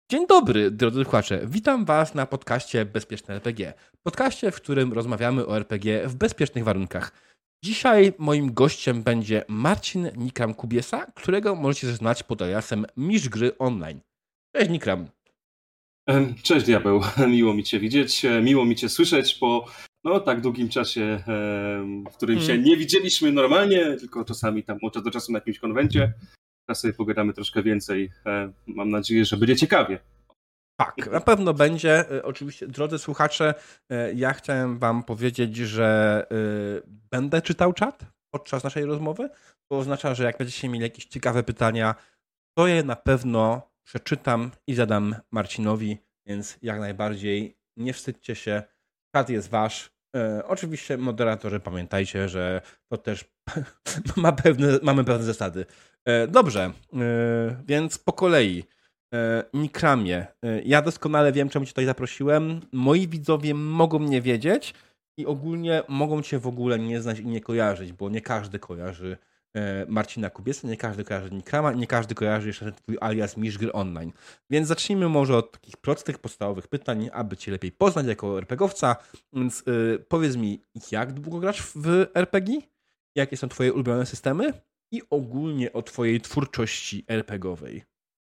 Dzień dobry, drodzy słuchacze. Witam Was na podcaście Bezpieczne RPG. Podcaście, w którym rozmawiamy o RPG w bezpiecznych warunkach. Dzisiaj moim gościem będzie Marcin Nikram-Kubiesa, którego możecie znać pod aliasem Mistrz Gry Online. Cześć Nikram. Cześć Diabeł, miło mi Cię widzieć, miło mi Cię słyszeć po tak długim czasie, w którym się nie widzieliśmy normalnie, tylko czasami tam od czasu do czasu na jakimś konwencie. Teraz sobie pogadamy troszkę więcej. Mam nadzieję, że będzie ciekawie. Tak, na pewno będzie. Oczywiście, drodzy słuchacze, ja chciałem Wam powiedzieć, że będę czytał czat podczas naszej rozmowy. To oznacza, że jak będziecie mieli jakieś ciekawe pytania, to je na pewno przeczytam i zadam Marcinowi, więc jak najbardziej nie wstydźcie się, czat jest wasz. Oczywiście moderatorzy, pamiętajcie, że to też mamy pewne zasady. Dobrze, więc po kolei. Nikramie, ja doskonale wiem, czemu cię tutaj zaprosiłem. Moi widzowie mogą mnie wiedzieć i ogólnie mogą cię w ogóle nie znać i nie kojarzyć, bo nie każdy kojarzy Marcina Kubiesa, nie każdy kojarzy Nikrama, nie każdy kojarzy jeszcze twój alias Mistrz Gry Online. Więc zacznijmy może od takich prostych, podstawowych pytań, aby cię lepiej poznać jako RPGowca. Więc powiedz mi, jak długo grasz w RPG? Jakie są twoje ulubione systemy? I ogólnie o twojej twórczości RPGowej.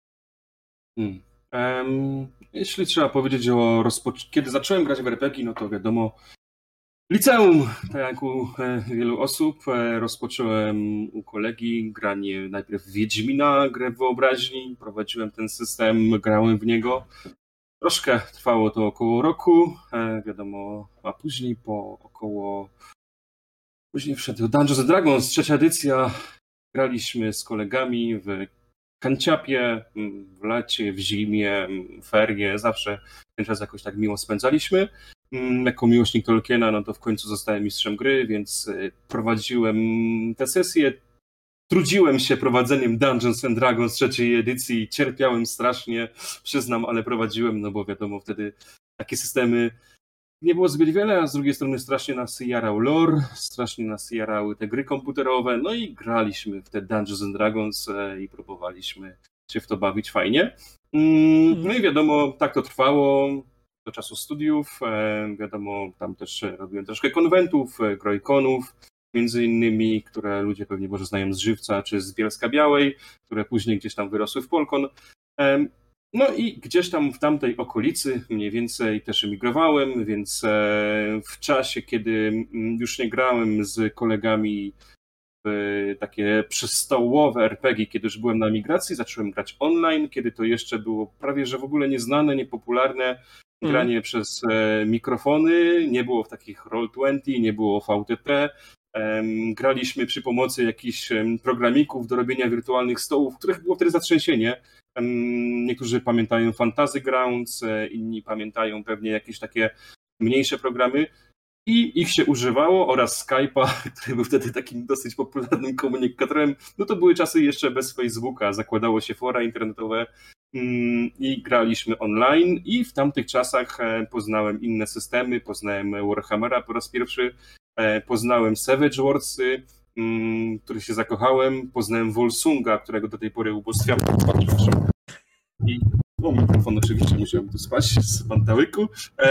Jeśli trzeba powiedzieć kiedy zacząłem grać w RPG, no to wiadomo, liceum, tak jak u wielu osób, rozpocząłem u kolegi granie najpierw w Wiedźmina, grę w wyobraźni, prowadziłem ten system, grałem w niego. Troszkę trwało to około roku, wiadomo, a później Później wszedł Dungeons and Dragons, 3. edycja. Graliśmy z kolegami w kanciapie, w lecie, w zimie, ferie, zawsze ten czas jakoś tak miło spędzaliśmy. Jako miłośnik Tolkiena, no to w końcu zostałem mistrzem gry, więc prowadziłem te sesje. Trudziłem się prowadzeniem Dungeons and Dragons 3. edycji, cierpiałem strasznie, przyznam, ale prowadziłem, no bo wiadomo, wtedy takie systemy nie było zbyt wiele, a z drugiej strony strasznie nas jarał lore, strasznie nas jarały te gry komputerowe, no i graliśmy w te Dungeons and Dragons i próbowaliśmy się w to bawić fajnie. No i wiadomo, tak to trwało do czasu studiów, wiadomo, tam też robiłem troszkę konwentów, grojkonów, między innymi, które ludzie pewnie może znają z Żywca czy z Bielska Białej, które później gdzieś tam wyrosły w Polkon. No i gdzieś tam w tamtej okolicy mniej więcej też emigrowałem, więc w czasie, kiedy już nie grałem z kolegami w takie przystołowe RPG, kiedy już byłem na emigracji, zacząłem grać online, kiedy to jeszcze było prawie że w ogóle nieznane, niepopularne granie przez mikrofony, nie było w takich Roll20, nie było VTP. Graliśmy przy pomocy jakichś programików do robienia wirtualnych stołów, których było wtedy zatrzęsienie. Niektórzy pamiętają Fantasy Grounds, inni pamiętają pewnie jakieś takie mniejsze programy i ich się używało oraz Skype'a, który był wtedy takim dosyć popularnym komunikatorem. No to były czasy jeszcze bez Facebooka, zakładało się fora internetowe i graliśmy online i w tamtych czasach poznałem inne systemy, poznałem Warhammera po raz pierwszy, poznałem Savage Worldsy, który się zakochałem, poznałem Volsunga, którego do tej pory ubóstwiam. I mikrofon oczywiście musiałem tu spać z pantałyku.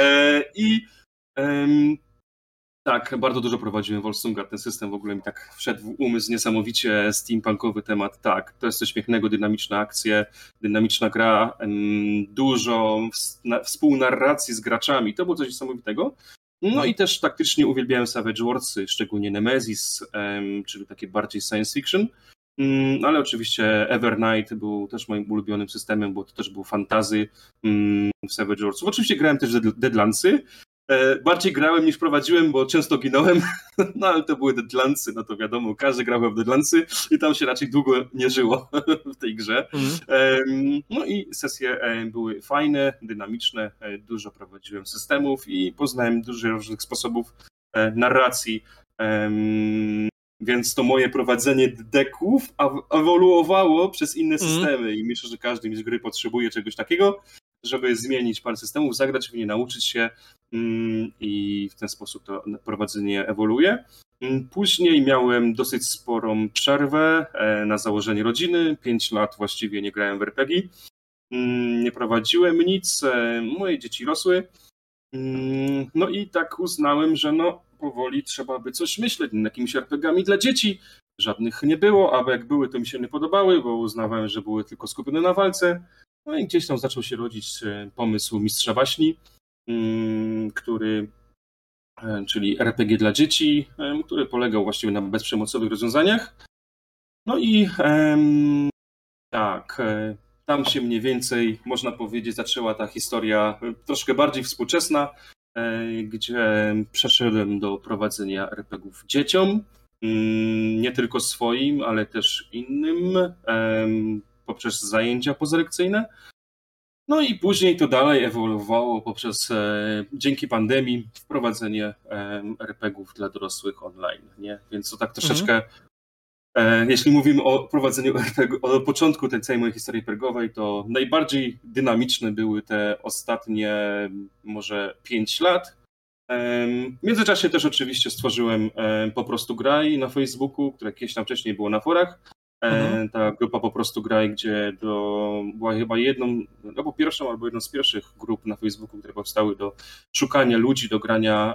Tak, bardzo dużo prowadziłem Volsunga, ten system w ogóle mi tak wszedł w umysł, niesamowicie steampunkowy temat, tak, to jest coś pięknego, dynamiczne akcje, dynamiczna gra, dużo współnarracji z graczami, to było coś niesamowitego. No i też taktycznie uwielbiałem Savage Worldsy, szczególnie Nemesis, czyli takie bardziej science fiction, ale oczywiście Evernight był też moim ulubionym systemem, bo to też było fantasy w Savage Worldsów. Oczywiście grałem też w Deadlandsy, bardziej grałem niż prowadziłem, bo często ginąłem, no ale to były Deadlandsy, no to wiadomo, każdy grał w Deadlandsy i tam się raczej długo nie żyło w tej grze. No i sesje były fajne, dynamiczne, dużo prowadziłem systemów i poznałem dużo różnych sposobów narracji, więc to moje prowadzenie deków ewoluowało przez inne systemy i myślę, że każdy mistrz gry potrzebuje czegoś takiego, żeby zmienić parę systemów, zagrać w nie, nauczyć się i w ten sposób to prowadzenie ewoluuje. Później miałem dosyć sporą przerwę na założenie rodziny, 5 lat właściwie nie grałem w RPG. nie prowadziłem nic, moje dzieci rosły. No i tak uznałem, że no powoli trzeba by coś myśleć nad jakimiś RPG-ami dla dzieci. Żadnych nie było, a jak były, to mi się nie podobały, bo uznawałem, że były tylko skupione na walce. No i gdzieś tam zaczął się rodzić pomysł Mistrza Waśni, czyli RPG dla dzieci, który polegał właściwie na bezprzemocowych rozwiązaniach. No i tak, tam się mniej więcej, można powiedzieć, zaczęła ta historia troszkę bardziej współczesna, gdzie przeszedłem do prowadzenia RPG-ów dzieciom, nie tylko swoim, ale też innym, poprzez zajęcia pozalekcyjne. No i później to dalej ewoluowało poprzez, dzięki pandemii, wprowadzenie RPG-ów dla dorosłych online, nie? Więc to tak troszeczkę, jeśli mówimy o prowadzeniu RPG, od początku tej całej mojej historii RPG-owej, to najbardziej dynamiczne były te ostatnie może 5 lat. W międzyczasie też oczywiście stworzyłem Po prostu Graj na Facebooku, które jakieś tam wcześniej było na forach. Ta grupa Po prostu Graj, gdzie była chyba albo pierwszą, albo jedną z pierwszych grup na Facebooku, które powstały do szukania ludzi do grania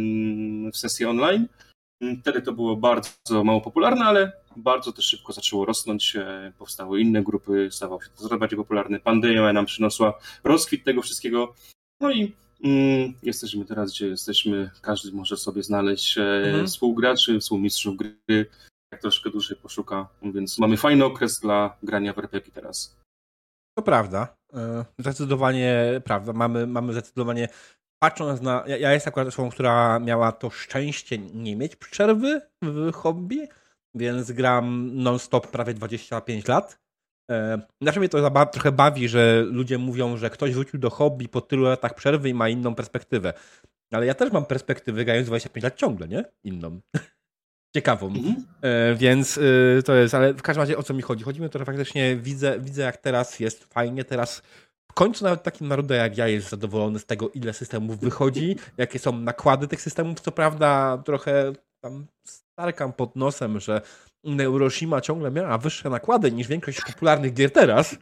w sesji online. Wtedy to było bardzo mało popularne, ale bardzo też szybko zaczęło rosnąć. Powstały inne grupy, stawał się to coraz bardziej popularne. Pandemia nam przyniosła rozkwit tego wszystkiego. No i jesteśmy teraz, gdzie jesteśmy. Każdy może sobie znaleźć współgraczy, współmistrzów gry, jak troszkę dłużej poszuka, więc mamy fajny okres dla grania w RPG teraz. To prawda. Zdecydowanie prawda. Mamy zdecydowanie, patrząc na... Ja jestem akurat osobą, która miała to szczęście nie mieć przerwy w hobby, więc gram non-stop prawie 25 lat. Znaczy mnie to trochę bawi, że ludzie mówią, że ktoś wrócił do hobby po tylu latach przerwy i ma inną perspektywę. Ale ja też mam perspektywę grając 25 lat ciągle, nie? Inną. Ciekawą. Więc to jest, ale w każdym razie o co mi chodzi? Chodzi mi o to, że faktycznie widzę jak teraz jest fajnie, teraz w końcu nawet taki naród jak ja jest zadowolony z tego, ile systemów wychodzi, jakie są nakłady tych systemów. Co prawda trochę tam starkam pod nosem, że Neuroshima ciągle miała wyższe nakłady niż większość popularnych gier teraz.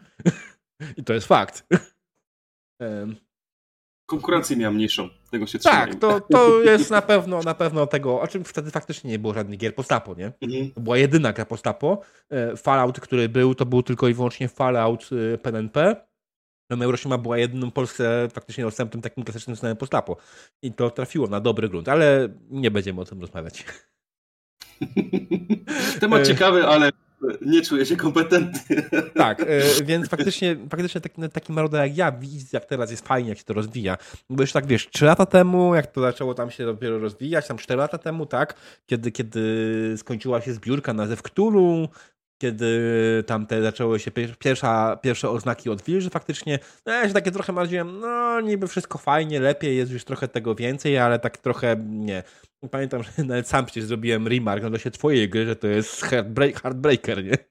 I to jest fakt. Konkurencję miała mniejszą, tego się trzymają. Tak, to jest na pewno tego, o czym wtedy faktycznie nie było żadnych gier post-apo, nie? To była jedyna gra post-apo. Fallout, który był, to był tylko i wyłącznie Fallout Pen and P. Neuroshima była jedyną Polsce faktycznie dostępnym takim klasycznym systemem post-apo. I to trafiło na dobry grunt, ale nie będziemy o tym rozmawiać. Temat ciekawy, ale nie czuję się kompetentny. Tak, więc faktycznie taki maruda jak ja widzę, jak teraz jest fajnie, jak się to rozwija. Bo już tak, wiesz, 3 lata temu, jak to zaczęło tam się dopiero rozwijać, tam 4 lata temu, tak, kiedy skończyła się zbiórka na Zew Cthulhu, kiedy tam zaczęły się pierwsze oznaki odwilży, faktycznie, no ja się takie trochę marzyłem, no niby wszystko fajnie, lepiej, jest już trochę tego więcej, ale tak trochę nie. Pamiętam, że nawet sam przecież zrobiłem remark no to się twojej gry, że to jest Heartbreaker, nie?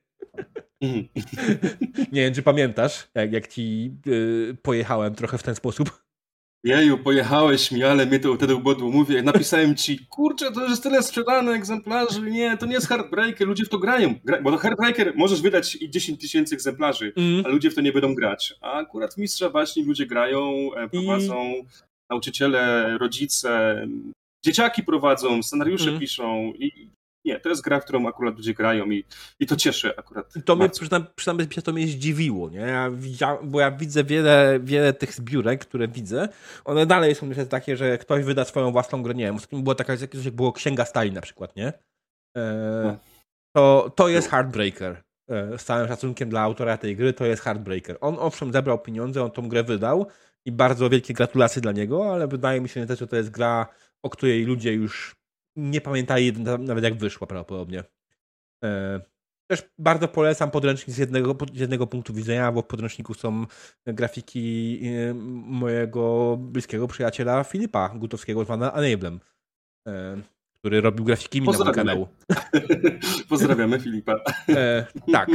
Nie wiem, czy pamiętasz, jak ci pojechałem trochę w ten sposób. Jeju, pojechałeś mi, ale mnie to wtedy ubodło. Mówię, napisałem ci, kurczę, to jest tyle sprzedane egzemplarzy, nie, to nie jest Heartbreaker, ludzie w to grają. Bo to Heartbreaker możesz wydać i 10 000 egzemplarzy, a ludzie w to nie będą grać. A akurat w Mistrza Waśni ludzie grają, prowadzą, nauczyciele, rodzice, dzieciaki prowadzą, scenariusze piszą i nie, to jest gra, w którą akurat ludzie grają i to cieszy akurat. To mnie, przynajmniej się to mnie zdziwiło, nie? Bo ja widzę wiele tych zbiórek, które widzę, one dalej są niestety takie, że ktoś wyda swoją własną grę, nie wiem, ostatnio była taka, jak było Księga Stali na przykład, nie? To jest Heartbreaker. Z całym szacunkiem dla autora tej gry, to jest Heartbreaker. On owszem zebrał pieniądze, on tą grę wydał i bardzo wielkie gratulacje dla niego, ale wydaje mi się, że to jest gra, o której ludzie już nie pamiętali nawet jak wyszła prawdopodobnie. Też bardzo polecam podręcznik z jednego punktu widzenia, bo w podręczniku są grafiki mojego bliskiego przyjaciela Filipa Gutowskiego, zwana Enablem, który robił grafiki mi na mój kanał. Pozdrawiamy Filipa. Tak.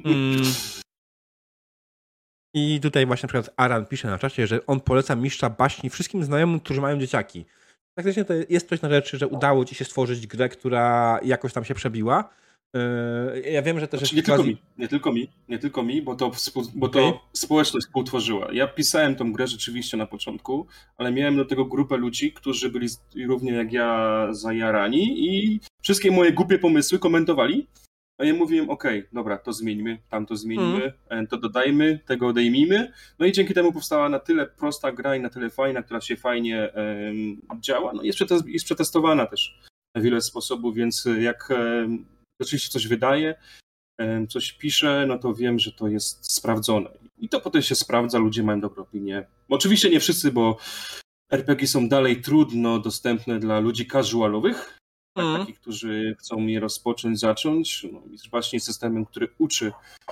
I tutaj właśnie na przykład Aran pisze na czacie, że on poleca Mistrza Baśni wszystkim znajomym, którzy mają dzieciaki. Faktycznie to jest coś na rzeczy, że udało ci się stworzyć grę, która jakoś tam się przebiła. Ja wiem, że też Znaczy, jest nie tylko mi, bo to Okay. społeczność współtworzyła. Ja pisałem tą grę rzeczywiście na początku, ale miałem do tego grupę ludzi, którzy byli równie jak ja zajarani i wszystkie moje głupie pomysły komentowali. A ja mówiłem, okej, dobra, to zmieńmy, tamto zmieńmy, to dodajmy, tego odejmijmy. No i dzięki temu powstała na tyle prosta gra i na tyle fajna, która się fajnie działa. No i jest przetestowana też na wiele sposobów, więc jak oczywiście coś wydaje, coś piszę, no to wiem, że to jest sprawdzone. I to potem się sprawdza, ludzie mają dobre opinie. Oczywiście nie wszyscy, bo RPG są dalej trudno dostępne dla ludzi casualowych, tak, takich, którzy chcą je rozpocząć, zacząć. No, jest właśnie systemem, który uczy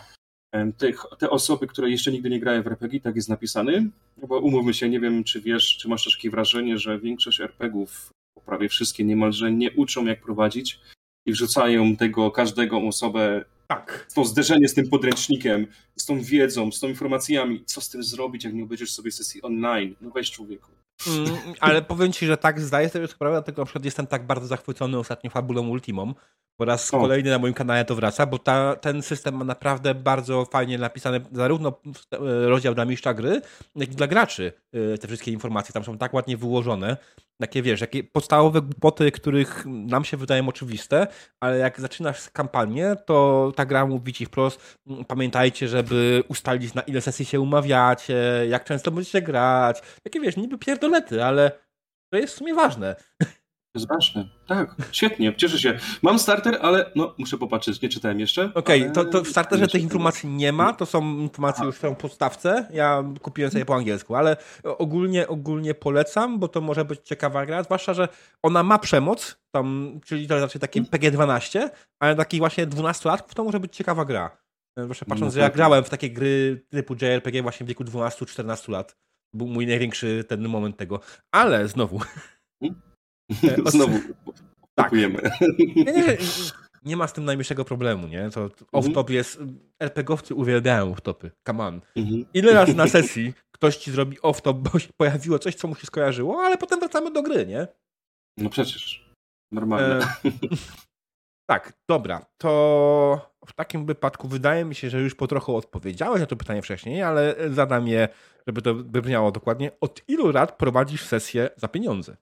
te osoby, które jeszcze nigdy nie grają w RPG, tak jest napisany. No bo umówmy się, nie wiem, czy wiesz, czy masz też takie wrażenie, że większość RPGów, prawie wszystkie niemalże, nie uczą jak prowadzić i wrzucają tego każdą osobę Tak. to zderzenie z tym podręcznikiem, z tą wiedzą, z tą informacjami, co z tym zrobić, jak nie obejrzysz sobie sesji online. No weź człowieku. Ale powiem ci, że tak zdaję sobie sprawę, dlatego na przykład jestem tak bardzo zachwycony ostatnio fabulą Ultimą. Po raz kolejny na moim kanale to wraca, bo ten system ma naprawdę bardzo fajnie napisane zarówno rozdział dla mistrza gry, jak i dla graczy. Te wszystkie informacje tam są tak ładnie wyłożone. Takie wiesz, jakie podstawowe głupoty, których nam się wydają oczywiste, ale jak zaczynasz kampanię, to ta gra mówi ci wprost, pamiętajcie, żeby ustalić, na ile sesji się umawiacie, jak często będziecie grać. Takie wiesz, niby pierdolety, ale to jest w sumie ważne. To jest ważne. Tak, świetnie, cieszę się. Mam starter, ale no, muszę popatrzeć, nie czytałem jeszcze. Okej, to w starterze tych informacji nie ma, to są informacje już są w podstawce, ja kupiłem sobie po angielsku, ale ogólnie polecam, bo to może być ciekawa gra, zwłaszcza, że ona ma przemoc, tam, czyli to raczej taki PG-12, ale takich właśnie 12-latków to może być ciekawa gra. Zwłaszcza patrząc, że ja grałem w takie gry typu JRPG właśnie w wieku 12-14 lat. Był mój największy ten moment tego. Ale znowu... Znowu kupujemy. Nie ma z tym najmniejszego problemu, nie? To off-top jest... RPGowcy uwielbiają off-topy. Come on. Ile razy na sesji ktoś ci zrobi off-top, bo się pojawiło coś, co mu się skojarzyło, ale potem wracamy do gry, nie? No przecież. Normalne. Tak, dobra. To w takim wypadku wydaje mi się, że już po trochu odpowiedziałeś na to pytanie wcześniej, ale zadam je, żeby to wybrzmiało dokładnie. Od ilu lat prowadzisz sesję za pieniądze?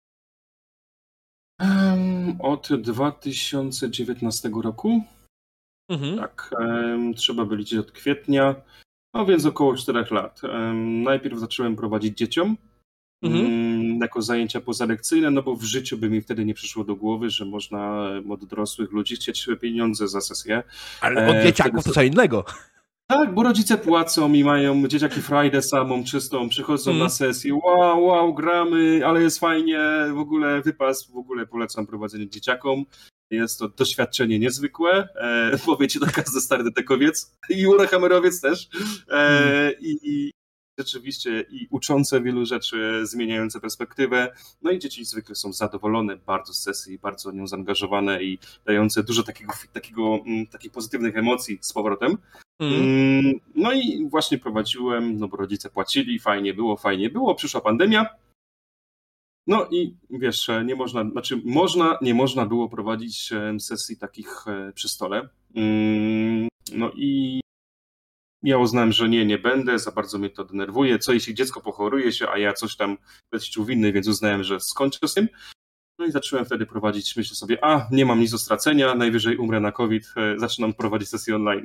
Od 2019 roku. Tak, trzeba by liczyć od kwietnia, no więc około 4 lat. Najpierw zacząłem prowadzić dzieciom jako zajęcia pozalekcyjne, no bo w życiu by mi wtedy nie przyszło do głowy, że można od dorosłych ludzi chcieć pieniądze za sesję. Ale od dzieciaków to co innego. Tak, bo rodzice płacą i mają dzieciaki frajdę samą, czystą, przychodzą na sesję, wow, gramy, ale jest fajnie, w ogóle wypas, w ogóle polecam prowadzenie dzieciakom. Jest to doświadczenie niezwykłe, powie ci to każdy stary detekowiec i Warhammerowiec też. I rzeczywiście i uczące wielu rzeczy, zmieniające perspektywę. No i dzieci zwykle są zadowolone bardzo z sesji, bardzo w nią zaangażowane i dające dużo takich pozytywnych emocji z powrotem. No i właśnie prowadziłem, no bo rodzice płacili, fajnie było, przyszła pandemia. No i wiesz, nie można było prowadzić sesji takich przy stole. No i ja uznałem, że nie będę, za bardzo mnie to denerwuje. Co jeśli dziecko pochoruje się, a ja coś tam będę chciał winny, więc uznałem, że skończę z tym. No i zacząłem wtedy prowadzić, myślę sobie, nie mam nic do stracenia, najwyżej umrę na COVID, zaczynam prowadzić sesję online.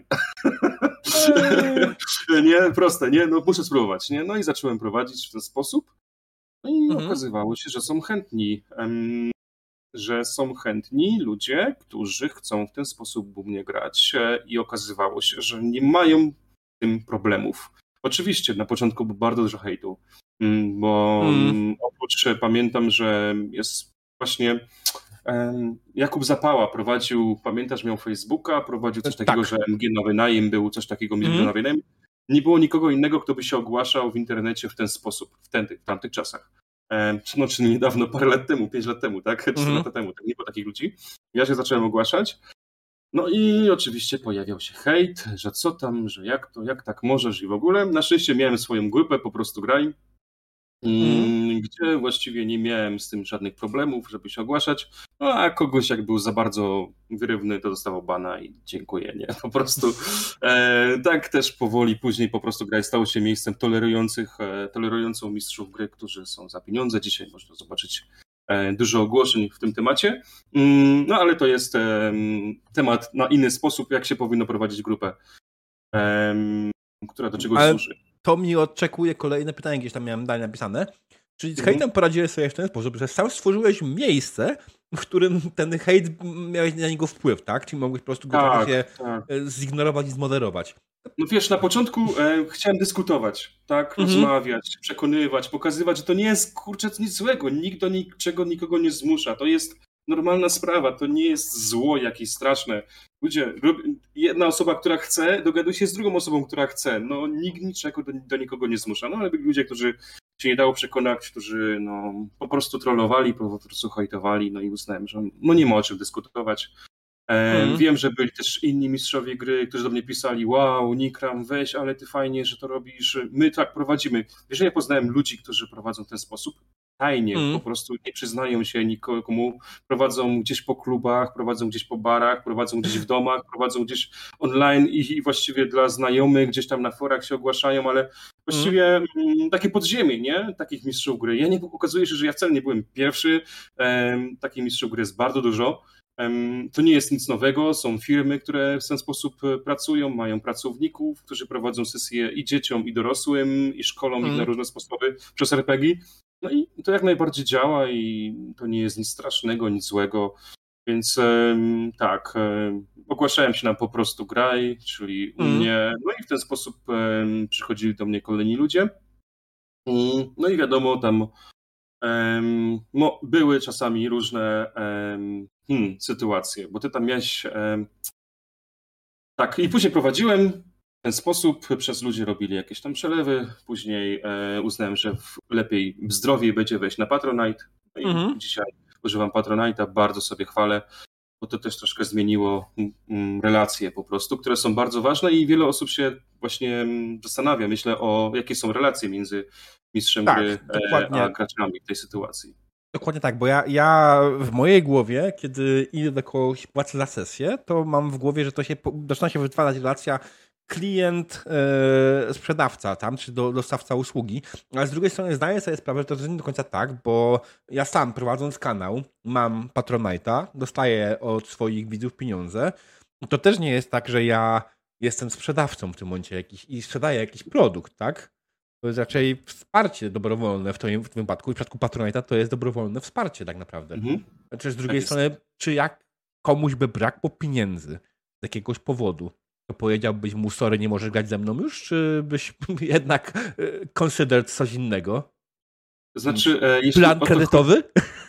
Nie, proste, nie, no muszę spróbować, nie? No i zacząłem prowadzić w ten sposób. No i okazywało się, że są chętni ludzie, którzy chcą w ten sposób u mnie grać i okazywało się, że nie mają z tym problemów. Oczywiście na początku było bardzo dużo hejtu, bo oprócz pamiętam, że jest właśnie Jakub Zapała prowadził, pamiętasz, miał Facebooka, prowadził coś takiego, że MG na wynajem był, coś takiego na wynajem. Nie było nikogo innego, kto by się ogłaszał w internecie w ten sposób, w tamtych czasach. Czyli niedawno, parę lat temu, 5 lat temu, tak? 4 lata temu, tak? Nie było takich ludzi. Ja się zacząłem ogłaszać. No i oczywiście pojawiał się hejt, że co tam, że jak tak możesz i w ogóle. Na szczęście miałem swoją grupę, po prostu grali. gdzie właściwie nie miałem z tym żadnych problemów, żeby się ogłaszać, no a kogoś jak był za bardzo wyrywny, to dostawał bana i dziękuję, nie? Po prostu tak też powoli później po prostu gra stało się miejscem tolerującą mistrzów gry, którzy są za pieniądze. Dzisiaj można zobaczyć dużo ogłoszeń w tym temacie, no ale to jest temat na inny sposób, jak się powinno prowadzić grupę, która do czegoś służy. To mi oczekuje kolejne pytanie, gdzieś tam miałem dalej napisane. Czyli z hejtem poradziłeś sobie w ten sposób, że sam stworzyłeś miejsce, w którym ten hejt miałeś na niego wpływ, tak? Czyli mogłeś po prostu go trochę zignorować i zmoderować. No wiesz, na początku chciałem dyskutować, tak? Rozmawiać, przekonywać, pokazywać, że to nie jest, kurczę, nic złego. Nikt do niczego nikogo nie zmusza. To jest normalna sprawa, to nie jest zło jakieś straszne. Ludzie, jedna osoba, która chce, dogaduje się z drugą osobą, która chce. No nikt niczego do nikogo nie zmusza. No ale byli ludzie, którzy się nie dało przekonać, którzy no, po prostu trollowali, po prostu hejtowali, no i uznałem, że no nie ma o czym dyskutować. Wiem, że byli też inni mistrzowie gry, którzy do mnie pisali: wow, Nikram, weź, ale ty fajnie, że to robisz, my tak prowadzimy. Wiesz, ja poznałem ludzi, którzy prowadzą w ten sposób tajnie, po prostu nie przyznają się nikomu, prowadzą gdzieś po klubach, prowadzą gdzieś po barach, prowadzą gdzieś w domach, prowadzą gdzieś online i właściwie dla znajomych gdzieś tam na forach się ogłaszają, ale właściwie takie podziemie, nie? Takich mistrzów gry. Okazuje się, że ja wcale nie byłem pierwszy, takich mistrzów gry jest bardzo dużo. To nie jest nic nowego, są firmy, które w ten sposób pracują, mają pracowników, którzy prowadzą sesje i dzieciom, i dorosłym, i szkolą ich na różne sposoby przez RPG. No i to jak najbardziej działa i to nie jest nic strasznego, nic złego, więc tak, ogłaszałem się na Po prostu graj, czyli u mnie, no i w ten sposób przychodzili do mnie kolejni ludzie. No i wiadomo, tam były czasami różne sytuacje, bo ty tam miałeś. Tak, i później prowadziłem w ten sposób, przez ludzie robili jakieś tam przelewy, później uznałem, że lepiej, zdrowiej będzie wejść na Patronite. No i dzisiaj używam Patronite'a, bardzo sobie chwalę, bo to też troszkę zmieniło relacje po prostu, które są bardzo ważne i wiele osób się właśnie zastanawia, myślę, o jakie są relacje między mistrzem gry a graczami w tej sytuacji. Dokładnie tak, bo ja w mojej głowie, kiedy idę do kogoś, płacę za sesję, to mam w głowie, że to się zaczyna się wytwarzać relacja klient-sprzedawca tam, czy dostawca usługi, ale z drugiej strony zdaję sobie sprawę, że to jest nie do końca tak, bo ja sam prowadząc kanał mam Patronite'a, dostaję od swoich widzów pieniądze. To też nie jest tak, że ja jestem sprzedawcą w tym momencie jakiś i sprzedaję jakiś produkt, tak? To jest raczej wsparcie dobrowolne w tym wypadku. W przypadku Patronite'a to jest dobrowolne wsparcie tak naprawdę. Znaczy z drugiej strony, czy jak komuś by brakło pieniędzy z jakiegoś powodu, to powiedziałbyś mu: sorry, nie możesz grać ze mną już, czy byś jednak considered coś innego? Znaczy, plan kredytowy?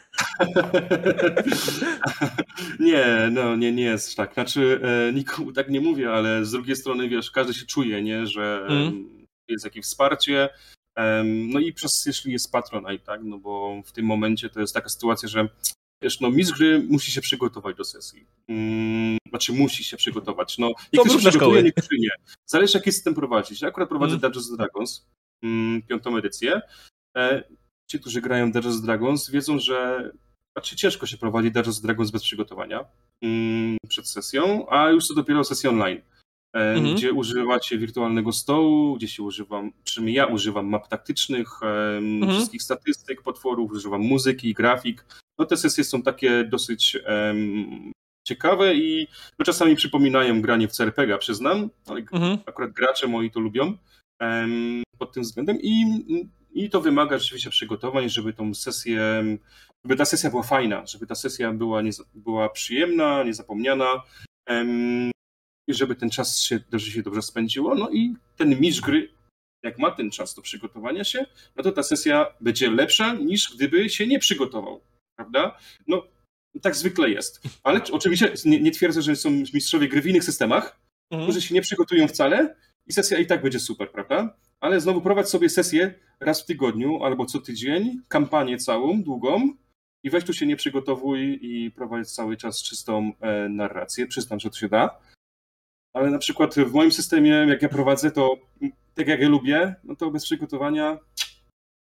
Nie jest tak. Znaczy, nikomu tak nie mówię, ale z drugiej strony, wiesz, każdy się czuje, nie, że jest jakieś wsparcie. No i jeśli jest Patronite, tak, no bo w tym momencie to jest taka sytuacja, że wiesz, no mistrz gry musi się przygotować do sesji. Znaczy musi się przygotować. No, niektórzy się przygotuje, niektórzy nie. Zależy, jaki system prowadzić. Ja akurat prowadzę Dungeons & Dragons, 5. edycję. Ci, którzy grają Dungeons & Dragons, wiedzą, że ciężko się prowadzi Dungeons & Dragons bez przygotowania przed sesją, a już to dopiero sesja online, gdzie używacie wirtualnego stołu, gdzie ja używam map taktycznych, wszystkich statystyk, potworów, używam muzyki, grafik. No te sesje są takie dosyć ciekawe i no, czasami przypominają granie w CRPG, przyznam, ale akurat gracze moi to lubią pod tym względem i to wymaga rzeczywiście przygotowań, żeby ta sesja była fajna, żeby ta sesja była przyjemna, niezapomniana i żeby ten czas się dobrze spędziło. No i ten mistrz gry, jak ma ten czas do przygotowania się, no to ta sesja będzie lepsza niż gdyby się nie przygotował, prawda? No tak zwykle jest. Ale oczywiście nie twierdzę, że są mistrzowie gry w innych systemach, którzy się nie przygotują wcale i sesja i tak będzie super, prawda? Ale znowu prowadź sobie sesję raz w tygodniu albo co tydzień, kampanię całą, długą i weź tu się nie przygotowuj i prowadź cały czas czystą narrację. Przyznam, że to się da. Ale na przykład w moim systemie, jak ja prowadzę, to tak jak ja lubię, no to bez przygotowania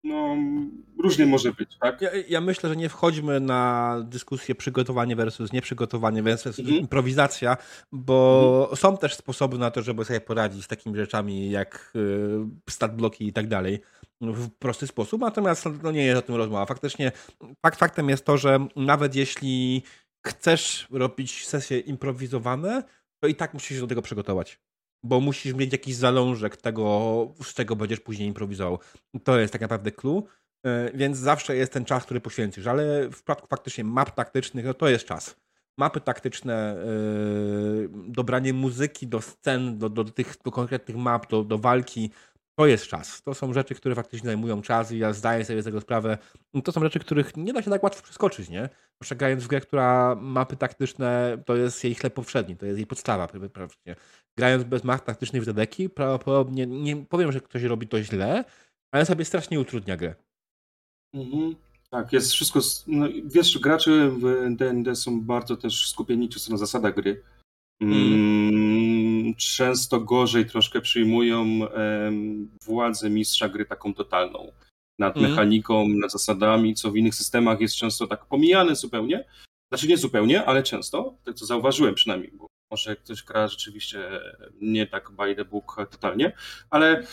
no różnie może być, tak? Ja myślę, że nie wchodźmy na dyskusję przygotowanie versus nieprzygotowanie versus Mhm. improwizacja, Mhm. bo są też sposoby na to, żeby sobie poradzić z takimi rzeczami jak stat bloki i tak dalej w prosty sposób, natomiast no nie jest o tym rozmowa. Faktycznie faktem jest to, że nawet jeśli chcesz robić sesje improwizowane, to i tak musisz się do tego przygotować. Bo musisz mieć jakiś zalążek tego, z czego będziesz później improwizował. To jest tak naprawdę clue. Więc zawsze jest ten czas, który poświęcisz, ale w przypadku faktycznie map taktycznych, no to jest czas. Mapy taktyczne, dobranie muzyki do scen, do konkretnych map, do walki, to jest czas. To są rzeczy, które faktycznie zajmują czas i ja zdaję sobie z tego sprawę. To są rzeczy, których nie da się tak łatwo przeskoczyć, nie? Proszę, grając w grę, która mapy taktyczne, to jest jej chleb powszedni, to jest jej podstawa. Prawdopodobnie. Grając bez map taktycznych w Dedeki, prawdopodobnie nie powiem, że ktoś robi to źle, ale sobie strasznie utrudnia grę. Mhm. Tak, jest wszystko. No, wiesz, gracze w D&D są bardzo też skupieni często na zasadach gry. Mm. Często gorzej troszkę przyjmują władzę mistrza gry taką totalną nad Mm. mechaniką, nad zasadami, co w innych systemach jest często tak pomijane zupełnie. Znaczy nie zupełnie, ale często, tak co zauważyłem przynajmniej, bo może ktoś gra rzeczywiście nie tak by the book totalnie, ale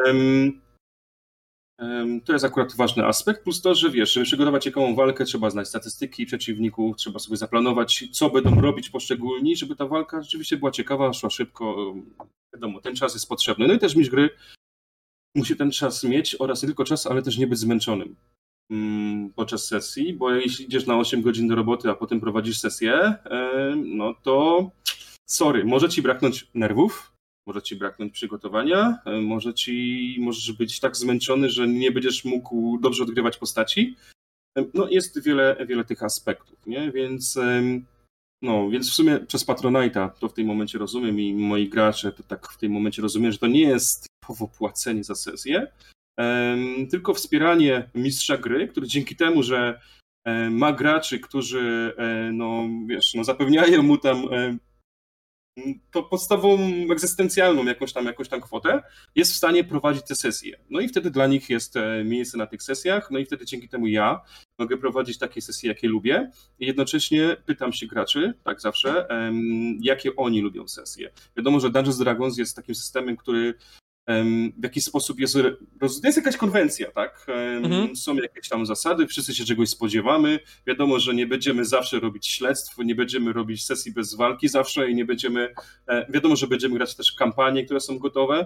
to jest akurat ważny aspekt, plus to, że wiesz, żeby przygotować ciekawą walkę, trzeba znać statystyki przeciwników, trzeba sobie zaplanować, co będą robić poszczególni, żeby ta walka rzeczywiście była ciekawa, szła szybko. Wiadomo, ten czas jest potrzebny. No i też mistrz gry musi ten czas mieć oraz nie tylko czas, ale też nie być zmęczonym podczas sesji, bo jeśli idziesz na 8 godzin do roboty, a potem prowadzisz sesję, no to sorry, może ci braknąć nerwów, może ci braknąć przygotowania, możesz być tak zmęczony, że nie będziesz mógł dobrze odgrywać postaci. No jest wiele tych aspektów, nie? Więc w sumie przez Patronite'a to w tym momencie rozumiem i moi gracze to tak w tym momencie rozumiem, że to nie jest typowo płacenie za sesję, tylko wspieranie mistrza gry, który dzięki temu, że ma graczy, którzy no wiesz, no zapewniają mu tam to podstawową egzystencjalną jakąś tam kwotę, jest w stanie prowadzić te sesje. No i wtedy dla nich jest miejsce na tych sesjach, no i wtedy dzięki temu ja mogę prowadzić takie sesje, jakie lubię i jednocześnie pytam się graczy, tak zawsze, jakie oni lubią sesje. Wiadomo, że Dungeons Dragons jest takim systemem, który w jakiś sposób jest jakaś konwencja, tak? Mhm. Są jakieś tam zasady, wszyscy się czegoś spodziewamy. Wiadomo, że nie będziemy zawsze robić śledztw, nie będziemy robić sesji bez walki zawsze i nie będziemy. Wiadomo, że będziemy grać też kampanie, które są gotowe.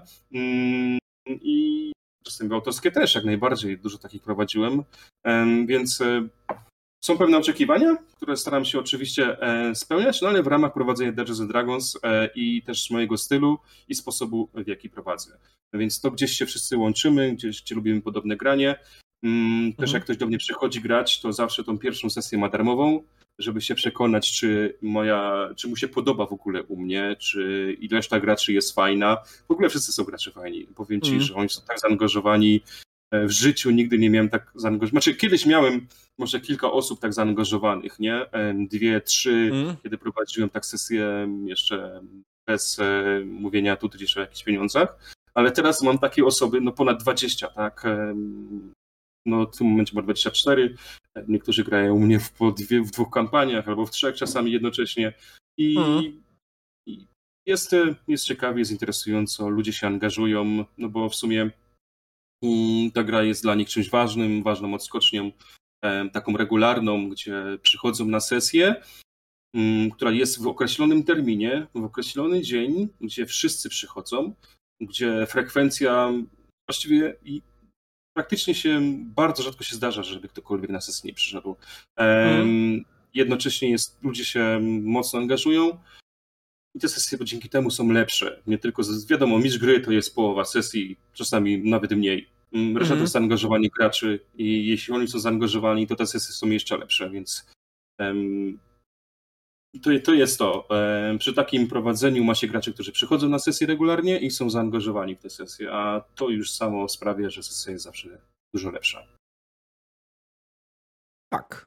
I czasem autorskie też jak najbardziej, dużo takich prowadziłem. Więc są pewne oczekiwania, które staram się oczywiście spełniać, no ale w ramach prowadzenia Dungeons and Dragons i też mojego stylu i sposobu, w jaki prowadzę. No więc to gdzieś się wszyscy łączymy, gdzie lubimy podobne granie. Też Mhm. jak ktoś do mnie przychodzi grać, to zawsze tą pierwszą sesję ma darmową, żeby się przekonać, czy mu się podoba w ogóle u mnie, czy i reszta graczy jest fajna. W ogóle wszyscy są gracze fajni. Powiem ci, Mhm. że oni są tak zaangażowani. W życiu nigdy nie miałem tak zaangażowanych. Znaczy, kiedyś miałem może kilka osób tak zaangażowanych, nie? Dwie, trzy, Mhm. kiedy prowadziłem tak sesję jeszcze bez mówienia tu gdzieś o jakichś pieniądzach, ale teraz mam takie osoby, no ponad 20, tak? No w tym momencie ma 24, niektórzy grają u mnie w dwóch kampaniach albo w trzech czasami jednocześnie Mhm. i jest ciekawie, jest interesująco, ludzie się angażują, no bo w sumie ta gra jest dla nich czymś ważnym, ważną odskocznią, taką regularną, gdzie przychodzą na sesję, która jest w określonym terminie, w określony dzień, gdzie wszyscy przychodzą, gdzie frekwencja właściwie i praktycznie bardzo rzadko się zdarza, żeby ktokolwiek na sesję nie przyszedł. Mhm. Jednocześnie ludzie się mocno angażują i te sesje dzięki temu są lepsze. Nie tylko, wiadomo, mistrz gry to jest połowa sesji, czasami nawet mniej. Reszta to Mhm. jest zaangażowanie graczy i jeśli oni są zaangażowani, to te sesje są jeszcze lepsze, więc to jest to. Przy takim prowadzeniu ma się graczy, którzy przychodzą na sesję regularnie i są zaangażowani w te sesje, a to już samo sprawia, że sesja jest zawsze dużo lepsza. Tak.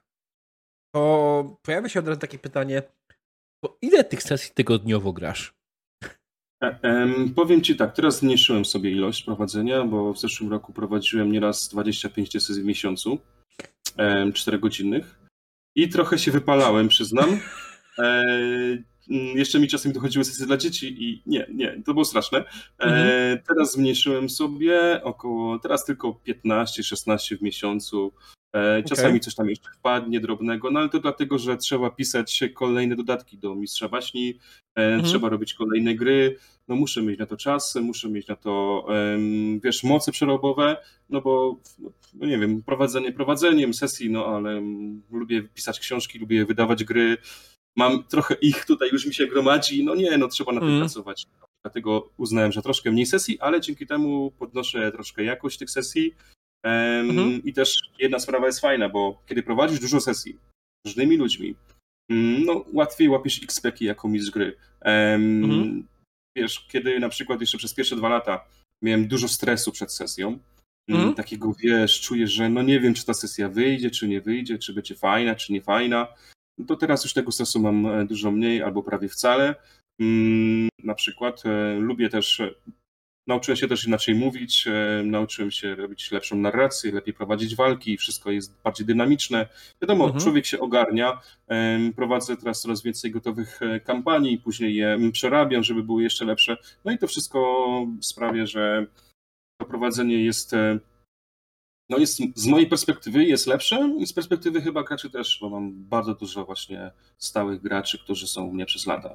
To pojawia się od razu takie pytanie, po ile tych sesji tygodniowo grasz? Powiem ci tak, teraz zmniejszyłem sobie ilość prowadzenia, bo w zeszłym roku prowadziłem nieraz 25 decyzji w miesiącu, 4-godzinnych i trochę się wypalałem, przyznam. Jeszcze mi czasem dochodziły sesje dla dzieci i nie, to było straszne. Teraz zmniejszyłem sobie teraz tylko 15-16 w miesiącu. Czasami coś tam jeszcze wpadnie drobnego, no ale to dlatego, że trzeba pisać kolejne dodatki do Mistrza Waśni, trzeba robić kolejne gry, no muszę mieć na to czas, muszę mieć na to, wiesz, moce przerobowe, no bo, no nie wiem, prowadzeniem sesji, no ale lubię pisać książki, lubię wydawać gry, mam trochę ich tutaj, już mi się gromadzi, no trzeba na tym pracować. Dlatego uznałem, że troszkę mniej sesji, ale dzięki temu podnoszę troszkę jakość tych sesji. I też jedna sprawa jest fajna, bo kiedy prowadzisz dużo sesji z różnymi ludźmi, no łatwiej łapiesz XP-ki jako mistrz gry. Wiesz, kiedy na przykład jeszcze przez pierwsze 2 lata miałem dużo stresu przed sesją, takiego, wiesz, czuję, że no nie wiem, czy ta sesja wyjdzie, czy nie wyjdzie, czy będzie fajna, czy nie fajna, no to teraz już tego stresu mam dużo mniej albo prawie wcale. Na przykład lubię też, nauczyłem się też inaczej mówić, nauczyłem się robić lepszą narrację, lepiej prowadzić walki, wszystko jest bardziej dynamiczne. Wiadomo, człowiek się ogarnia, prowadzę teraz coraz więcej gotowych kampanii, później je przerabiam, żeby były jeszcze lepsze. No i to wszystko sprawia, że to prowadzenie jest, no jest z mojej perspektywy jest lepsze i z perspektywy chyba graczy też, bo mam bardzo dużo właśnie stałych graczy, którzy są u mnie przez lata.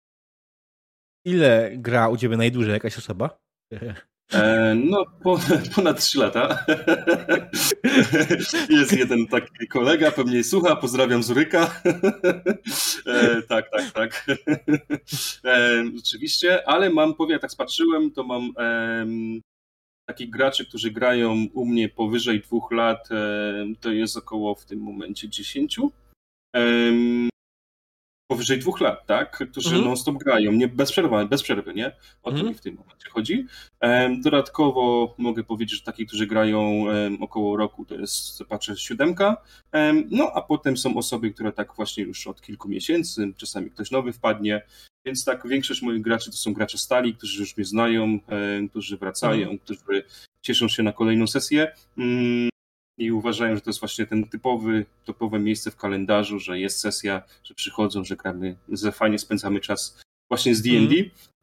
Ile gra u ciebie najdłużej jakaś osoba? No, ponad 3 lata. Jest jeden taki kolega, pewnie słucha, pozdrawiam Zuryka. Tak. Rzeczywiście, ale mam, powiem, tak spatrzyłem, to mam takich graczy, którzy grają u mnie powyżej 2 lat, to jest około w tym momencie 10. Powyżej 2 lat, tak? Którzy non-stop grają, nie, bez przerwy, nie? O to mi w tym momencie chodzi. Dodatkowo mogę powiedzieć, że takich, którzy grają około roku, to jest, patrzę, 7. No a potem są osoby, które tak właśnie już od kilku miesięcy, czasami ktoś nowy wpadnie, więc tak większość moich graczy to są gracze stali, którzy już mnie znają, którzy wracają, którzy cieszą się na kolejną sesję. I uważają, że to jest właśnie ten topowe miejsce w kalendarzu, że jest sesja, że przychodzą, że gramy, że fajnie spędzamy czas właśnie z D&D.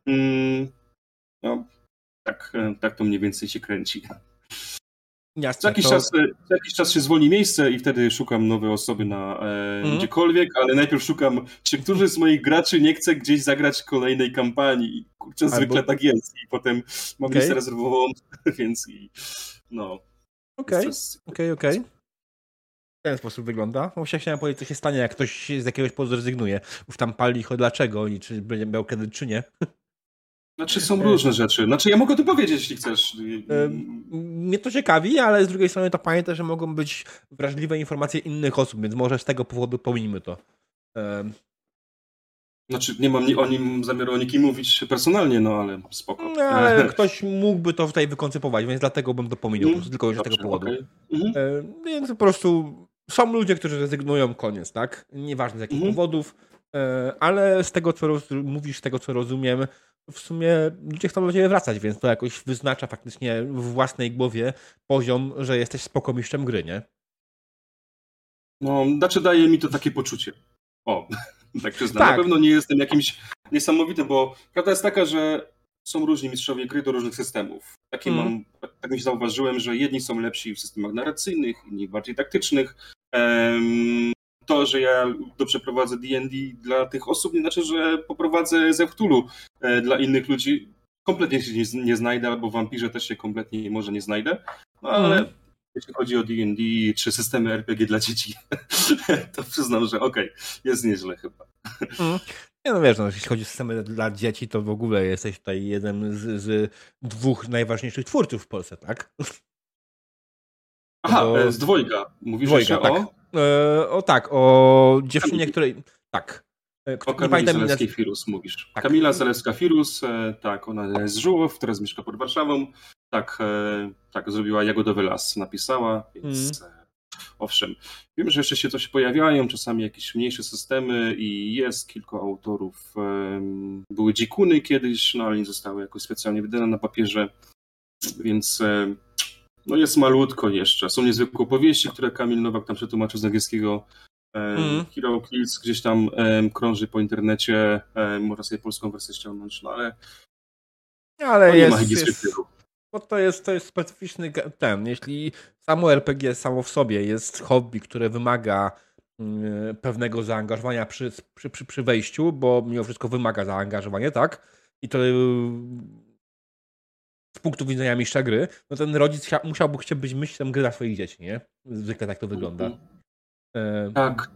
No, tak to mniej więcej się kręci. Jasne, Co jakiś czas się zwolni miejsce i wtedy szukam nowej osoby na gdziekolwiek, ale najpierw szukam, czy któryś z moich graczy nie chce gdzieś zagrać kolejnej kampanii. Kurczę, zwykle tak jest. I potem mam listę rezerwową, więc no. Okej. W ten sposób wygląda. Właśnie chciałem powiedzieć, co się stanie, jak ktoś z jakiegoś powodu zrezygnuje. Już tam pali dlaczego i czy będzie miał kredyt, czy nie. Znaczy są różne rzeczy. Znaczy ja mogę tu powiedzieć, jeśli chcesz. Mnie to ciekawi, ale z drugiej strony to pamiętaj, że mogą być wrażliwe informacje innych osób, więc może z tego powodu pominimy to. Znaczy nie mam zamiaru o nikim mówić personalnie, no ale spoko. No, ale ktoś mógłby to tutaj wykoncypować, więc dlatego bym to pominął, po prostu tylko już z tego powodu. Więc po prostu są ludzie, którzy rezygnują, koniec, tak? Nieważne z jakich powodów, ale z tego, co mówisz, z tego, co rozumiem, w sumie ludzie chcą do ciebie wracać, więc to jakoś wyznacza faktycznie w własnej głowie poziom, że jesteś spoko mistrzem gry, nie? No, znaczy daje mi to takie poczucie. O, tak przyznam. Tak. Na pewno nie jestem jakimś niesamowitym, bo prawda jest taka, że są różni mistrzowie gry do różnych systemów. Tak mi się zauważyłem, że jedni są lepsi w systemach narracyjnych, inni bardziej taktycznych. To, że ja dobrze prowadzę D&D dla tych osób, nie znaczy, że poprowadzę ze Cthulhu dla innych ludzi. Kompletnie się nie znajdę, albo w Wampirze też się kompletnie może nie znajdę. No ale jeśli chodzi o D&D czy systemy RPG dla dzieci, to przyznam, że jest nieźle chyba. Nie no wiesz, jeśli chodzi o systemy dla dzieci, to w ogóle jesteś tutaj jeden z 2 najważniejszych twórców w Polsce, tak? Aha, z Dwojga. Mówisz jeszcze tak. O dziewczynie, której... Tak. O Kamili Zalewskiej-Firus mówisz. Tak. Kamila Zalewska-Firus, tak, ona jest z Żułów, teraz mieszka pod Warszawą. Tak, zrobiła Jagodowy Las, napisała, więc owszem. Wiem, że jeszcze się coś pojawiają, czasami jakieś mniejsze systemy i jest kilku autorów. Były dzikuny kiedyś, no ale nie zostały jakoś specjalnie wydane na papierze, więc no jest malutko jeszcze. Są niezwykłe opowieści, które Kamil Nowak tam przetłumaczył z angielskiego. Hero Kills gdzieś tam krąży po internecie, można sobie polską wersję ściągnąć, no ale Ale nie ma bo to jest specyficzny jeśli samo RPG samo w sobie jest hobby, które wymaga pewnego zaangażowania przy wejściu, bo mimo wszystko wymaga zaangażowania, tak? I to z punktu widzenia mistrza gry, no ten rodzic musiałby chcieć być mistrzem gry dla swoich dzieci, nie? Zwykle tak to wygląda. Tak.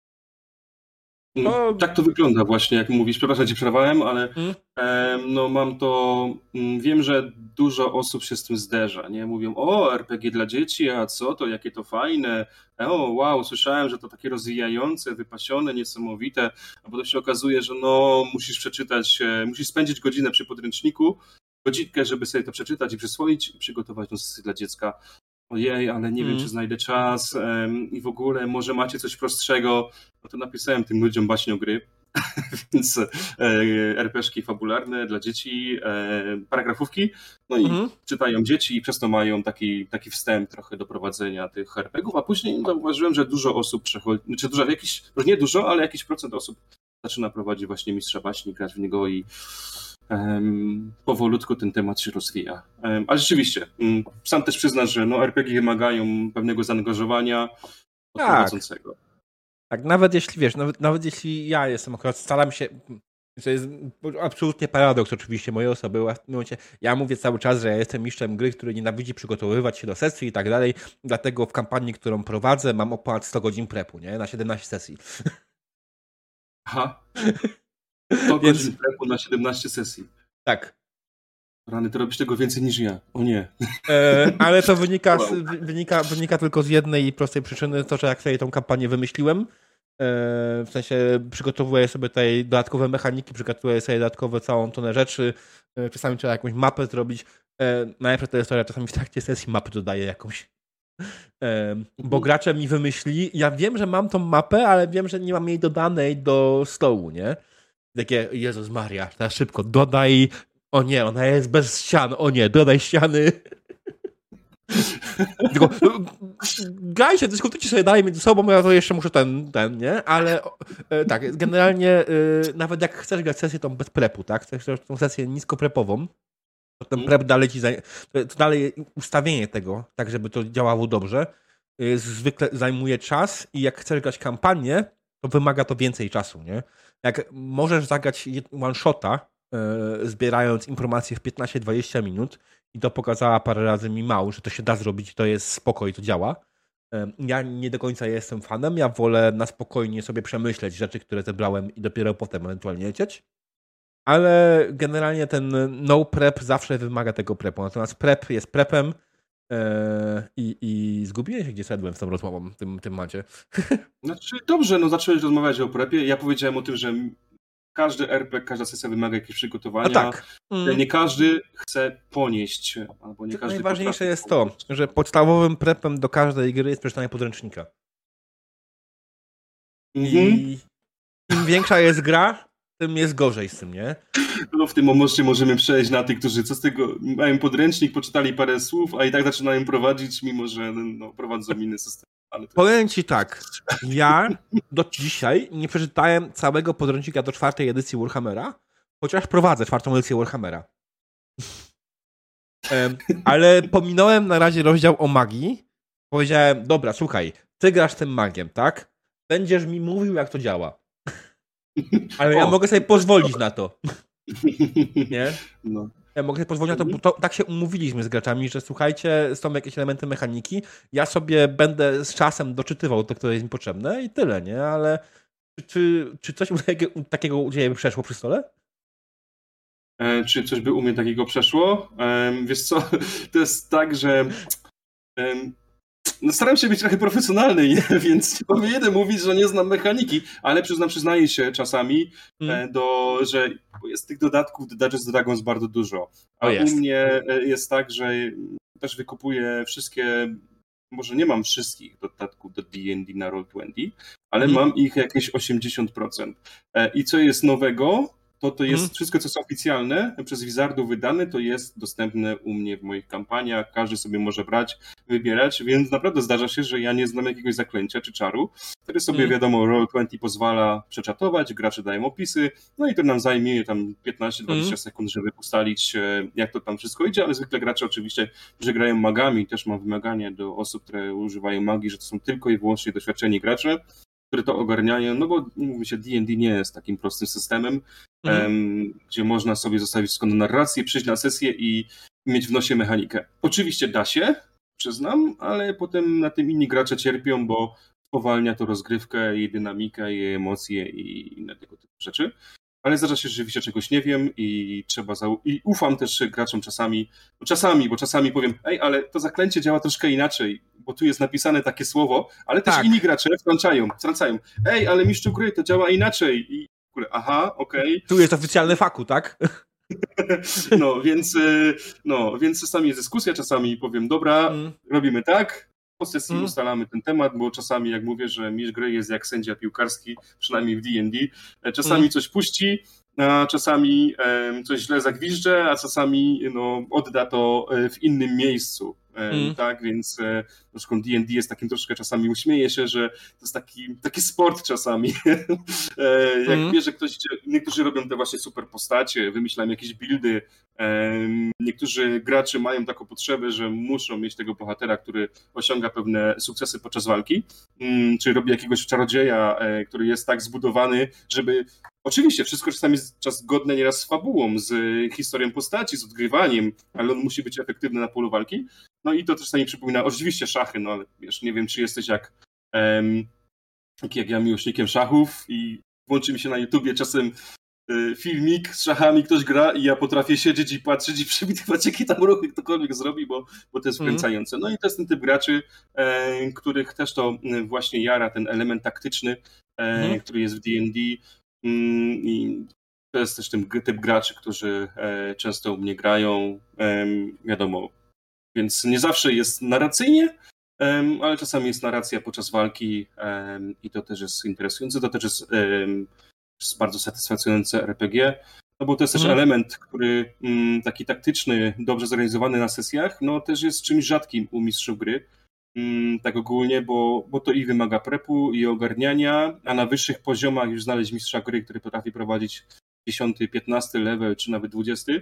Tak to wygląda właśnie, jak mówisz. Przepraszam, ci przerwałem, ale no mam to... Wiem, że dużo osób się z tym zderza, nie? Mówią, o, RPG dla dzieci, a co to, jakie to fajne. O, wow, słyszałem, że to takie rozwijające, wypasione, niesamowite, a potem się okazuje, że no musisz przeczytać, musisz spędzić godzinę przy podręczniku, godzinkę, żeby sobie to przeczytać i przyswoić i przygotować tą sesję dla dziecka. Ojej, ale nie wiem, czy znajdę czas i w ogóle może macie coś prostszego. No to napisałem tym ludziom baśnią gry, więc RPG-szki fabularne dla dzieci, paragrafówki, no i czytają dzieci i przez to mają taki wstęp trochę do prowadzenia tych RPG-ów, a później zauważyłem, że dużo osób przechodzi, może nie dużo, ale jakiś procent osób zaczyna prowadzić właśnie Mistrza Baśni, grać w niego i powolutku ten temat się rozwija. Ale rzeczywiście, sam też przyznasz, że no RPG wymagają pewnego zaangażowania od prowadzącego. Tak, nawet jeśli wiesz, nawet jeśli ja jestem akurat, staram się, to jest absolutnie paradoks oczywiście mojej osoby, w tym momencie ja mówię cały czas, że ja jestem mistrzem gry, który nienawidzi przygotowywać się do sesji i tak dalej, dlatego w kampanii, którą prowadzę, mam o ponad 100 godzin prepu, nie? Na 17 sesji. Aha. 100 godzin prepu na 17 sesji. Tak. Rany, ty robisz tego więcej niż ja. O nie. Ale to wynika tylko z jednej prostej przyczyny, to, że jak sobie tą kampanię wymyśliłem, w sensie przygotowuję sobie tutaj dodatkowe mechaniki, przygotowuję sobie dodatkowo całą tonę rzeczy, czasami trzeba jakąś mapę zrobić. Najlepsza to jest to, że czasami w trakcie sesji mapy dodaję jakąś. Bo gracze mi wymyśli, ja wiem, że mam tą mapę, ale wiem, że nie mam jej dodanej do stołu, nie? Takie, Jezus Maria, teraz szybko, dodaj. O nie, ona jest bez ścian. O nie, dodaj ściany. Tylko, grajcie, dyskutujcie sobie dalej między sobą, ja to jeszcze muszę nie? Ale tak, generalnie nawet jak chcesz grać sesję tą bez prepu, tak? Chcesz tą sesję niskoprepową, to ten prep dalej to dalej ustawienie tego, tak żeby to działało dobrze, zwykle zajmuje czas i jak chcesz grać kampanię, to wymaga to więcej czasu, nie? Jak możesz zagrać one-shota, zbierając informacje w 15-20 minut i to pokazała parę razy mi Mał, że to się da zrobić, to jest spoko i to działa. Ja nie do końca jestem fanem, ja wolę na spokojnie sobie przemyśleć rzeczy, które zebrałem i dopiero potem ewentualnie lecieć. Ale generalnie ten no prep zawsze wymaga tego prepu, natomiast prep jest prepem i zgubiłem się, gdzie szedłem z tą rozmową w tym macie. Znaczy dobrze, no zacząłeś rozmawiać o prepie, ja powiedziałem o tym, że każdy RPG, każda sesja wymaga jakiegoś przygotowania. No tak. Nie każdy chce ponieść, albo nie każdy najważniejsze jest to, że podstawowym prepem do każdej gry jest przeczytanie podręcznika. I im większa jest gra, tym jest gorzej z tym, nie? No w tym momencie możemy przejść na tych, którzy co z tego mają podręcznik, poczytali parę słów, a i tak zaczynają prowadzić, mimo że prowadzą inny system. Powiem ci tak, ja do dzisiaj nie przeczytałem całego podręcznika do 4. edycji Warhammera, chociaż prowadzę 4. edycję Warhammera. Ale pominąłem na razie rozdział o magii. Powiedziałem, dobra, słuchaj, ty grasz tym magiem, tak? Będziesz mi mówił, jak to działa. Ale ja mogę sobie pozwolić na to. Nie? No. Ja mogę sobie pozwolić na to, bo to, tak się umówiliśmy z graczami, że słuchajcie, są jakieś elementy mechaniki, ja sobie będę z czasem doczytywał to, które jest mi potrzebne i tyle, nie? Ale czy coś takiego u ciebie przeszło przy stole? Czy coś by u mnie takiego przeszło? Wiesz co, to jest tak, że no staram się być trochę profesjonalny, więc nie powinienem mówić, że nie znam mechaniki, ale przyznaję się czasami, że jest tych dodatków do Dungeons & Dragons bardzo dużo. A u mnie jest tak, że też wykupuję wszystkie może nie mam wszystkich dodatków do D&D na Roll20, ale mam ich jakieś 80%. I co jest nowego, to jest wszystko, co jest oficjalne, przez Wizardów wydane, to jest dostępne u mnie w moich kampaniach, każdy sobie może brać, wybierać, więc naprawdę zdarza się, że ja nie znam jakiegoś zaklęcia czy czaru, który sobie, wiadomo, Roll20 pozwala przeczatować, gracze dają opisy, no i to nam zajmie tam 15-20 sekund, żeby ustalić, jak to tam wszystko idzie, ale zwykle gracze oczywiście, że grają magami, też mam wymagania do osób, które używają magii, że to są tylko i wyłącznie doświadczeni gracze, które to ogarniają, no bo mówi się, D&D nie jest takim prostym systemem, gdzie można sobie zostawić skąd narrację, przyjść na sesję i mieć w nosie mechanikę. Oczywiście da się, przyznam, ale potem na tym inni gracze cierpią, bo spowalnia to rozgrywkę, jej dynamikę, jej emocje i inne tego typu rzeczy. Ale zdarza się, że rzeczywiście czegoś nie wiem i trzeba i ufam też graczom czasami, bo czasami powiem, ale to zaklęcie działa troszkę inaczej, bo tu jest napisane takie słowo, ale też inni gracze wtrącają. Ale mistrzu gry, to działa inaczej. I aha, okej. Tu jest oficjalny faku, tak? Więc czasami jest dyskusja, czasami powiem, dobra, robimy tak, po sesji ustalamy ten temat, bo czasami, jak mówię, że mistrz gry jest jak sędzia piłkarski, przynajmniej w D&D, czasami coś puści, a czasami coś źle zagwizdże, a czasami odda to w innym miejscu. Tak, więc na przykład D&D jest takim troszkę czasami, uśmieję się, że to jest taki sport czasami. Jak wie, że niektórzy robią te właśnie super postacie, wymyślają jakieś buildy, niektórzy gracze mają taką potrzebę, że muszą mieć tego bohatera, który osiąga pewne sukcesy podczas walki, czy robi jakiegoś czarodzieja, który jest tak zbudowany, żeby oczywiście wszystko czasami jest zgodne nieraz z fabułą, z historią postaci, z odgrywaniem, ale on musi być efektywny na polu walki. No i to też mi przypomina oczywiście szachy, no ale wiesz, nie wiem, czy jesteś jak ja miłośnikiem szachów i włączy mi się na YouTubie czasem filmik z szachami, ktoś gra i ja potrafię siedzieć i patrzeć i przewidywać, jakie tam ruchy ktokolwiek zrobi, bo to jest wkręcające. No i to jest ten typ graczy, których też to właśnie jara, ten element taktyczny, który jest w D&D. I to jest też ten typ graczy, którzy często u mnie grają, wiadomo, więc nie zawsze jest narracyjnie, ale czasami jest narracja podczas walki i to też jest interesujące, to też jest bardzo satysfakcjonujące RPG, no bo to jest też element, który taki taktyczny, dobrze zorganizowany na sesjach, no też jest czymś rzadkim u mistrzów gry, tak ogólnie, bo to i wymaga prepu i ogarniania, a na wyższych poziomach już znaleźć mistrza gry, który potrafi prowadzić 10, 15 level, czy nawet 20,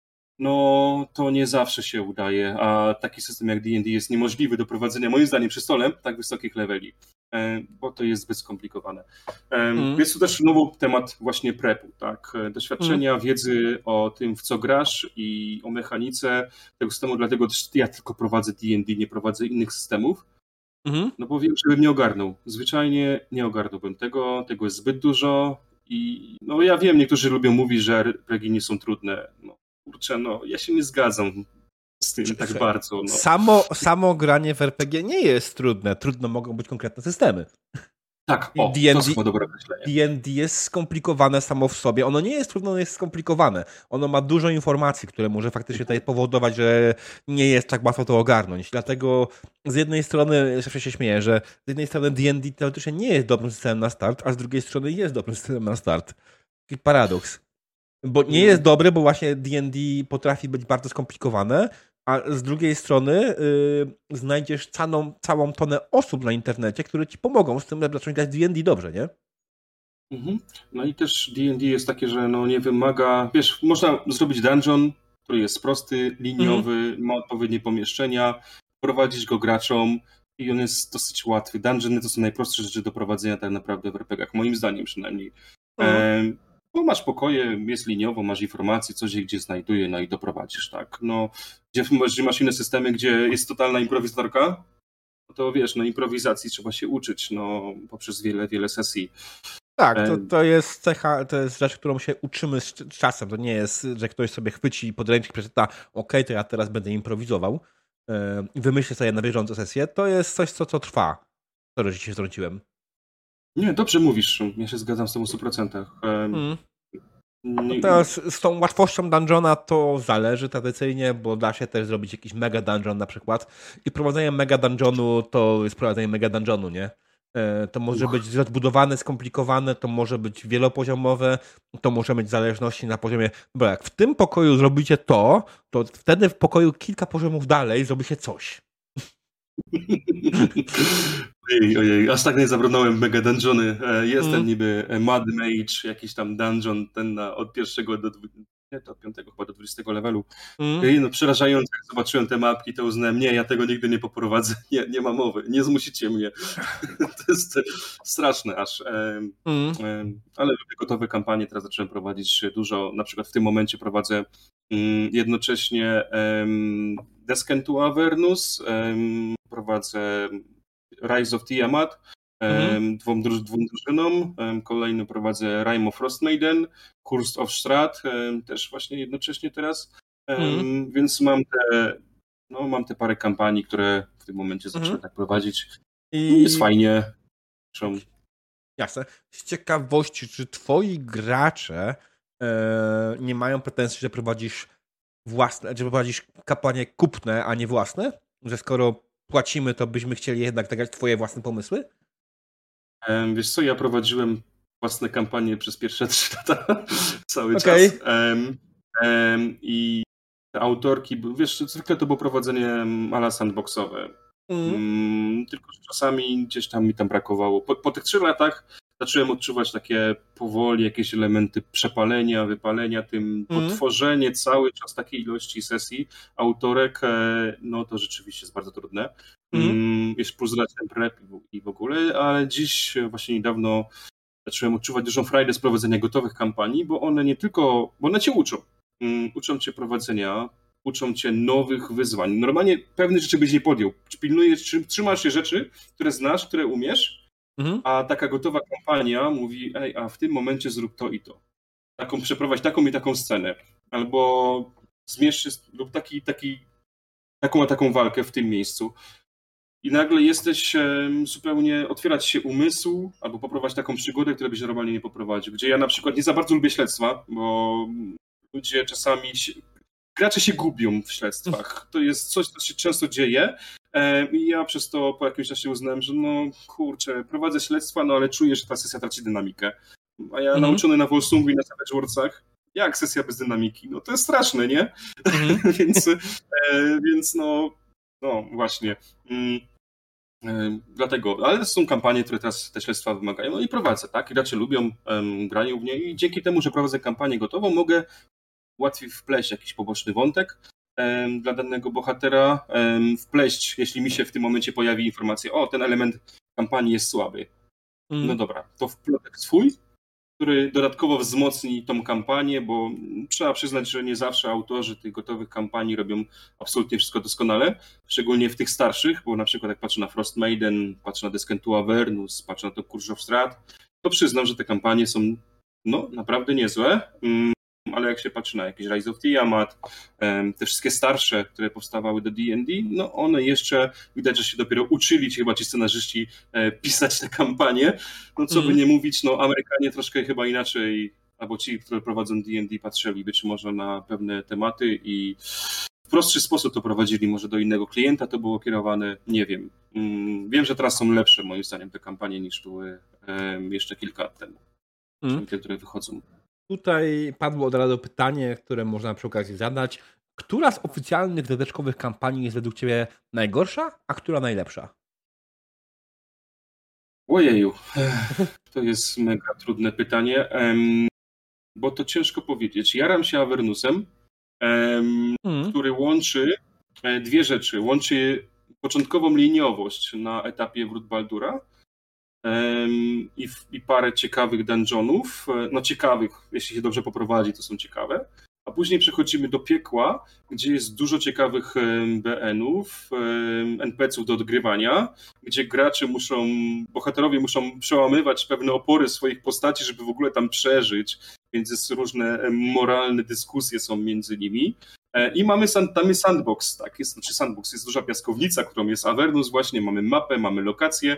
no to nie zawsze się udaje, a taki system jak D&D jest niemożliwy do prowadzenia, moim zdaniem, przy stole tak wysokich leveli, bo to jest zbyt skomplikowane. Jest tu też znowu temat właśnie prepu, tak? Doświadczenia, wiedzy o tym, w co grasz i o mechanice tego systemu, dlatego też ja tylko prowadzę D&D, nie prowadzę innych systemów, no bo wiem, żebym nie ogarnął. Zwyczajnie nie ogarnąłbym tego jest zbyt dużo i no ja wiem, niektórzy lubią mówić, że RPG nie są trudne, kurczę, ja się nie zgadzam z tym tak bardzo. Samo granie w RPG nie jest trudne. Trudno mogą być konkretne systemy. Tak, to jest chyba dobre określenie. D&D jest skomplikowane samo w sobie. Ono nie jest trudne, ono jest skomplikowane. Ono ma dużo informacji, które może faktycznie tutaj powodować, że nie jest tak łatwo to ogarnąć. Dlatego z jednej strony, zawsze się śmieję, że z jednej strony D&D teoretycznie nie jest dobrym systemem na start, a z drugiej strony jest dobrym systemem na start. Taki paradoks. Bo nie jest dobry, bo właśnie D&D potrafi być bardzo skomplikowane, a z drugiej strony znajdziesz całą tonę osób na internecie, które ci pomogą z tym, żeby zacząć grać D&D dobrze, nie? No i też D&D jest takie, że nie wymaga, wiesz, można zrobić dungeon, który jest prosty, liniowy, ma odpowiednie pomieszczenia, prowadzić go graczom i on jest dosyć łatwy. Dungeony to są najprostsze rzeczy do prowadzenia tak naprawdę w RPG-ach, moim zdaniem przynajmniej. Bo masz pokoje, jest liniowo, masz informacje, co się gdzie znajduje, no i doprowadzisz, tak. Gdzie masz inne systemy, gdzie jest totalna improwizatorka, no to wiesz, improwizacji trzeba się uczyć, poprzez wiele sesji. Tak, to jest cecha, to jest rzecz, którą się uczymy z czasem. To nie jest, że ktoś sobie chwyci podręcznik, przeczyta, to ja teraz będę improwizował i wymyślę sobie na bieżąco sesję. To jest coś, co trwa. Sorry, że się wtrąciłem. Nie, dobrze mówisz. Ja się zgadzam z tobą w 100%. No teraz z tą łatwością dungeona to zależy tradycyjnie, bo da się też zrobić jakiś mega dungeon na przykład i prowadzenie mega dungeonu to jest prowadzenie mega dungeonu, nie? To może być rozbudowane, skomplikowane, to może być wielopoziomowe, to może mieć zależności na poziomie, bo jak w tym pokoju zrobicie to wtedy w pokoju kilka poziomów dalej zrobi się coś. Ojej, aż tak nie zabrnąłem mega dungeony. Jest ten niby Mad Mage, jakiś tam dungeon, ten od pierwszego do od 5 chyba do 20 levelu. No przerażające, jak zobaczyłem te mapki, to uznałem, nie, ja tego nigdy nie poprowadzę, nie ma mowy, nie zmusicie mnie. To jest straszne aż. Ale lubię gotowe kampanie, teraz zacząłem prowadzić dużo, na przykład w tym momencie prowadzę jednocześnie Descent to Avernus, prowadzę Rise of Tiamat, dwóm drużynom, kolejny prowadzę Rime of Frostmaiden, Curse of Strahd, też właśnie jednocześnie teraz, więc mam te parę kampanii, które w tym momencie zacząłem tak prowadzić. I jest fajnie. Jasne. Z ciekawości, czy twoi gracze nie mają pretensji, że prowadzisz kampanie kupne, a nie własne? Że skoro płacimy, to byśmy chcieli jednak zagrać twoje własne pomysły? Wiesz co, ja prowadziłem własne kampanie przez pierwsze 3 lata cały czas. I te autorki, wiesz, zwykle to było prowadzenie ala sandboxowe. Tylko że czasami gdzieś tam mi tam brakowało. Po tych 3 latach zacząłem odczuwać takie powoli jakieś elementy przepalenia, wypalenia tym, potworzenie cały czas takiej ilości sesji autorek, no to rzeczywiście jest bardzo trudne. Jest plus ten prep i w ogóle, ale dziś właśnie niedawno zacząłem odczuwać dużą frajdę z prowadzenia gotowych kampanii, bo one bo one cię uczą. Uczą cię prowadzenia, uczą cię nowych wyzwań. Normalnie pewnych rzeczy byś nie podjął. Pilnujesz, trzymasz się rzeczy, które znasz, które umiesz, a taka gotowa kampania mówi, a w tym momencie zrób to i to. Przeprowadź taką i taką scenę. Albo zmierz się lub taką a taką walkę w tym miejscu. I nagle jesteś zupełnie, otwierać się umysł, albo poprowadzić taką przygodę, której byś normalnie nie poprowadził. Gdzie ja na przykład nie za bardzo lubię śledztwa, bo ludzie czasami gracze się gubią w śledztwach. To jest coś, co się często dzieje. I ja przez to po jakimś czasie uznałem, że prowadzę śledztwa, ale czuję, że ta sesja traci dynamikę. A ja nauczony na Volsungu i na Savage Worldsach, jak sesja bez dynamiki? No to jest straszne, nie? więc właśnie. Dlatego, ale są kampanie, które teraz te śledztwa wymagają, no i prowadzę, tak? Gracze lubią, grają w nie i dzięki temu, że prowadzę kampanię gotową, mogę łatwiej wpleść jakiś poboczny wątek dla danego bohatera, wpleść, jeśli mi się w tym momencie pojawi informacja, ten element kampanii jest słaby. No dobra, to wplotek swój, który dodatkowo wzmocni tą kampanię, bo trzeba przyznać, że nie zawsze autorzy tych gotowych kampanii robią absolutnie wszystko doskonale, szczególnie w tych starszych, bo na przykład jak patrzę na Frostmaiden, patrzę na Descent to Avernus, patrzę na to Curse of Strahd, to przyznam, że te kampanie są naprawdę niezłe, ale jak się patrzy na jakieś Rise of Tiamat, te wszystkie starsze, które powstawały do D&D, one jeszcze widać, że się dopiero uczyli chyba ci scenarzyści pisać te kampanie. Co by nie mówić, Amerykanie troszkę chyba inaczej, albo ci, którzy prowadzą D&D, patrzyli być może na pewne tematy i w prostszy sposób to prowadzili, może do innego klienta to było kierowane, nie wiem. Wiem, że teraz są lepsze moim zdaniem te kampanie niż były jeszcze kilka lat temu. Te, które wychodzą. Tutaj padło od razu pytanie, które można przy okazji zadać. Która z oficjalnych dodatkowych kampanii jest według ciebie najgorsza, a która najlepsza? Ojeju, to jest mega trudne pytanie, bo to ciężko powiedzieć. Jaram się Avernusem, który łączy dwie rzeczy. Łączy początkową liniowość na etapie Wrót Baldura i parę ciekawych dungeonów. Ciekawych, jeśli się dobrze poprowadzi, to są ciekawe. A później przechodzimy do piekła, gdzie jest dużo ciekawych BN-ów, NPC-ów do odgrywania, gdzie bohaterowie muszą przełamywać pewne opory swoich postaci, żeby w ogóle tam przeżyć, więc jest różne moralne dyskusje są między nimi. I tam jest sandbox, tak? Sandbox jest duża piaskownica, którą jest Avernus właśnie, mamy mapę, mamy lokację.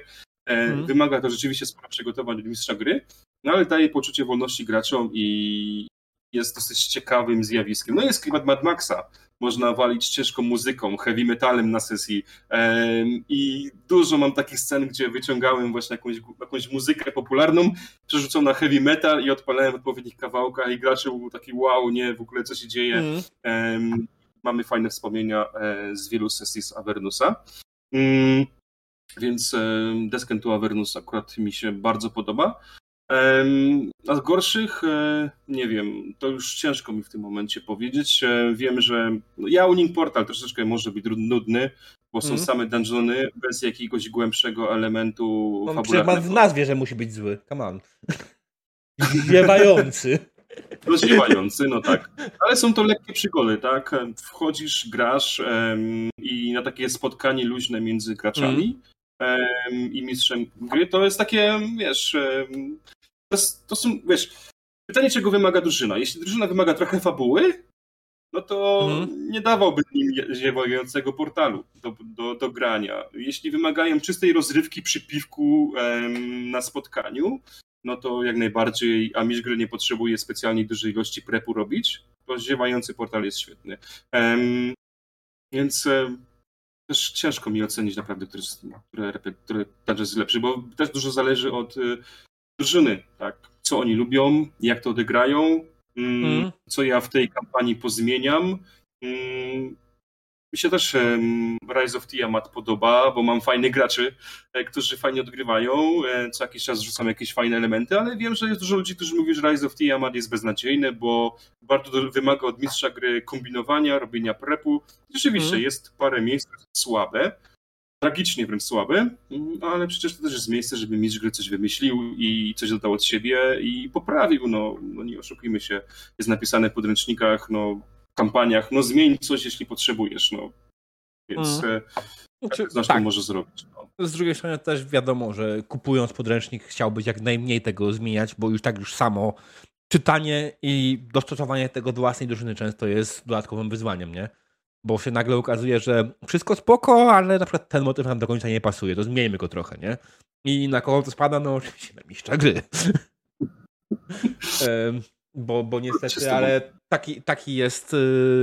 Wymaga to rzeczywiście sporo przygotowań od mistrza gry, ale daje poczucie wolności graczom i jest dosyć ciekawym zjawiskiem. No jest klimat Mad Maxa. Można walić ciężką muzyką, heavy metalem na sesji i dużo mam takich scen, gdzie wyciągałem właśnie jakąś muzykę popularną, przerzucą na heavy metal i odpalałem w odpowiednich kawałkach i gracze był taki wow, nie, w ogóle co się dzieje. Mamy fajne wspomnienia z wielu sesji z Avernusa. Więc Descent to Avernus akurat mi się bardzo podoba. A z gorszych, nie wiem, to już ciężko mi w tym momencie powiedzieć. Wiem, że Yawning Portal troszeczkę może być nudny, bo są same dungeony bez jakiegoś głębszego elementu fabularnego. Ma w nazwie, że musi być zły. Come on. Zwiewający. Rozdziewający, no tak. Ale są to lekkie przygody, tak? Wchodzisz, grasz i na takie spotkanie luźne między graczami i mistrzem gry, to jest takie, wiesz, to są, wiesz, pytanie, czego wymaga drużyna. Jeśli drużyna wymaga trochę fabuły, no to nie dawałbym im ziewającego portalu do grania. Jeśli wymagają czystej rozrywki przy piwku na spotkaniu, no to jak najbardziej, a mistrz gry nie potrzebuje specjalnie dużej ilości prepu robić, to ziewający portal jest świetny. Więc też ciężko mi ocenić naprawdę, który jest lepszy, bo też dużo zależy od drużyny, tak? Co oni lubią, jak to odegrają, co ja w tej kampanii pozmieniam. Mi się też Rise of Tiamat podoba, bo mam fajnych graczy, którzy fajnie odgrywają, co jakiś czas rzucam jakieś fajne elementy, ale wiem, że jest dużo ludzi, którzy mówią, że Rise of Tiamat jest beznadziejny, bo bardzo wymaga od mistrza gry kombinowania, robienia prepu. Rzeczywiście jest parę miejsc słabe, tragicznie wręcz słabe, ale przecież to też jest miejsce, żeby mistrz gry coś wymyślił i coś dodał od siebie i poprawił. No nie oszukujmy się, jest napisane w podręcznikach, w kampaniach, zmień coś, jeśli potrzebujesz, Więc to może zrobić. Z drugiej strony też wiadomo, że kupując podręcznik chciałbyś jak najmniej tego zmieniać, bo już samo czytanie i dostosowanie tego do własnej drużyny często jest dodatkowym wyzwaniem, nie? Bo się nagle okazuje, że wszystko spoko, ale na przykład ten motyw nam do końca nie pasuje, to zmieńmy go trochę, nie? I na kogo to spada? No oczywiście na mistrza gry. Bo niestety, ale taki jest...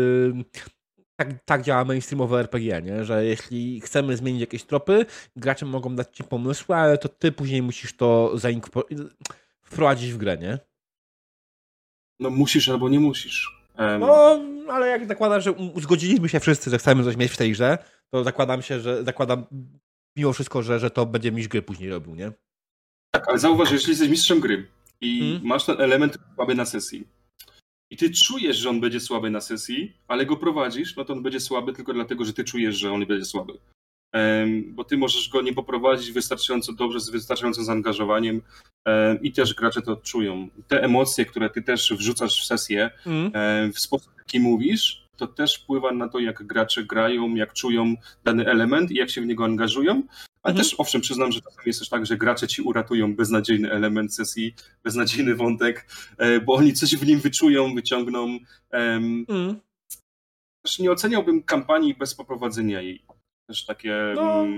Tak działa mainstreamowe RPG, nie? Że jeśli chcemy zmienić jakieś tropy, gracze mogą dać ci pomysły, ale to ty później musisz to wprowadzić w grę, nie? No musisz albo nie musisz. No, ale jak zakładam, że zgodziliśmy się wszyscy, że chcemy coś mieć w tej grze, to zakładam mimo wszystko, że to będzie mistrz gry później robił, nie? Tak, ale zauważ, że jeśli jesteś mistrzem gry i masz ten element słaby na sesji i ty czujesz, że on będzie słaby na sesji, ale go prowadzisz, no to on będzie słaby tylko dlatego, że ty czujesz, że on będzie słaby. Bo ty możesz go nie poprowadzić wystarczająco dobrze, z wystarczającym zaangażowaniem i też gracze to odczują. Te emocje, które ty też wrzucasz w sesję, w sposób, jaki mówisz, to też wpływa na to, jak gracze grają, jak czują dany element i jak się w niego angażują. Ale też owszem, przyznam, że czasami jest też tak, że gracze ci uratują beznadziejny element sesji, beznadziejny wątek, bo oni coś w nim wyczują, wyciągną. Też nie oceniałbym kampanii bez poprowadzenia jej. Też takie...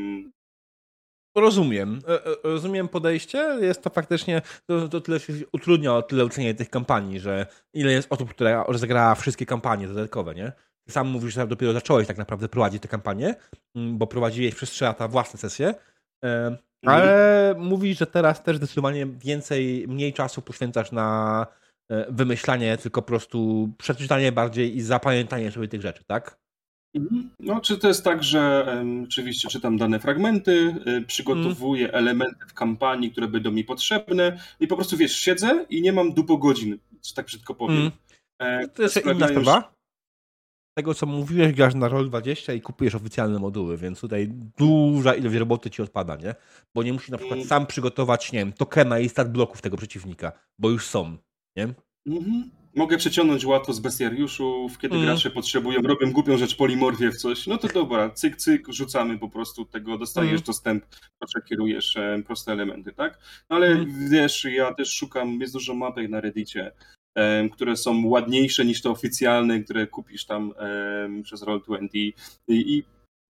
Rozumiem podejście. Jest to faktycznie, to tyle się utrudnia o tyle ocenienie tych kampanii, że ile jest osób, która rozegrała wszystkie kampanie dodatkowe, nie? Ty sam mówisz, że dopiero zacząłeś tak naprawdę prowadzić te kampanie, bo prowadziłeś przez 3 lata własne sesje, ale mówisz, że teraz też zdecydowanie mniej czasu poświęcasz na wymyślanie, tylko po prostu przeczytanie bardziej i zapamiętanie sobie tych rzeczy, tak? No, czy to jest tak, że oczywiście czytam dane fragmenty, przygotowuję elementy w kampanii, które będą mi potrzebne i po prostu, wiesz, siedzę i nie mam dupo godzin, czy tak brzydko powiem. To jest inna sprawa. Tego, co mówiłeś, grasz na Roll20 i kupujesz oficjalne moduły, więc tutaj duża ilość roboty ci odpada, nie? Bo nie musisz na przykład sam przygotować, nie wiem, tokena i start bloków tego przeciwnika, bo już są, nie? Mogę przeciągnąć łatwo z bestiariuszów, kiedy gracze potrzebują, robią głupią rzecz, polimorfię w coś, no to dobra, cyk, cyk, rzucamy po prostu tego, dostajesz dostęp, przekierujesz proste elementy, tak? No ale wiesz, ja też szukam, jest dużo mapek na Reddicie, które są ładniejsze niż te oficjalne, które kupisz tam przez Roll20 i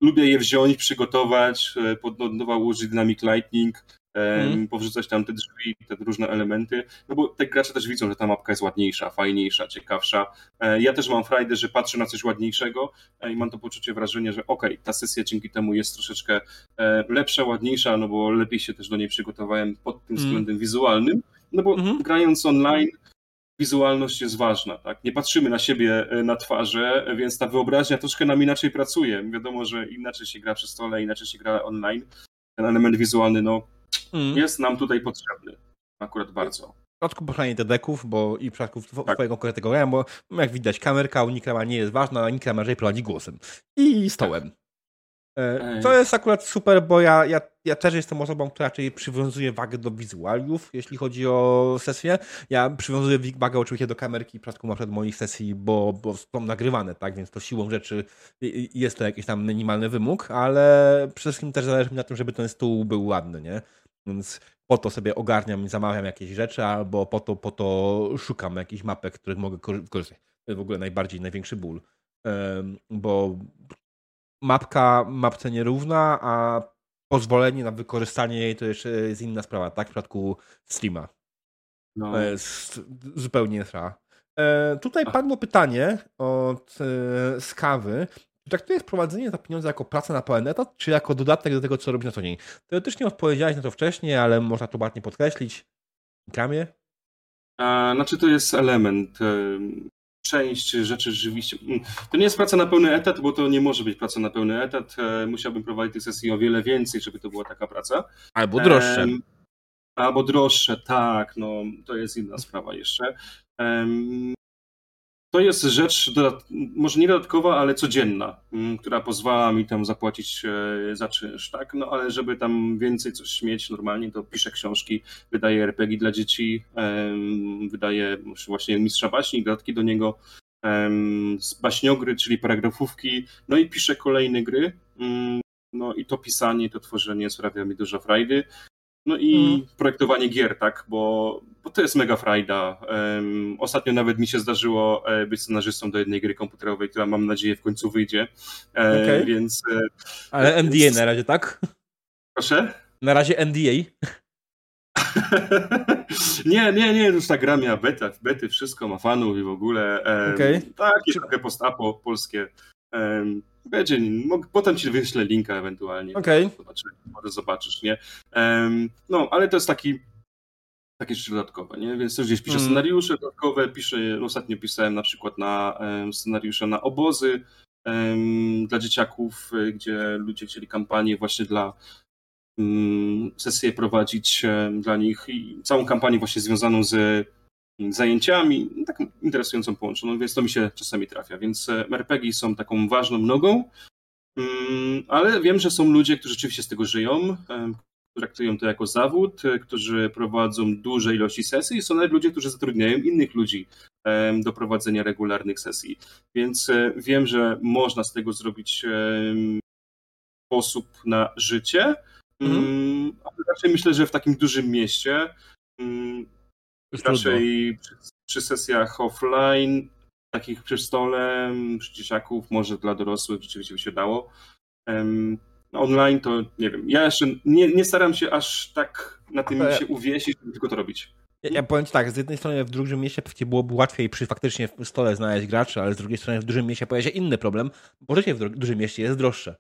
lubię je wziąć, przygotować, pod nowa ułożyć Dynamic Lightning, powrzucać tam te drzwi, te różne elementy, no bo te gracze też widzą, że ta mapka jest ładniejsza, fajniejsza, ciekawsza. Ja też mam frajdę, że patrzę na coś ładniejszego i mam to poczucie, wrażenie, że okej, ta sesja dzięki temu jest troszeczkę lepsza, ładniejsza, no bo lepiej się też do niej przygotowałem pod tym względem wizualnym, no bo grając online wizualność jest ważna, tak? Nie patrzymy na siebie na twarze, więc ta wyobraźnia troszkę nam inaczej pracuje. Wiadomo, że inaczej się gra przy stole, inaczej się gra online. Ten element wizualny, no, jest nam tutaj potrzebny. Akurat bardzo. W przypadku poszanie te deków, bo i w przypadku twojego konkretnego grania, bo jak widać, kamerka Unikrama nie jest ważna, a Unikrama raczej prowadzi głosem. I stołem. Tak. To jest akurat super, bo ja też jestem osobą, która raczej przywiązuje wagę do wizualiów, jeśli chodzi o sesję. Ja przywiązuję wagę oczywiście do kamerki w przypadku na przykład moich sesji, bo są nagrywane, tak, więc to siłą rzeczy jest to jakiś tam minimalny wymóg, ale przede wszystkim też zależy mi na tym, żeby ten stół był ładny, nie? Więc po to sobie ogarniam i zamawiam jakieś rzeczy, albo po to szukam jakichś mapek, których mogę korzystać. To jest w ogóle największy ból. Bo mapce nierówna, a pozwolenie na wykorzystanie jej to jeszcze jest inna sprawa, tak? W przypadku streama. No. To jest zupełnie inna sprawa. Tutaj padło pytanie od Skawy. Traktujesz prowadzenie za pieniądze jako pracę na pełen etat, czy jako dodatek do tego, co robisz na co dzień? Teoretycznie odpowiedziałeś na to wcześniej, ale można to ładnie podkreślić. Kramie? Znaczy to jest element. Część rzeczy rzeczywiście. To nie jest praca na pełny etat, bo to nie może być praca na pełny etat. Musiałbym prowadzić tych sesji o wiele więcej, żeby to była taka praca. Albo droższe. Albo droższe, tak. No, to jest inna sprawa jeszcze. To jest rzecz, może nie dodatkowa, ale codzienna, która pozwala mi tam zapłacić za czynsz, tak? No ale żeby tam więcej coś mieć normalnie, to piszę książki, wydaję RPG dla dzieci, wydaję właśnie Mistrza Baśni, dodatki do niego, baśniogry, czyli paragrafówki, no i piszę kolejne gry. No i to pisanie, to tworzenie sprawia mi dużo frajdy. No i projektowanie gier, tak, bo to jest mega frajda. Ostatnio nawet mi się zdarzyło być scenarzystą do jednej gry komputerowej, która mam nadzieję w końcu wyjdzie, więc... Ale NDA na razie, tak? Proszę? Na razie NDA. Nie, już ta gra miała bety, wszystko ma fanów i w ogóle. Takie trochę post-apo polskie. Będzie, potem ci wyślę linka ewentualnie. Może zobaczysz, nie? No, ale to jest takie rzeczy dodatkowe, nie? Więc też gdzieś piszę scenariusze dodatkowe, ostatnio pisałem na przykład na scenariusze na obozy dla dzieciaków, gdzie ludzie chcieli kampanię właśnie dla sesję prowadzić dla nich i całą kampanię właśnie związaną z zajęciami, taką interesującą połączoną, więc to mi się czasami trafia. Więc RPG są taką ważną nogą, ale wiem, że są ludzie, którzy rzeczywiście z tego żyją, traktują to jako zawód, którzy prowadzą duże ilości sesji i są nawet ludzie, którzy zatrudniają innych ludzi do prowadzenia regularnych sesji. Więc wiem, że można z tego zrobić sposób na życie, ale raczej myślę, że w takim dużym mieście raczej przy sesjach offline, takich przy stole, przy dzieciaków, może dla dorosłych rzeczywiście by się dało. Online to nie wiem. Ja jeszcze nie staram się aż tak na tym się uwiesić, żeby tylko to robić. Ja powiem ci tak, z jednej strony w dużym mieście pewnie byłoby łatwiej przy faktycznie w stole znaleźć graczy, ale z drugiej strony w dużym mieście pojawia się inny problem, bo życie w dużym mieście jest droższe.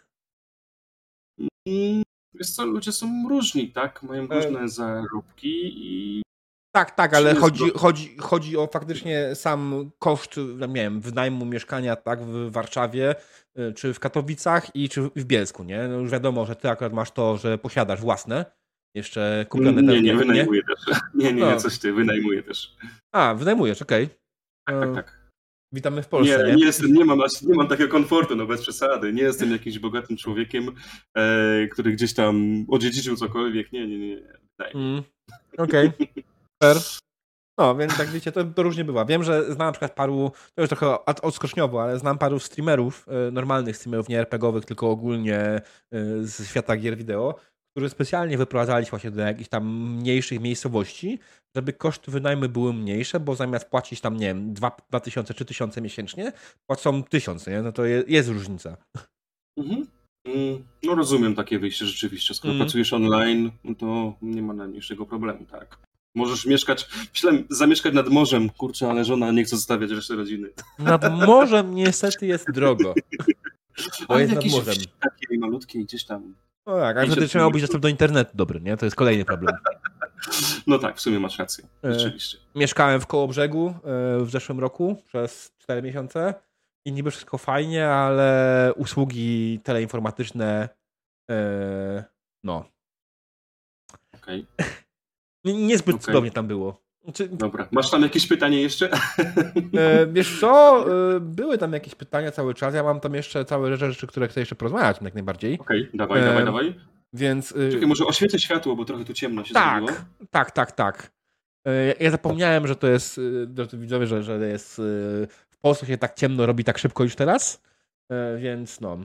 Wiesz co, ludzie są różni, tak? Mają różne zarobki i... Tak, ale chodzi o faktycznie sam koszt, nie wiem, wynajmu mieszkania, tak, w Warszawie, czy w Katowicach czy w Bielsku, nie? No już wiadomo, że ty akurat masz to, że posiadasz własne, jeszcze kupione pewnie. Nie, wynajmuję też. Nie, coś ty, wynajmuję też. Wynajmujesz, okej. Tak. Witamy w Polsce, nie? Nie mam takiego komfortu, no bez przesady. Nie jestem jakimś bogatym człowiekiem, który gdzieś tam odziedziczył cokolwiek. Nie. Okej. Fair. No, więc tak wiecie, to różnie bywa. Wiem, że znam na przykład paru, to już trochę odskoczniowo, ale znam paru streamerów, normalnych streamerów, nie RPGowych, tylko ogólnie z świata gier wideo, którzy specjalnie wyprowadzali się właśnie do jakichś tam mniejszych miejscowości, żeby koszty wynajmu były mniejsze, bo zamiast płacić tam, nie wiem, 2000, 3000 miesięcznie, płacą 1000, nie? No to jest różnica. No rozumiem takie wyjście rzeczywiście. Skoro pracujesz online, no to nie ma najmniejszego problemu, tak. Możesz mieszkać, myślałem, zamieszkać nad morzem, kurczę, ale żona nie chce zostawiać reszty rodziny. Nad morzem niestety jest drogo. Bo Ale jest nad jakieś morzem. wsi takiej malutkiej gdzieś tam. No tak, ale wtedy trzeba być dostęp do internetu dobry, nie? To jest kolejny problem. No tak, w sumie masz rację, rzeczywiście. Mieszkałem w Kołobrzegu w zeszłym roku przez 4 miesiące i niby wszystko fajnie, ale usługi teleinformatyczne no. Okej. Niezbyt cudownie tam było. Dobra. Masz tam jakieś pytanie jeszcze? Wiesz co, były tam jakieś pytania cały czas, ja mam tam jeszcze całe rzeczy, które chcę jeszcze porozmawiać jak najbardziej. Okej, dawaj. Więc... Czekaj, może oświecę światło, bo trochę tu ciemno się zrobiło. Tak. Ja zapomniałem, że to jest, drodzy widzowie, że jest w Polsce się tak ciemno robi tak szybko już teraz, więc no.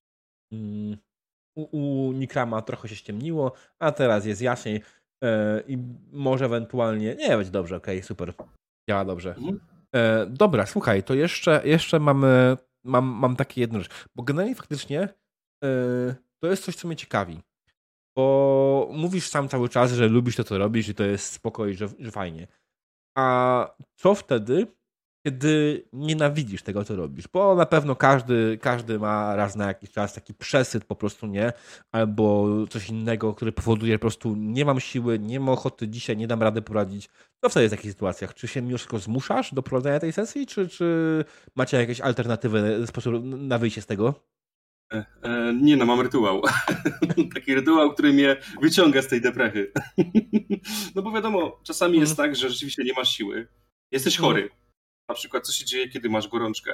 U Nikrama trochę się ściemniło, a teraz jest jaśniej i może ewentualnie... Nie, będzie dobrze, okej, super. Działa dobrze. Dobra, słuchaj, to jeszcze mam takie jedno rzecz, bo generalnie faktycznie to jest coś, co mnie ciekawi. Bo mówisz sam cały czas, że lubisz to, co robisz i to jest spoko i że fajnie. A co wtedy, kiedy nienawidzisz tego, co robisz? Bo na pewno każdy ma raz na jakiś czas taki przesyt po prostu, nie? Albo coś innego, który powoduje po prostu nie mam siły, nie mam ochoty dzisiaj, nie dam rady poradzić. Co wtedy w takich sytuacjach? Czy się mimo wszystko zmuszasz do prowadzenia tej sesji, czy macie jakieś alternatywy, sposób na wyjście z tego? Nie no, mam rytuał. Taki rytuał, który mnie wyciąga z tej deprechy. No bo wiadomo, czasami jest tak, że rzeczywiście nie masz siły. Jesteś chory. Na przykład, co się dzieje, kiedy masz gorączkę?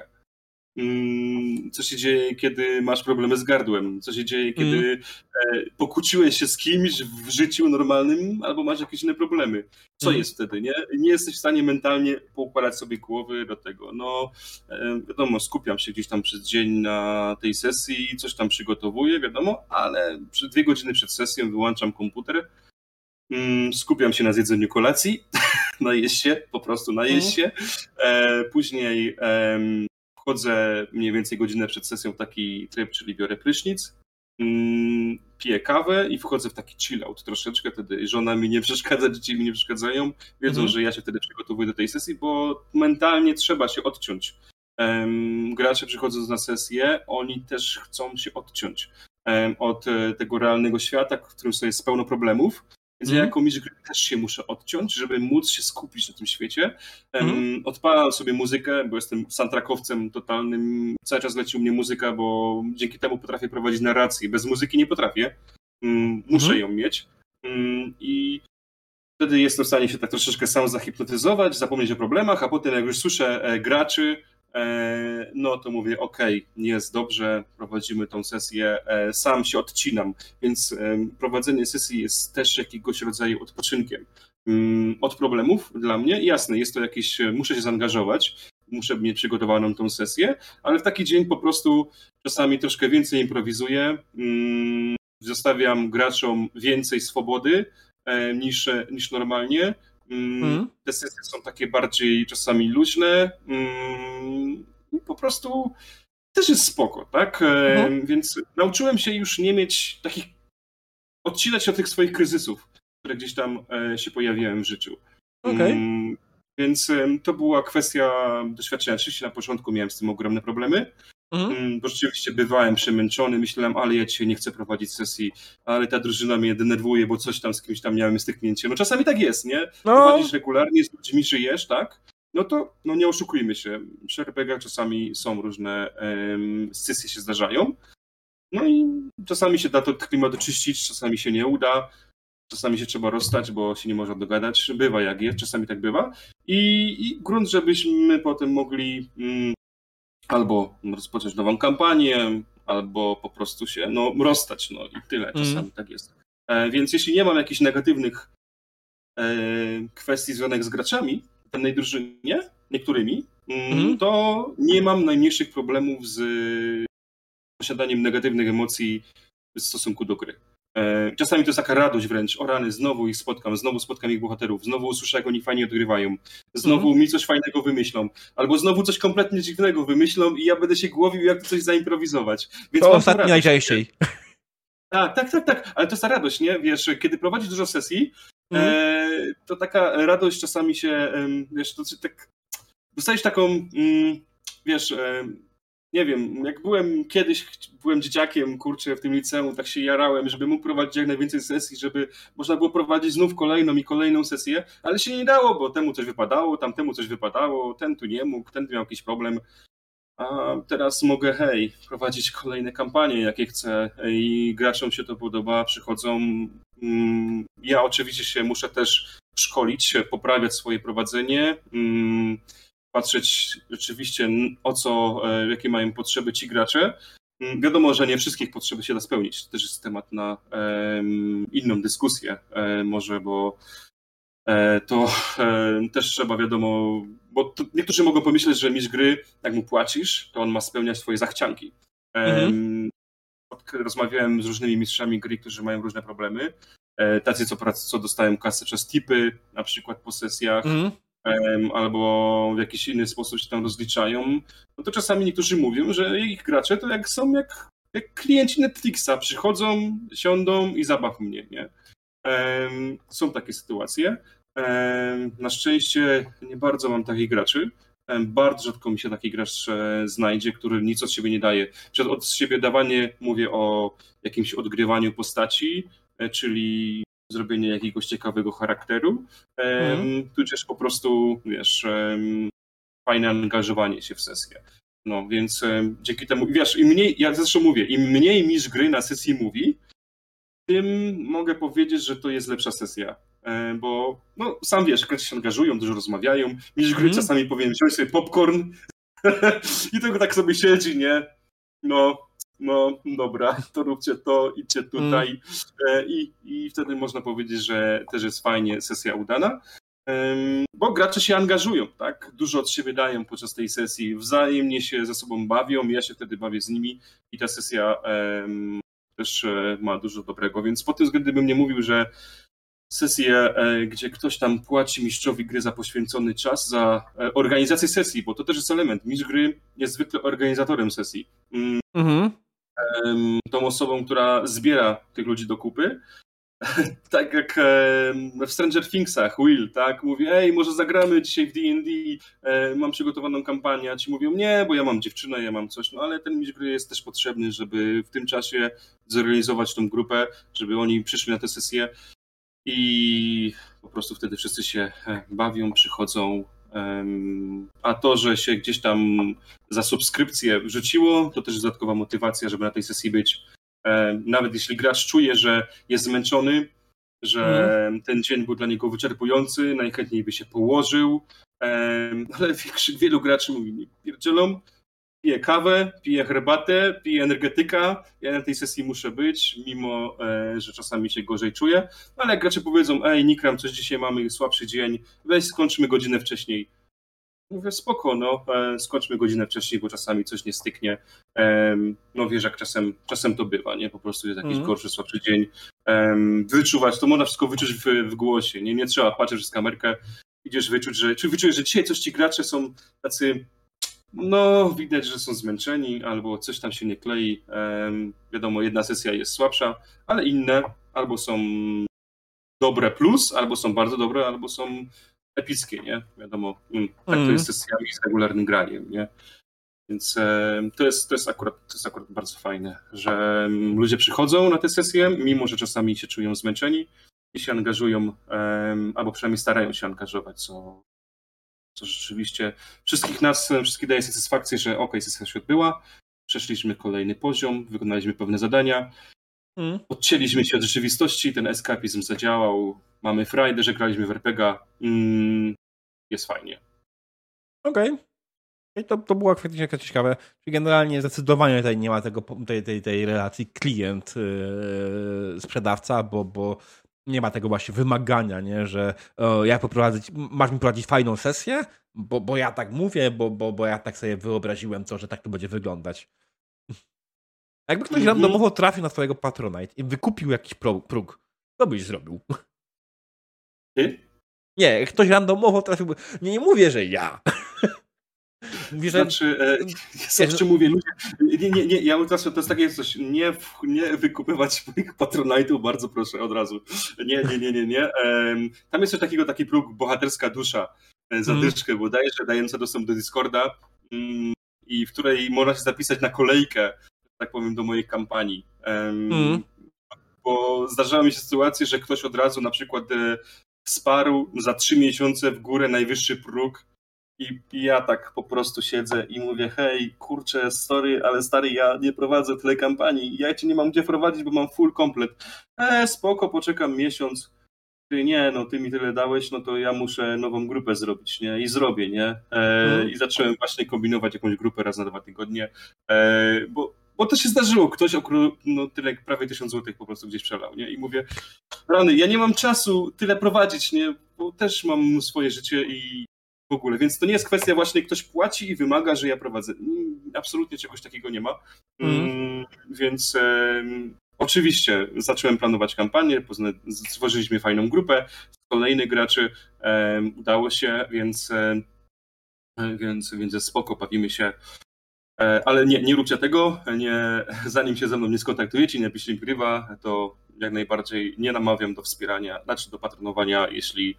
Co się dzieje, kiedy masz problemy z gardłem? Co się dzieje, kiedy pokłóciłeś się z kimś w życiu normalnym albo masz jakieś inne problemy? Co jest wtedy, nie? Nie jesteś w stanie mentalnie poukładać sobie głowy do tego. No, wiadomo, skupiam się gdzieś tam przez dzień na tej sesji, coś tam przygotowuję, wiadomo, ale 2 godziny przed sesją wyłączam komputer, skupiam się na zjedzeniu kolacji, najeść się, po prostu najeść się. Później wchodzę mniej więcej godzinę przed sesją w taki tryb, czyli biorę prysznic, piję kawę i wchodzę w taki chill-out troszeczkę, wtedy żona mi nie przeszkadza, dzieci mi nie przeszkadzają, wiedzą, że ja się wtedy przygotowuję do tej sesji, bo mentalnie trzeba się odciąć. Gracze przychodząc na sesję, oni też chcą się odciąć od tego realnego świata, w którym sobie jest pełno problemów. Więc ja jako mistrz gry też się muszę odciąć, żeby móc się skupić na tym świecie. Odpalam sobie muzykę, bo jestem soundtrackowcem totalnym. Cały czas leci u mnie muzyka, bo dzięki temu potrafię prowadzić narrację. Bez muzyki nie potrafię. Muszę ją mieć. I wtedy jestem w stanie się tak troszeczkę sam zahipnotyzować, zapomnieć o problemach, a potem jak już słyszę graczy, no to mówię, okej, jest dobrze, prowadzimy tą sesję, sam się odcinam, więc prowadzenie sesji jest też jakiegoś rodzaju odpoczynkiem od problemów dla mnie. Jasne, jest to jakieś, muszę się zaangażować, muszę mieć przygotowaną tą sesję, ale w taki dzień po prostu czasami troszkę więcej improwizuję, zostawiam graczom więcej swobody niż normalnie. Te sesje są takie bardziej czasami luźne i po prostu też jest spoko, tak? Więc nauczyłem się już nie mieć takich, odcinać się od tych swoich kryzysów, które gdzieś tam się pojawiały w życiu. Więc to była kwestia doświadczenia. Oczywiście na początku miałem z tym ogromne problemy, bo rzeczywiście bywałem przemęczony, myślałem, ale ja dzisiaj nie chcę prowadzić sesji, ale ta drużyna mnie denerwuje, bo coś tam z kimś tam miałem styknięcie. No czasami tak jest, nie? Prowadzisz regularnie, z ludźmi żyjesz, tak? No to no nie oszukujmy się. Przy RPG-ach czasami są różne sesje się zdarzają. No i czasami się da to klimat oczyścić, czasami się nie uda. Czasami się trzeba rozstać, bo się nie można dogadać. Bywa jak jest, czasami tak bywa. I grunt, żebyśmy potem mogli albo rozpocząć nową kampanię, albo po prostu się rozstać. No i tyle. Czasami tak jest. Więc jeśli nie mam jakichś negatywnych kwestii związanych z graczami w danej drużynie, niektórymi, to nie mam najmniejszych problemów z posiadaniem negatywnych emocji w stosunku do gry. Czasami to jest taka radość wręcz, o rany, znowu ich spotkam, znowu spotkam ich bohaterów, znowu usłyszę, jak oni fajnie odgrywają, znowu mi coś fajnego wymyślą, albo znowu coś kompletnie dziwnego wymyślą i ja będę się głowił, jak to coś zaimprowizować. Więc to ostatnio najczęściej. Tak, ale to jest ta radość, nie? Wiesz, kiedy prowadzisz dużo sesji, to taka radość czasami się, wiesz, to tak, dostajesz taką, wiesz, nie wiem, jak byłem dzieciakiem, kurczę, w tym liceum, tak się jarałem, żeby mógł prowadzić jak najwięcej sesji, żeby można było prowadzić znów kolejną i kolejną sesję, ale się nie dało, bo temu coś wypadało, tamtemu coś wypadało, ten tu nie mógł, ten miał jakiś problem. A teraz mogę, prowadzić kolejne kampanie, jakie chcę i graczom się to podoba, przychodzą. Ja oczywiście się muszę też szkolić, poprawiać swoje prowadzenie, patrzeć rzeczywiście jakie mają potrzeby ci gracze. Wiadomo, że nie wszystkich potrzeby się da spełnić. To też jest temat na inną dyskusję może, bo to też trzeba, wiadomo, bo niektórzy mogą pomyśleć, że mistrz gry, jak mu płacisz, to on ma spełniać swoje zachcianki. Rozmawiałem z różnymi mistrzami gry, którzy mają różne problemy. Tacy, co dostają kasę przez tipy, na przykład po sesjach, albo w jakiś inny sposób się tam rozliczają, no to czasami niektórzy mówią, że ich gracze to są jak klienci Netflixa. Przychodzą, siądą i zabaw mnie, nie? Są takie sytuacje. Na szczęście nie bardzo mam takich graczy. Bardzo rzadko mi się taki gracz znajdzie, który nic od siebie nie daje. Od siebie dawanie mówię o jakimś odgrywaniu postaci, czyli zrobienie jakiegoś ciekawego charakteru, tudzież po prostu, wiesz, fajne angażowanie się w sesję. No więc dzięki temu, wiesz, ja zresztą mówię, im mniej mistrz gry na sesji mówi, tym mogę powiedzieć, że to jest lepsza sesja. Bo no, sam wiesz, gracze się angażują, dużo rozmawiają. Mistrz gry czasami powinien wziąć sobie popcorn i tylko tak sobie siedzi, nie? No dobra, to róbcie to, idźcie tutaj. I wtedy można powiedzieć, że też jest fajnie sesja udana. Bo gracze się angażują, tak? Dużo od siebie dają podczas tej sesji, wzajemnie się ze sobą bawią, ja się wtedy bawię z nimi i ta sesja też ma dużo dobrego, więc pod tym względem bym nie mówił, że sesje, gdzie ktoś tam płaci mistrzowi gry za poświęcony czas, za organizację sesji, bo to też jest element. Mistrz gry jest zwykle organizatorem sesji. Tą osobą, która zbiera tych ludzi do kupy. Tak jak w Stranger Thingsach, Will, tak? Mówi, może zagramy dzisiaj w D&D, mam przygotowaną kampanię, a ci mówią, nie, bo ja mam dziewczynę, ja mam coś, no ale ten mistrz gry jest też potrzebny, żeby w tym czasie zorganizować tą grupę, żeby oni przyszli na tę sesję i po prostu wtedy wszyscy się bawią, przychodzą, a to, że się gdzieś tam za subskrypcję wrzuciło, to też jest dodatkowa motywacja, żeby na tej sesji być. Nawet jeśli gracz czuje, że jest zmęczony, że ten dzień był dla niego wyczerpujący, najchętniej by się położył, ale wielu graczy mówi, nie pierdzielą, piję kawę, piję herbatę, piję energetyka, ja na tej sesji muszę być, mimo że czasami się gorzej czuję, ale jak gracze powiedzą, Nikram, coś dzisiaj mamy słabszy dzień, weź skończmy godzinę wcześniej. Mówię, spoko, skończmy godzinę wcześniej, bo czasami coś nie styknie. No wiesz, jak czasem to bywa, nie? Po prostu jest jakiś gorszy, słabszy dzień. Wyczuwać, to można wszystko wyczuć w głosie, nie trzeba patrzeć przez kamerkę, idziesz wyczuć, że dzisiaj coś ci gracze są tacy, no widać, że są zmęczeni, albo coś tam się nie klei. Wiadomo, jedna sesja jest słabsza, ale inne albo są dobre plus, albo są bardzo dobre, albo są epickie, nie? Wiadomo, tak to jest sesjami z regularnym graniem, nie? Więc to jest akurat bardzo fajne, że ludzie przychodzą na te sesje, mimo że czasami się czują zmęczeni i się angażują, albo przynajmniej starają się angażować, co rzeczywiście wszystkich daje satysfakcję, że sesja się odbyła, przeszliśmy kolejny poziom, wykonaliśmy pewne zadania, odcięliśmy się od rzeczywistości, ten eskapizm zadziałał, mamy frajdę, że graliśmy w RPG, jest fajnie. Okej. To było faktycznie ciekawe. Czyli generalnie zdecydowanie tutaj nie ma tej relacji klient-sprzedawca, bo nie ma tego właśnie wymagania, nie? Że masz mi prowadzić fajną sesję, bo ja tak mówię, bo ja tak sobie wyobraziłem że tak to będzie wyglądać. Jakby ktoś randomowo trafił na twojego Patronite i wykupił jakiś próg, co byś zrobił? Ty? Nie, ktoś randomowo trafił. Nie mówię, że ja. Mówi, że... Znaczy, ja zawsze mówię, ludzie, nie, ja teraz to jest takie coś, nie wykupywać moich Patronite'ów, bardzo proszę, od razu. Nie. Tam jest coś takiego, taki próg bohaterska dusza, zadyszkę bodajże, dająca dostęp do Discorda i w której można się zapisać na kolejkę, tak powiem, do mojej kampanii. Bo zdarzały mi się sytuacje, że ktoś od razu na przykład wsparł za 3 miesiące w górę najwyższy próg i ja tak po prostu siedzę i mówię, hej, kurczę, sorry, ale stary, ja nie prowadzę tyle kampanii, ja cię nie mam gdzie prowadzić, bo mam full komplet. Spoko, poczekam miesiąc. Nie, no ty mi tyle dałeś, no to ja muszę nową grupę zrobić, nie? I zrobię, nie? I zacząłem właśnie kombinować jakąś grupę raz na 2 tygodnie, bo to się zdarzyło, ktoś tyle, prawie 1000 złotych po prostu gdzieś przelał, nie? I mówię, rany, ja nie mam czasu tyle prowadzić, nie? Bo też mam swoje życie i w ogóle, więc to nie jest kwestia właśnie, ktoś płaci i wymaga, że ja prowadzę. Absolutnie czegoś takiego nie ma. Więc oczywiście zacząłem planować kampanię, stworzyliśmy fajną grupę, kolejnych graczy, udało się, więc jest spoko, bawimy się. Ale nie róbcie tego, zanim się ze mną nie skontaktujecie, nie napiszcie mi priva, to jak najbardziej nie namawiam do wspierania, znaczy do patronowania, jeśli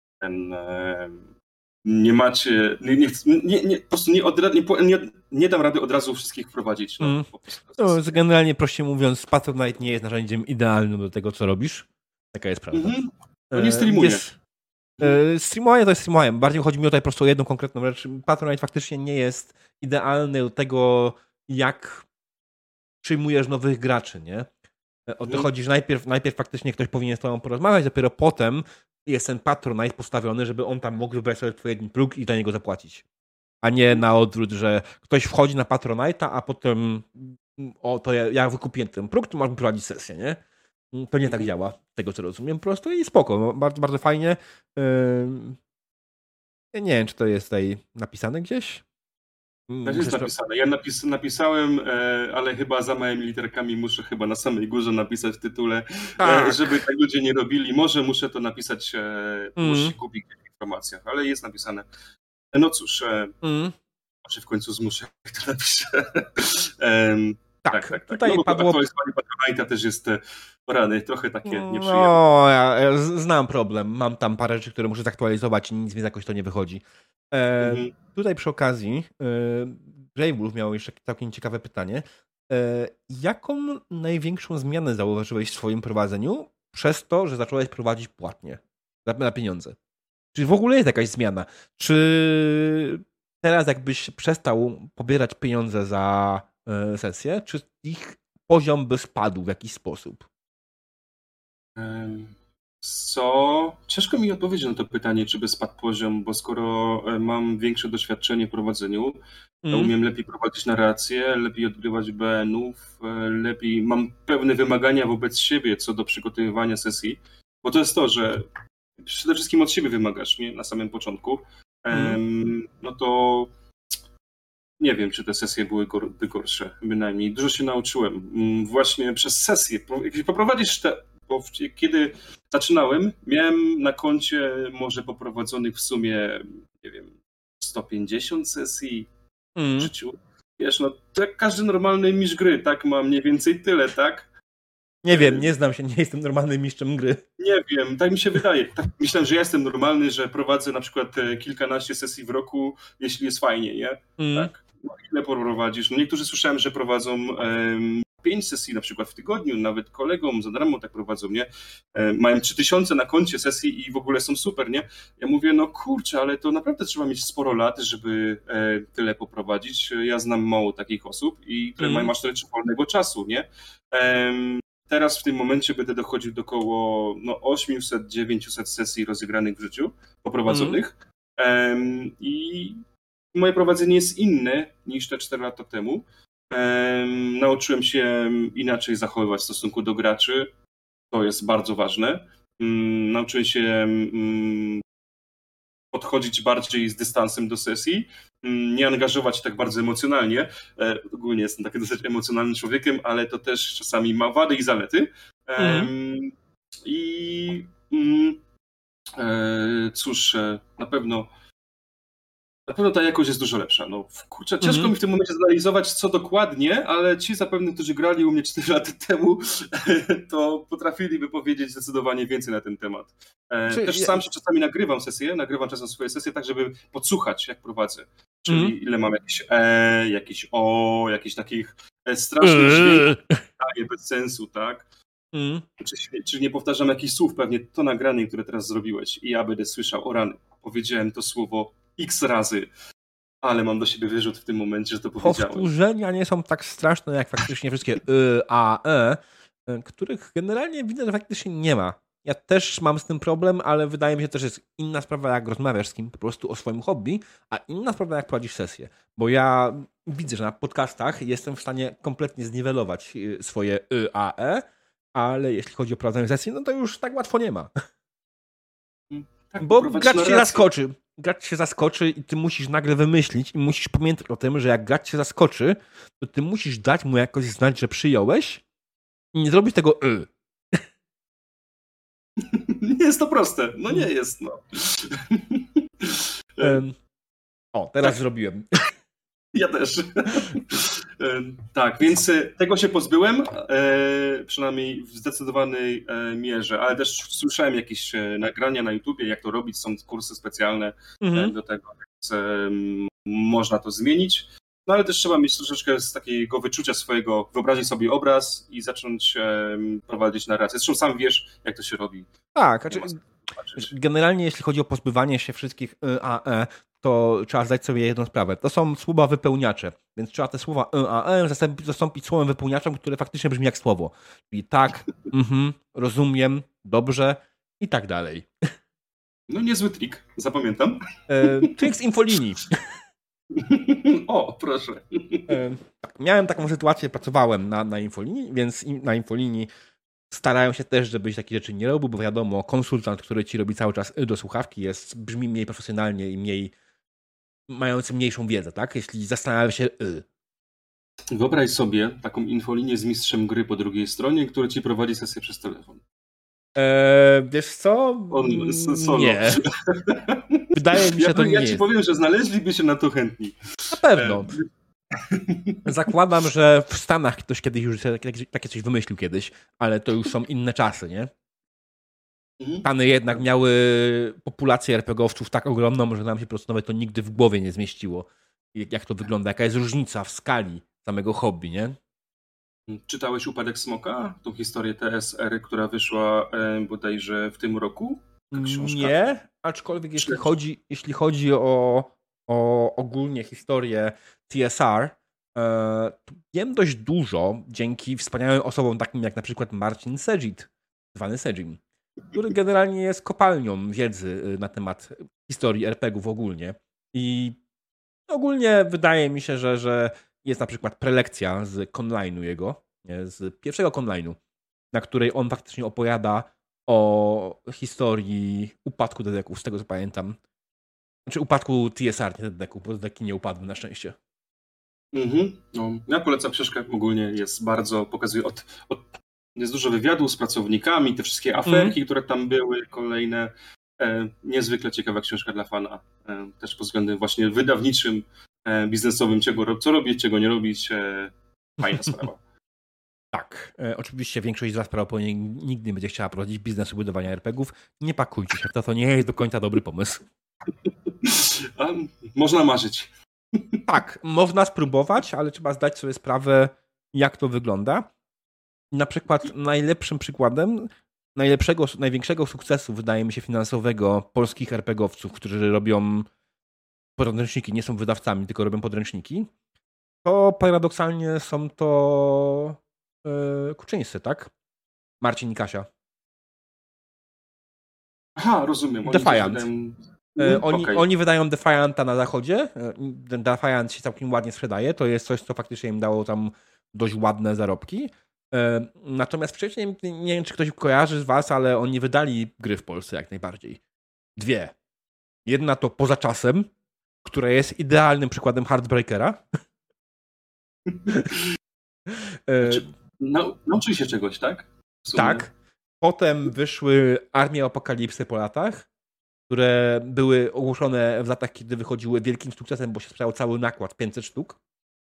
nie macie, po prostu nie dam rady od razu wszystkich wprowadzić. Generalnie, prościej mówiąc, Patronite nie jest narzędziem idealnym do tego, co robisz. Taka jest prawda. No nie streamuję. Streamowanie to jest streamowanie. Bardziej chodzi mi tutaj po prostu o jedną konkretną rzecz. Patronite faktycznie nie jest idealny do tego, jak przyjmujesz nowych graczy, nie? O to chodzi, że najpierw faktycznie ktoś powinien z tobą porozmawiać, dopiero potem jest ten Patronite postawiony, żeby on tam mógł wybrać sobie twój próg i za niego zapłacić. A nie na odwrót, że ktoś wchodzi na Patronite'a, a potem to ja wykupiłem ten próg, to masz mi prowadzić sesję, nie? To nie tak działa, z tego co rozumiem, po prostu i spoko, bardzo, bardzo fajnie. Ja nie wiem, czy to jest tutaj napisane gdzieś. To jest napisane. Ja napisałem, ale chyba za małymi literkami muszę chyba na samej górze napisać w tytule, żeby tak ludzie nie robili. Może muszę to napisać, muszę się kupić w informacjach, ale jest napisane. No cóż, może w końcu zmuszę, jak to napiszę. Tak. Tutaj no, padło... aktualizowanie Patronite'a też jest rany, trochę takie nieprzyjemne. No, ja znam problem. Mam tam parę rzeczy, które muszę zaktualizować i nic mi jakoś to nie wychodzi. Tutaj przy okazji Bravewolf miał jeszcze całkiem ciekawe pytanie. Jaką największą zmianę zauważyłeś w swoim prowadzeniu przez to, że zacząłeś prowadzić płatnie na pieniądze? Czy w ogóle jest jakaś zmiana? Czy teraz jakbyś przestał pobierać pieniądze za sesję, czy ich poziom by spadł w jakiś sposób? Ciężko mi odpowiedzieć na to pytanie, czy by spadł poziom, bo skoro mam większe doświadczenie w prowadzeniu, umiem lepiej prowadzić narrację, lepiej odgrywać BN-ów, mam pewne wymagania wobec siebie co do przygotowywania sesji, bo to jest to, że przede wszystkim od siebie wymagasz, nie? Na samym początku, no to nie wiem, czy te sesje byłyby gorsze, bynajmniej. Dużo się nauczyłem. Właśnie przez sesję. Jak poprowadzisz bo kiedy zaczynałem, miałem na koncie może poprowadzonych w sumie, nie wiem, 150 sesji w życiu. Wiesz, no to jak każdy normalny mistrz gry, tak? Mam mniej więcej tyle, tak? Nie wiem, nie znam się, nie jestem normalnym mistrzem gry. Nie wiem, tak mi się wydaje. Tak, myślałem, że ja jestem normalny, że prowadzę na przykład kilkanaście sesji w roku, jeśli jest fajnie, nie? Tak. No, ile prowadzisz? No, niektórzy słyszałem, że prowadzą 5 sesji na przykład w tygodniu, nawet kolegom za darmo tak prowadzą, nie? Mają 3000 na koncie sesji i w ogóle są super, nie? Ja mówię, no kurczę, ale to naprawdę trzeba mieć sporo lat, żeby tyle poprowadzić. Ja znam mało takich osób i które masz tyle wolnego czasu, nie? Teraz w tym momencie będę dochodził do około 800-900 sesji rozegranych w życiu, poprowadzonych. I moje prowadzenie jest inne niż te 4 lata temu. Nauczyłem się inaczej zachowywać w stosunku do graczy. To jest bardzo ważne. Nauczyłem się podchodzić bardziej z dystansem do sesji, nie angażować tak bardzo emocjonalnie. Ogólnie jestem takim dosyć emocjonalnym człowiekiem, ale to też czasami ma wady i zalety. Cóż, na pewno ta jakość jest dużo lepsza. No, kurczę, ciężko mi w tym momencie zanalizować, co dokładnie, ale ci zapewne, którzy grali u mnie 4 lata temu, to potrafiliby powiedzieć zdecydowanie więcej na ten temat. Też sam się czasami nagrywam czasem swoje sesje tak, żeby podsłuchać, jak prowadzę. Czyli ile mam jakichś jakichś takich strasznych dźwięków, bez sensu, tak? Czy nie powtarzam jakichś słów, pewnie to nagranie, które teraz zrobiłeś i ja będę słyszał, o rany, powiedziałem to słowo x razy, ale mam do siebie wyrzut w tym momencie, że to powiedziałem. Powtórzenia nie są tak straszne, jak faktycznie wszystkie których generalnie widzę, że faktycznie nie ma. Ja też mam z tym problem, ale wydaje mi się też, że jest inna sprawa, jak rozmawiasz z kim po prostu o swoim hobby, a inna sprawa, jak prowadzisz sesję. Bo ja widzę, że na podcastach jestem w stanie kompletnie zniwelować swoje ale jeśli chodzi o prowadzenie sesji, no to już tak łatwo nie ma. Tak, bo gracz się zaskoczy i ty musisz nagle wymyślić i musisz pamiętać o tym, że jak gracz się zaskoczy, to ty musisz dać mu jakoś znać, że przyjąłeś i nie zrobić tego Nie jest to proste. No nie jest, no. Teraz zrobiłem. Ja też. Tak, więc tego się pozbyłem, przynajmniej w zdecydowanej mierze, ale też słyszałem jakieś nagrania na YouTubie, jak to robić, są kursy specjalne do tego, więc można to zmienić. No ale też trzeba mieć troszeczkę z takiego wyczucia swojego, wyobrazić sobie obraz i zacząć prowadzić narrację. Zresztą sam wiesz, jak to się robi. Tak, generalnie jeśli chodzi o pozbywanie się wszystkich to trzeba zdać sobie jedną sprawę. To są słowa wypełniacze, więc trzeba te słowa zastąpić słowem wypełniaczem, które faktycznie brzmi jak słowo. Czyli tak, rozumiem, dobrze i tak dalej. No niezły trik, zapamiętam. Trik z infolinii. O, proszę. Miałem taką sytuację, pracowałem na infolinii, więc na infolinii starają się też, żebyś takich rzeczy nie robił, bo wiadomo, konsultant, który ci robi cały czas do słuchawki brzmi mniej profesjonalnie i mający mniejszą wiedzę, tak? Jeśli zastanawia się Wyobraź sobie taką infolinię z mistrzem gry po drugiej stronie, który ci prowadzi sesję przez telefon. Wiesz co? Solo. Nie. Wydaje mi się, to nie Ja jest. ci powiem, że znaleźliby się na to chętni. Na pewno. Zakładam, że w Stanach ktoś kiedyś już takie coś wymyślił kiedyś, ale to już są inne czasy, nie? Stany jednak miały populację RPGowców tak ogromną, że nam się po prostu nawet to nigdy w głowie nie zmieściło. Jak to wygląda, jaka jest różnica w skali samego hobby, nie? Czytałeś Upadek Smoka? Tą historię TSR, która wyszła bodajże w tym roku? Nie, aczkolwiek jeśli chodzi o ogólnie historię TSR, to wiem dość dużo dzięki wspaniałym osobom takim jak na przykład Marcin Sejit, zwany Sejim, który generalnie jest kopalnią wiedzy na temat historii RPGów ogólnie. I ogólnie wydaje mi się, że jest na przykład prelekcja z conline'u jego, z pierwszego conline'u, na której on faktycznie opowiada o historii upadku DDK-ów, z tego co pamiętam. Znaczy upadku TSR, nie DDK-ów, bo DDK nie upadły na szczęście. No, ja polecam książkę, ogólnie jest bardzo, pokazuje jest dużo wywiadów z pracownikami, te wszystkie aferki, które tam były, kolejne. Niezwykle ciekawa książka dla fana. Też pod względem właśnie wydawniczym, biznesowym, co robić, czego nie robić. Fajna sprawa. Tak. Oczywiście większość z was prawdopodobnie nigdy nie będzie chciała prowadzić biznesu budowania RPGów. Nie pakujcie się, to nie jest do końca dobry pomysł. Można marzyć. Tak, można spróbować, ale trzeba zdać sobie sprawę, jak to wygląda. Na przykład najlepszym przykładem największego sukcesu, wydaje mi się, finansowego polskich RPGowców, którzy robią podręczniki, nie są wydawcami, tylko robią podręczniki, to paradoksalnie są to Kuczyńscy, tak? Marcin i Kasia. Aha, rozumiem. Defiant. Oni wydają Defianta na zachodzie. Ten Defiant się całkiem ładnie sprzedaje. To jest coś, co faktycznie im dało tam dość ładne zarobki. Natomiast wcześniej, nie wiem, czy ktoś kojarzy z was, ale oni wydali gry w Polsce jak najbardziej. 2. Jedna to Poza czasem, która jest idealnym przykładem Heartbreakera. Nauczyli się czegoś, tak? Tak. Potem wyszły Armie Apokalipsy po latach, które były ogłoszone w latach, kiedy wychodziły wielkim sukcesem, bo się sprzedał cały nakład, 500 sztuk.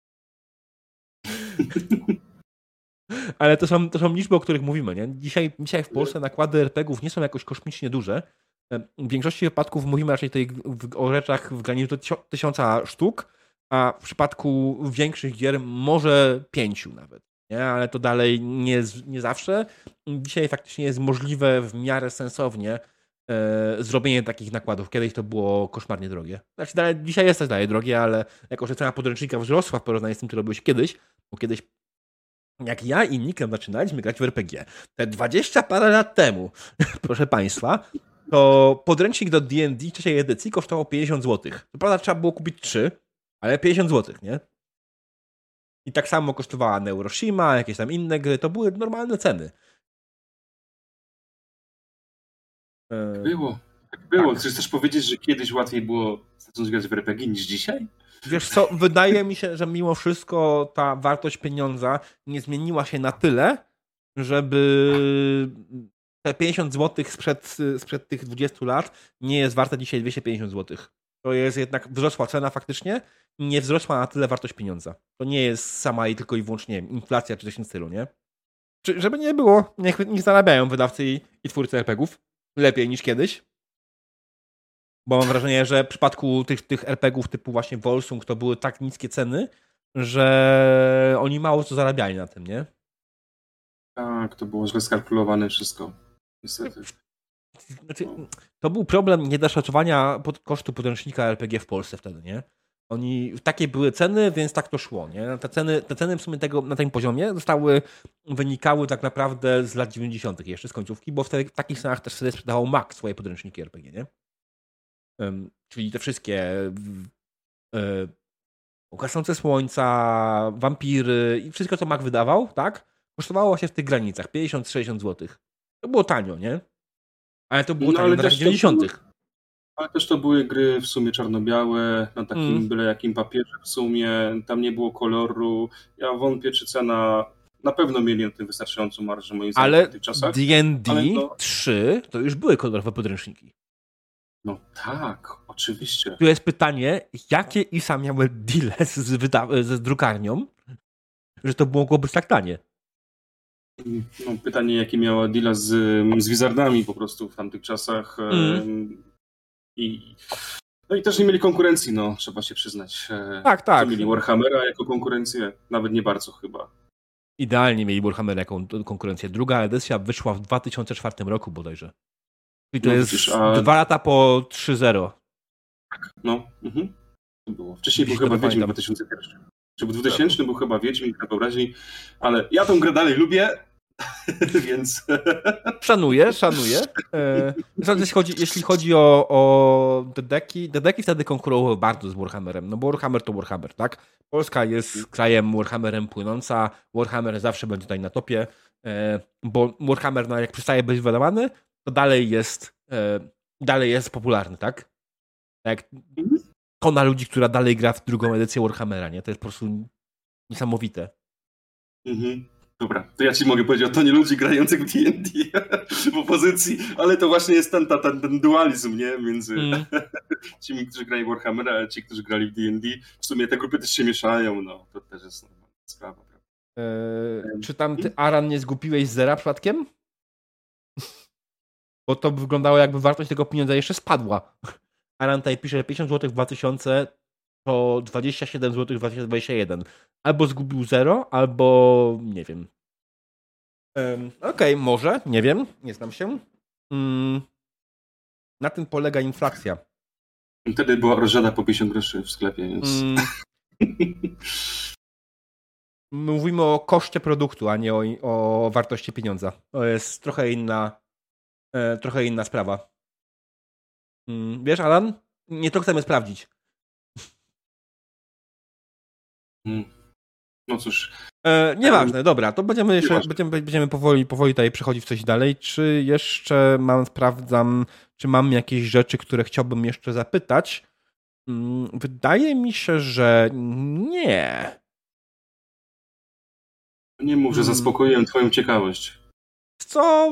Ale to są liczby, o których mówimy, nie? Dzisiaj w Polsce nakłady RPGów nie są jakoś kosmicznie duże. W większości wypadków mówimy raczej tutaj o rzeczach w granicy 1000 sztuk, a w przypadku większych gier może 5 nawet. Nie? Ale to dalej nie zawsze. Dzisiaj faktycznie jest możliwe w miarę sensownie zrobienie takich nakładów. Kiedyś to było koszmarnie drogie. Znaczy, dzisiaj jest też dalej drogie, ale jako że cena podręcznika wzrosła w porównaniu z tym, co robiłeś kiedyś, bo kiedyś jak ja i Nikem zaczynaliśmy grać w RPG, te 20 parę lat temu, proszę Państwa, to podręcznik do D&D trzeciej edycji kosztował 50 zł. To prawda, trzeba było kupić 3, ale 50 zł, nie? I tak samo kosztowała Neuroshima, jakieś tam inne gry, to były normalne ceny. Było. Tak było. Chcesz też powiedzieć, że kiedyś łatwiej było zacząć grać w RPG niż dzisiaj? Wiesz co, wydaje mi się, że mimo wszystko ta wartość pieniądza nie zmieniła się na tyle, żeby te 50 zł sprzed tych 20 lat nie jest warte dzisiaj 250 zł. To jest jednak wzrosła cena faktycznie, nie wzrosła na tyle wartość pieniądza. To nie jest sama i tylko i wyłącznie inflacja czy coś w tym stylu, nie? Żeby nie było, niech zarabiają wydawcy i twórcy RPGów lepiej niż kiedyś. Bo mam wrażenie, że w przypadku tych RPGów typu właśnie Volsung to były tak niskie ceny, że oni mało co zarabiali na tym, nie? Tak, to było źle skalkulowane wszystko. Niestety. Znaczy, to był problem niedoszacowania kosztu podręcznika RPG w Polsce wtedy, nie? Takie były ceny, więc tak to szło, nie? Te ceny w sumie na tym poziomie wynikały tak naprawdę z lat 90. jeszcze z końcówki, bo w takich cenach też wtedy sprzedawał Mac swoje podręczniki RPG, nie? Czyli te wszystkie Gasnące Słońca, Wampiry i wszystko, co Mac wydawał, tak? Kosztowało właśnie w tych granicach 50-60 zł. To było tanio, nie? Ale to było tanio w latach 90. Ale też to były gry w sumie czarno-białe, na takim byle jakim papierze w sumie, tam nie było koloru. Ja wątpię, czy cena... Na pewno mieli na tym wystarczającą marżę, moim zdaniem, ale w tych czasach. D&D 3 to już były kolorowe podręczniki. No tak, oczywiście. Tu jest pytanie, jakie ISA miały deale ze drukarnią, że to mogło być tak tanie? No, pytanie, jakie miała deala z Wizardami po prostu w tamtych czasach. No i też nie mieli konkurencji, no, trzeba się przyznać. Tak. Co mieli Warhammera jako konkurencję? Nawet nie bardzo chyba. Idealnie mieli Warhammera jako konkurencję. Druga edycja wyszła w 2004 roku bodajże. I to jest 2 lata po 3.0. No, to było. Wcześniej był chyba Wiedźmin 2001. Czy był 2000 był chyba Wiedźmin, na wyobraźni, ale ja tą grę dalej lubię, więc... Szanuję. Jeśli chodzi o te deki wtedy konkurowały bardzo z Warhammerem, no bo Warhammer to Warhammer, tak? Polska jest krajem Warhammerem płynąca, Warhammer zawsze będzie tutaj na topie, bo Warhammer, no jak przestaje być wydawany, to dalej jest popularny, tak? Jak tona ludzi, która dalej gra w drugą edycję Warhammera, nie? To jest po prostu niesamowite. Dobra, to ja ci mogę powiedzieć o tonie ludzi grających w D&D w opozycji, ale to właśnie jest ten dualizm, nie? Między tymi, którzy grali w Warhammera, a ci, którzy grali w D&D. W sumie te grupy też się mieszają, no. To też jest normalna sprawa. Czy tam ty, Aran, nie zgubiłeś zera przypadkiem? Bo to wyglądało, jakby wartość tego pieniądza jeszcze spadła. Aran tutaj pisze, że 50 zł w 2000 to 27 zł w 2021. Albo zgubił 0, albo nie wiem. Okej, może, nie wiem, nie znam się. Na tym polega inflacja. Wtedy była rożada po 50 groszy w sklepie, więc... Mówimy o koszcie produktu, a nie o wartości pieniądza. To jest trochę inna sprawa. Wiesz, Alan? Nie to chcemy sprawdzić. No cóż. Nieważne, dobra, to będziemy powoli tutaj przechodzić w coś dalej. Czy jeszcze sprawdzam, czy mam jakieś rzeczy, które chciałbym jeszcze zapytać? Wydaje mi się, że nie. Nie mów, że zaspokoiłem twoją ciekawość. Co?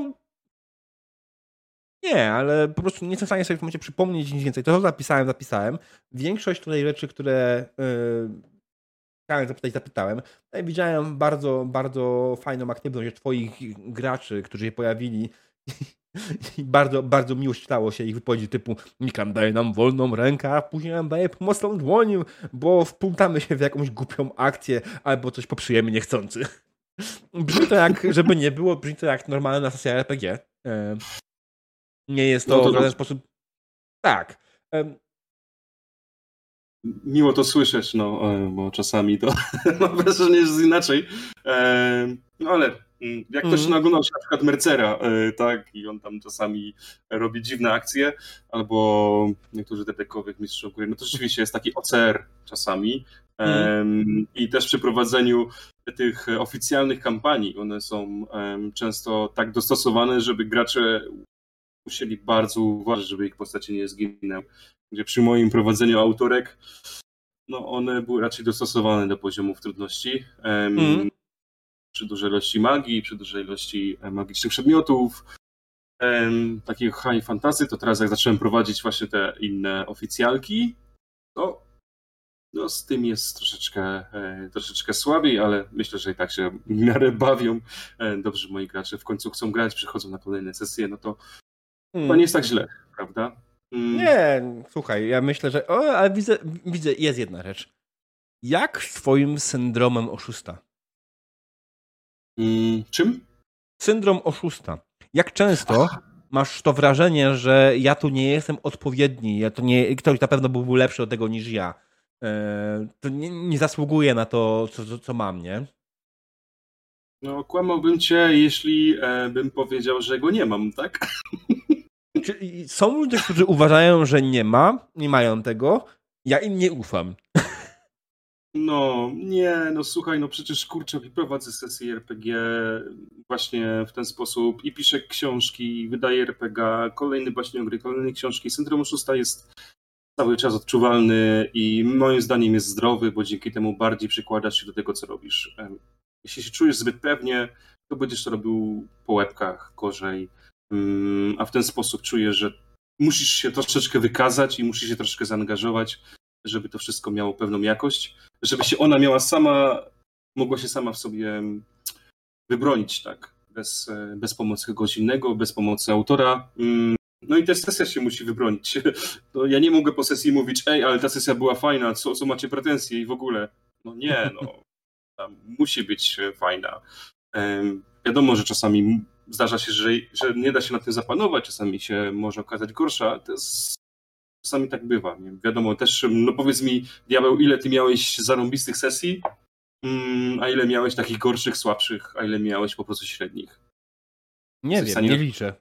Nie, ale po prostu nie jestem w stanie sobie w momencie przypomnieć nic więcej. To, co zapisałem. Większość tutaj rzeczy, które chciałem zapytać, zapytałem. Widziałem bardzo, bardzo fajną aktywność twoich graczy, którzy się pojawili. I bardzo, bardzo miło stało się ich wypowiedzi typu Nikan daje nam wolną rękę, a później nam daje pomocną dłonię, bo wplątamy się w jakąś głupią akcję albo coś poprzyjemy niechcący. Brzmi to jak, żeby nie było, brzmi to jak normalna sesja RPG. Nie jest to w żaden sposób... Tak. Miło to słyszeć, bo czasami to mam wrażenie, że jest inaczej. No ale jak ktoś naglądał się na przykład Mercera, tak, i on tam czasami robi dziwne akcje, albo niektórzy detekowych mistrzów gry, no to rzeczywiście jest taki OCR czasami. I też przy prowadzeniu tych oficjalnych kampanii, one są często tak dostosowane, żeby gracze musieli bardzo uważać, żeby ich postacie nie zginęły. Gdzie przy moim prowadzeniu autorek, no one były raczej dostosowane do poziomów trudności. Przy dużej ilości magii, przy dużej ilości magicznych przedmiotów, takiego high fantasy, to teraz jak zacząłem prowadzić właśnie te inne oficjalki, to no, z tym jest troszeczkę słabiej, ale myślę, że i tak się w miarę bawią. Dobrze moi gracze w końcu chcą grać, przychodzą na kolejne sesje, no to chyba nie jest tak źle, prawda? Nie, słuchaj, ja myślę, że... ale widzę, jest jedna rzecz. Jak z twoim syndromem oszusta? Czym? Syndrom oszusta. Jak często masz to wrażenie, że ja tu nie jestem odpowiedni, ktoś na pewno byłby lepszy od tego niż ja. To nie zasługuje na to, co mam, nie? No, kłamałbym cię, jeśli bym powiedział, że go nie mam, tak? Czyli są ludzie, którzy uważają, że nie mają tego. Ja im nie ufam. No, nie, no słuchaj, no przecież kurczę, prowadzę sesję RPG właśnie w ten sposób i piszę książki, wydaję RPG, kolejne baśniogry, kolejne książki. Syndrom oszusta jest cały czas odczuwalny i moim zdaniem jest zdrowy, bo dzięki temu bardziej przykładasz się do tego, co robisz. Jeśli się czujesz zbyt pewnie, to będziesz to robił po łebkach gorzej, a w ten sposób czujesz, że musisz się troszeczkę wykazać i musisz się troszeczkę zaangażować, żeby to wszystko miało pewną jakość, żeby się ona mogła się sama w sobie wybronić, tak, bez pomocy kogoś innego, bez pomocy autora. No i też sesja się musi wybronić. No, ja nie mogę po sesji mówić, ale ta sesja była fajna, co macie pretensje i w ogóle. No nie, tam musi być fajna. Wiadomo, że czasami zdarza się, że nie da się na tym zapanować, czasami się może okazać gorsza. Czasami tak bywa. Nie? Wiadomo też, no powiedz mi, diabeł, ile ty miałeś zarąbistych sesji, a ile miałeś takich gorszych, słabszych, a ile miałeś po prostu średnich? Nie wiem, nie liczę.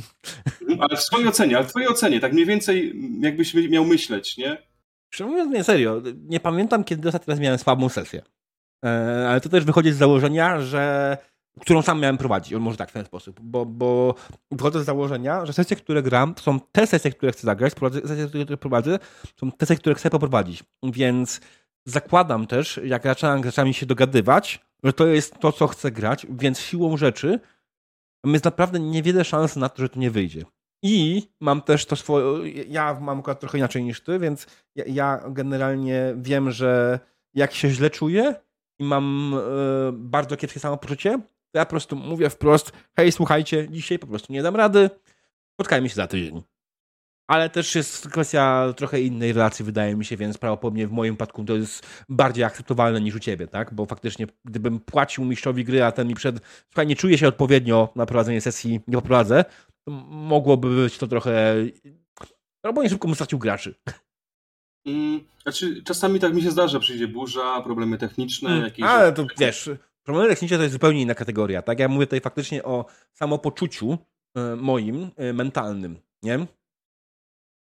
Ale w twojej ocenie, tak mniej więcej jakbyś miał myśleć, nie? Mówiąc nie, serio, nie pamiętam, kiedy ostatni raz miałem słabą sesję. Ale to też wychodzi z założenia, którą sam miałem prowadzić, może tak w ten sposób, bo wychodzę z założenia, że sesje, które gram, to są te sesje, które chcę zagrać, sesje, które prowadzę, są te sesje, które chcę poprowadzić. Więc zakładam też, jak zaczynam z graczami się dogadywać, że to jest to, co chcę grać, więc siłą rzeczy jest naprawdę niewiele szans na to, że to nie wyjdzie. I mam też to swoje... Ja mam akurat trochę inaczej niż ty, więc ja generalnie wiem, że jak się źle czuję i mam bardzo kiepskie samopoczucie, to ja po prostu mówię wprost, hej, słuchajcie, dzisiaj po prostu nie dam rady, spotkajmy się za tydzień. Ale też jest kwestia trochę innej relacji, wydaje mi się, więc prawdopodobnie w moim przypadku to jest bardziej akceptowalne niż u ciebie, tak? Bo faktycznie, gdybym płacił mistrzowi gry, a ten mi słuchaj, nie czuję się odpowiednio na prowadzenie sesji, nie poprowadzę, to mogłoby być to trochę... Albo nie szybko bym stracił graczy. Znaczy, czasami tak mi się zdarza, przyjdzie burza, problemy techniczne, jakieś... Ale to wiesz, problemy techniczne to jest zupełnie inna kategoria, tak? Ja mówię tutaj faktycznie o samopoczuciu moim, mentalnym, nie?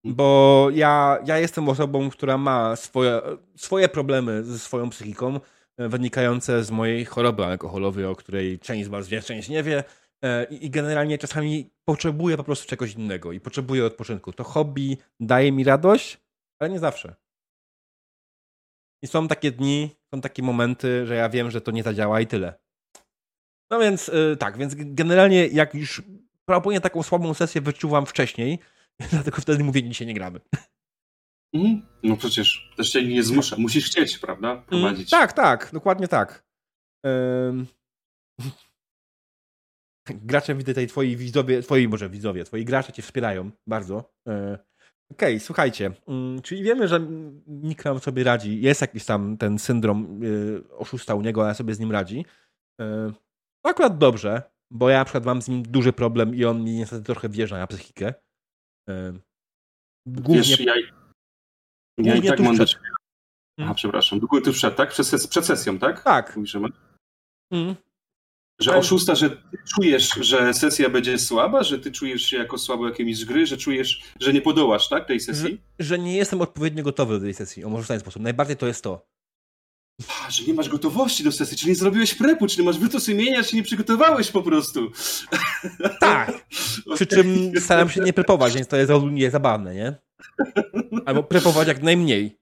Bo ja jestem osobą, która ma swoje problemy ze swoją psychiką. wynikające z mojej choroby alkoholowej, o której część z was wie, część nie wie. I generalnie czasami potrzebuję po prostu czegoś innego i potrzebuję odpoczynku. To hobby daje mi radość, ale nie zawsze. I są takie dni, są takie momenty, że ja wiem, że to nie zadziała i tyle. No więc tak, więc generalnie jak już proponuję taką słabą sesję, wyczuwam wcześniej, dlatego wtedy mówię, dzisiaj nie gramy. No przecież też cię nie zmusza. Musisz chcieć, prawda? Prowadzić. Tak, dokładnie tak. Gracze, widzę tutaj twoi gracze cię wspierają bardzo. Okej, słuchajcie, czyli wiemy, że nikt nam sobie radzi. Jest jakiś tam ten syndrom oszusta u niego, ale sobie z nim radzi. Akurat dobrze, bo ja na przykład mam z nim duży problem i on mi niestety trochę wjeżdża na psychikę. Głównie, Wiesz, ja i tak mam do ciebie. Aha, przepraszam. Długo ty wszedł, tak? Przed sesją, tak? Tak. Że oszusta, że ty czujesz, że sesja będzie słaba, że ty czujesz się jako słabo jakimiś gry, że czujesz, że nie podołasz, tak, tej sesji? Że nie jestem odpowiednio gotowy do tej sesji, o może w ten sposób. Najbardziej to jest to. Że nie masz gotowości do sesji, czy nie zrobiłeś prepu, czy nie masz wytu sumienia, czy nie przygotowałeś po prostu. Tak. Przy czym staram się nie prepować, więc to jest ogólnie zabawne, nie? Albo prepować jak najmniej.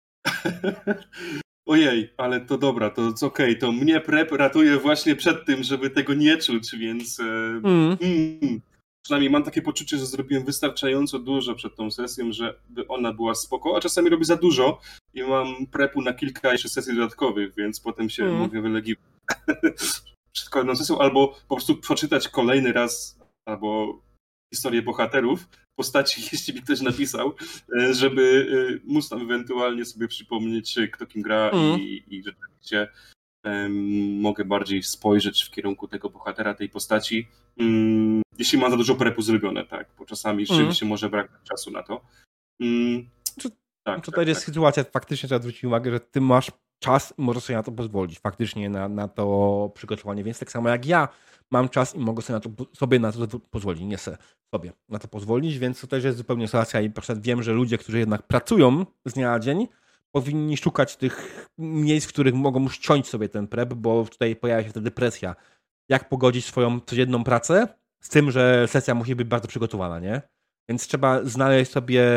Ojej, ale to dobra, to okej, to mnie prep ratuje właśnie przed tym, żeby tego nie czuć, więc przynajmniej mam takie poczucie, że zrobiłem wystarczająco dużo przed tą sesją, żeby ona była spoko, a czasami robię za dużo i mam prepu na kilka jeszcze sesji dodatkowych, więc potem się mogę wylegiwać przed kolejną sesją, albo po prostu przeczytać kolejny raz, albo historię bohaterów, postaci, jeśli mi ktoś napisał, żeby móc tam ewentualnie sobie przypomnieć, kto kim gra i rzeczywiście mogę bardziej spojrzeć w kierunku tego bohatera, tej postaci, jeśli mam za dużo prepu zrobione, tak, bo czasami rzeczywiście może braknąć czasu na to. Tutaj jest sytuacja, faktycznie trzeba zwrócić uwagę, że ty masz czas i możesz sobie na to pozwolić, faktycznie na to przygotowanie, więc tak samo jak ja mam czas i mogę sobie na to pozwolić, nie sobie na to pozwolić, więc to też jest zupełnie sytuacja i na przykład wiem, że ludzie, którzy jednak pracują z dnia na dzień, powinni szukać tych miejsc, w których mogą ściąć sobie ten prep, bo tutaj pojawia się wtedy presja. Jak pogodzić swoją codzienną pracę z tym, że sesja musi być bardzo przygotowana, nie? Więc trzeba znaleźć sobie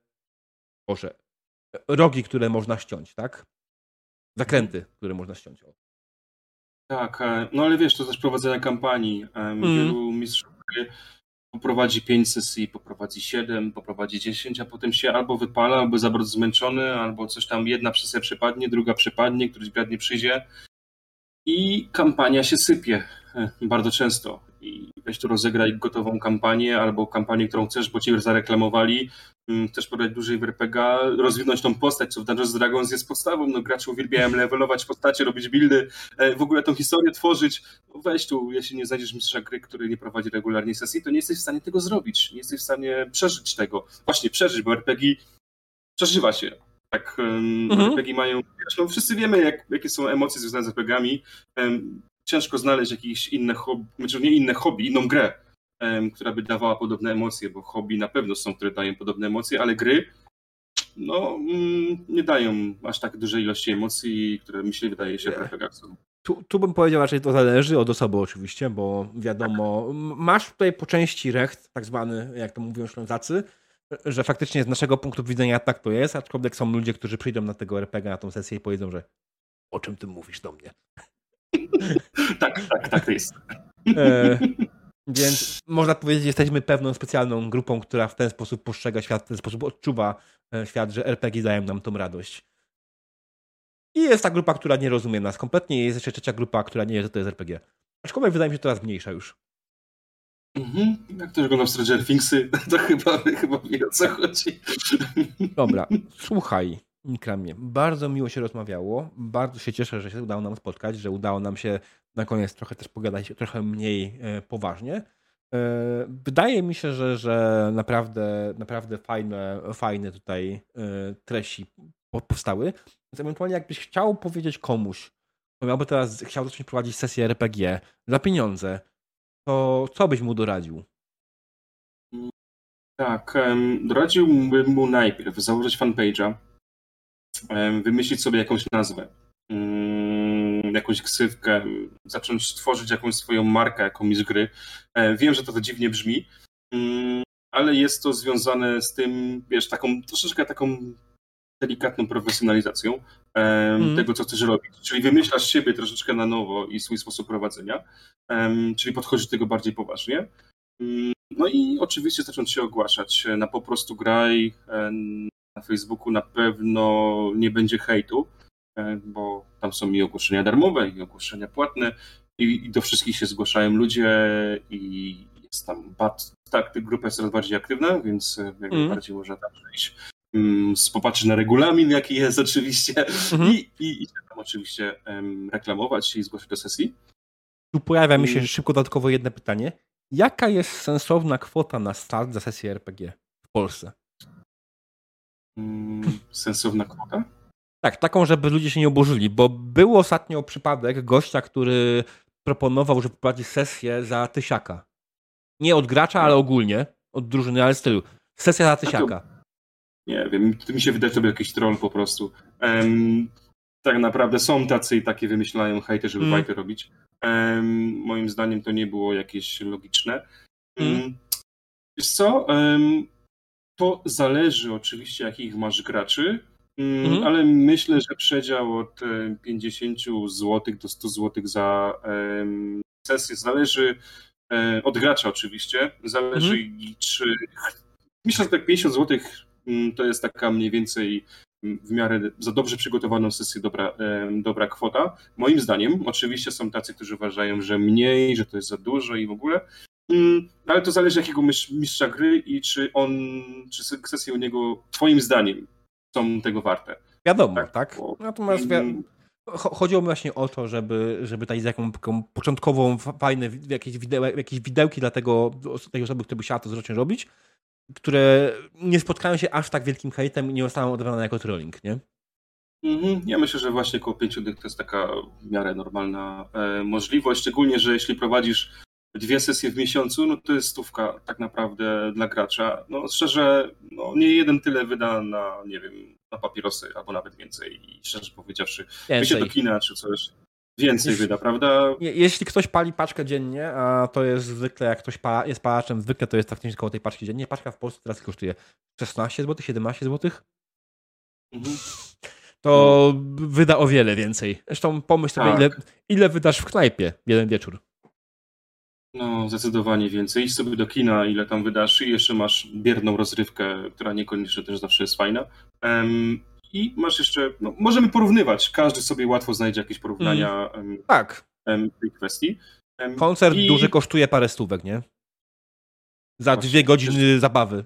rogi, które można ściąć, tak? Zakręty, które można ściąć. Tak, no ale wiesz, to też prowadzenie kampanii. Wielu mistrzów poprowadzi 5 sesji, poprowadzi 7, poprowadzi 10, a potem się albo wypala, albo za bardzo zmęczony, albo coś tam, jedna sesja przypadnie, druga przypadnie, któryś grad nie przyjdzie i kampania się sypie bardzo często. I weź tu rozegraj gotową kampanię, albo kampanię, którą chcesz, bo cię zareklamowali, chcesz podać dłużej w RPG, rozwinąć tą postać, co w Dungeons Dragons jest podstawą, no gracze uwielbiają levelować postacie, robić buildy, w ogóle tą historię tworzyć. Weź tu, jeśli nie znajdziesz mistrza gry, który nie prowadzi regularnej sesji, to nie jesteś w stanie tego zrobić, nie jesteś w stanie przeżyć tego. Właśnie przeżyć, bo RPG przeżywa się. Tak, RPG mają, no wszyscy wiemy, jakie są emocje związane z RPG-ami. Ciężko znaleźć jakieś inne hobby, znaczy nie inne hobby, inną grę, która by dawała podobne emocje, bo hobby na pewno są, które dają podobne emocje, ale gry no, nie dają aż tak dużej ilości emocji, które mi się wydaje się w RPG-ach są. Tu bym powiedział raczej, to zależy od osoby oczywiście, bo wiadomo, masz tutaj po części recht, tak zwany, jak to mówią Ślązacy, że faktycznie z naszego punktu widzenia tak to jest, aczkolwiek są ludzie, którzy przyjdą na tego RPG, na tą sesję i powiedzą, że o czym ty mówisz do mnie? Tak to jest. Więc można powiedzieć, że jesteśmy pewną specjalną grupą, która w ten sposób postrzega świat, w ten sposób odczuwa świat, że RPG dają nam tą radość. I jest ta grupa, która nie rozumie nas kompletnie, i jest jeszcze trzecia grupa, która nie wie, co to jest RPG. Aczkolwiek wydaje mi się coraz mniejsza już. Jak ktoś oglądał Stranger Thingsy, to chyba wie, o co chodzi. Dobra, słuchaj, Nikramie, bardzo miło się rozmawiało. Bardzo się cieszę, że się udało nam spotkać, że udało nam się na koniec trochę też pogadać trochę mniej poważnie. Wydaje mi się, że naprawdę fajne tutaj treści powstały. Więc ewentualnie jakbyś chciał powiedzieć komuś, kto miałby teraz chciał zacząć prowadzić sesję RPG za pieniądze, to co byś mu doradził? Tak, doradziłbym mu najpierw założyć fanpage'a, wymyślić sobie jakąś nazwę. jakąś ksywkę, zacząć tworzyć jakąś swoją markę jako mistrz gry. Wiem, że to dziwnie brzmi, ale jest to związane z tym, wiesz, troszeczkę taką delikatną profesjonalizacją tego, co chcesz robić. Czyli wymyślasz siebie troszeczkę na nowo i swój sposób prowadzenia, czyli podchodzisz do tego bardziej poważnie. No i oczywiście zacząć się ogłaszać na Po prostu graj, na Facebooku na pewno nie będzie hejtu, bo tam są i ogłoszenia darmowe, i ogłoszenia płatne i do wszystkich się zgłaszają ludzie i jest tam ta grupa jest coraz bardziej aktywna, więc jak najbardziej można tam przejść, popatrzeć na regulamin, jaki jest oczywiście i tam oczywiście reklamować i zgłosić do sesji. Tu pojawia mi się szybko dodatkowo jedno pytanie. Jaka jest sensowna kwota na start za sesję RPG w Polsce? Sensowna kwota? Tak, taką, żeby ludzie się nie oburzyli, bo był ostatnio przypadek gościa, który proponował, że poprowadzi sesję za 1000. Nie od gracza, ale ogólnie, od drużyny, ale stylu. Sesja za 1000. Nie wiem, to mi się wydaje, że to był jakiś troll po prostu. Tak naprawdę są tacy i takie wymyślają hejty, żeby bajty robić. Moim zdaniem to nie było jakieś logiczne. Wiesz co? To zależy oczywiście, jakich masz graczy, ale myślę, że przedział od 50 zł do 100 zł za sesję zależy od gracza oczywiście. Zależy czy... Myślę, że tak 50 zł to jest taka mniej więcej w miarę za dobrze przygotowaną sesję dobra kwota. Moim zdaniem, oczywiście są tacy, którzy uważają, że mniej, że to jest za dużo i w ogóle, ale to zależy jakiego mistrza gry i czy sesje u niego twoim zdaniem są tego warte. Wiadomo, tak? Natomiast chodziło mi właśnie o to, żeby dać taką początkową, fajne jakieś widełki dla tej osoby, która by chciała to zacząć robić, które nie spotkają się aż tak wielkim hejtem i nie zostaną odebrane jako trolling, nie? Ja myślę, że właśnie około 5 dych to jest taka w miarę normalna możliwość, szczególnie, że jeśli prowadzisz 2 sesje w miesiącu, no to jest 100 tak naprawdę dla gracza. No szczerze, nie jeden tyle wyda na, nie wiem, na papierosy, albo nawet więcej. I szczerze powiedziawszy, wyjście do kina czy coś, więcej wyda, prawda? Jeśli ktoś pali paczkę dziennie, a to jest zwykle, jak ktoś jest palaczem, zwykle to jest faktycznie koło tej paczki dziennie. Paczka w Polsce teraz kosztuje 16 zł, 17 zł. To wyda o wiele więcej. Zresztą pomyśl sobie, ile wydasz w knajpie w jeden wieczór. No, zdecydowanie więcej. Idź sobie do kina, ile tam wydasz i jeszcze masz bierną rozrywkę, która niekoniecznie też zawsze jest fajna. I masz jeszcze, możemy porównywać. Każdy sobie łatwo znajdzie jakieś porównania tej kwestii. Koncert duży kosztuje parę stówek, nie? Za 2 godziny zabawy.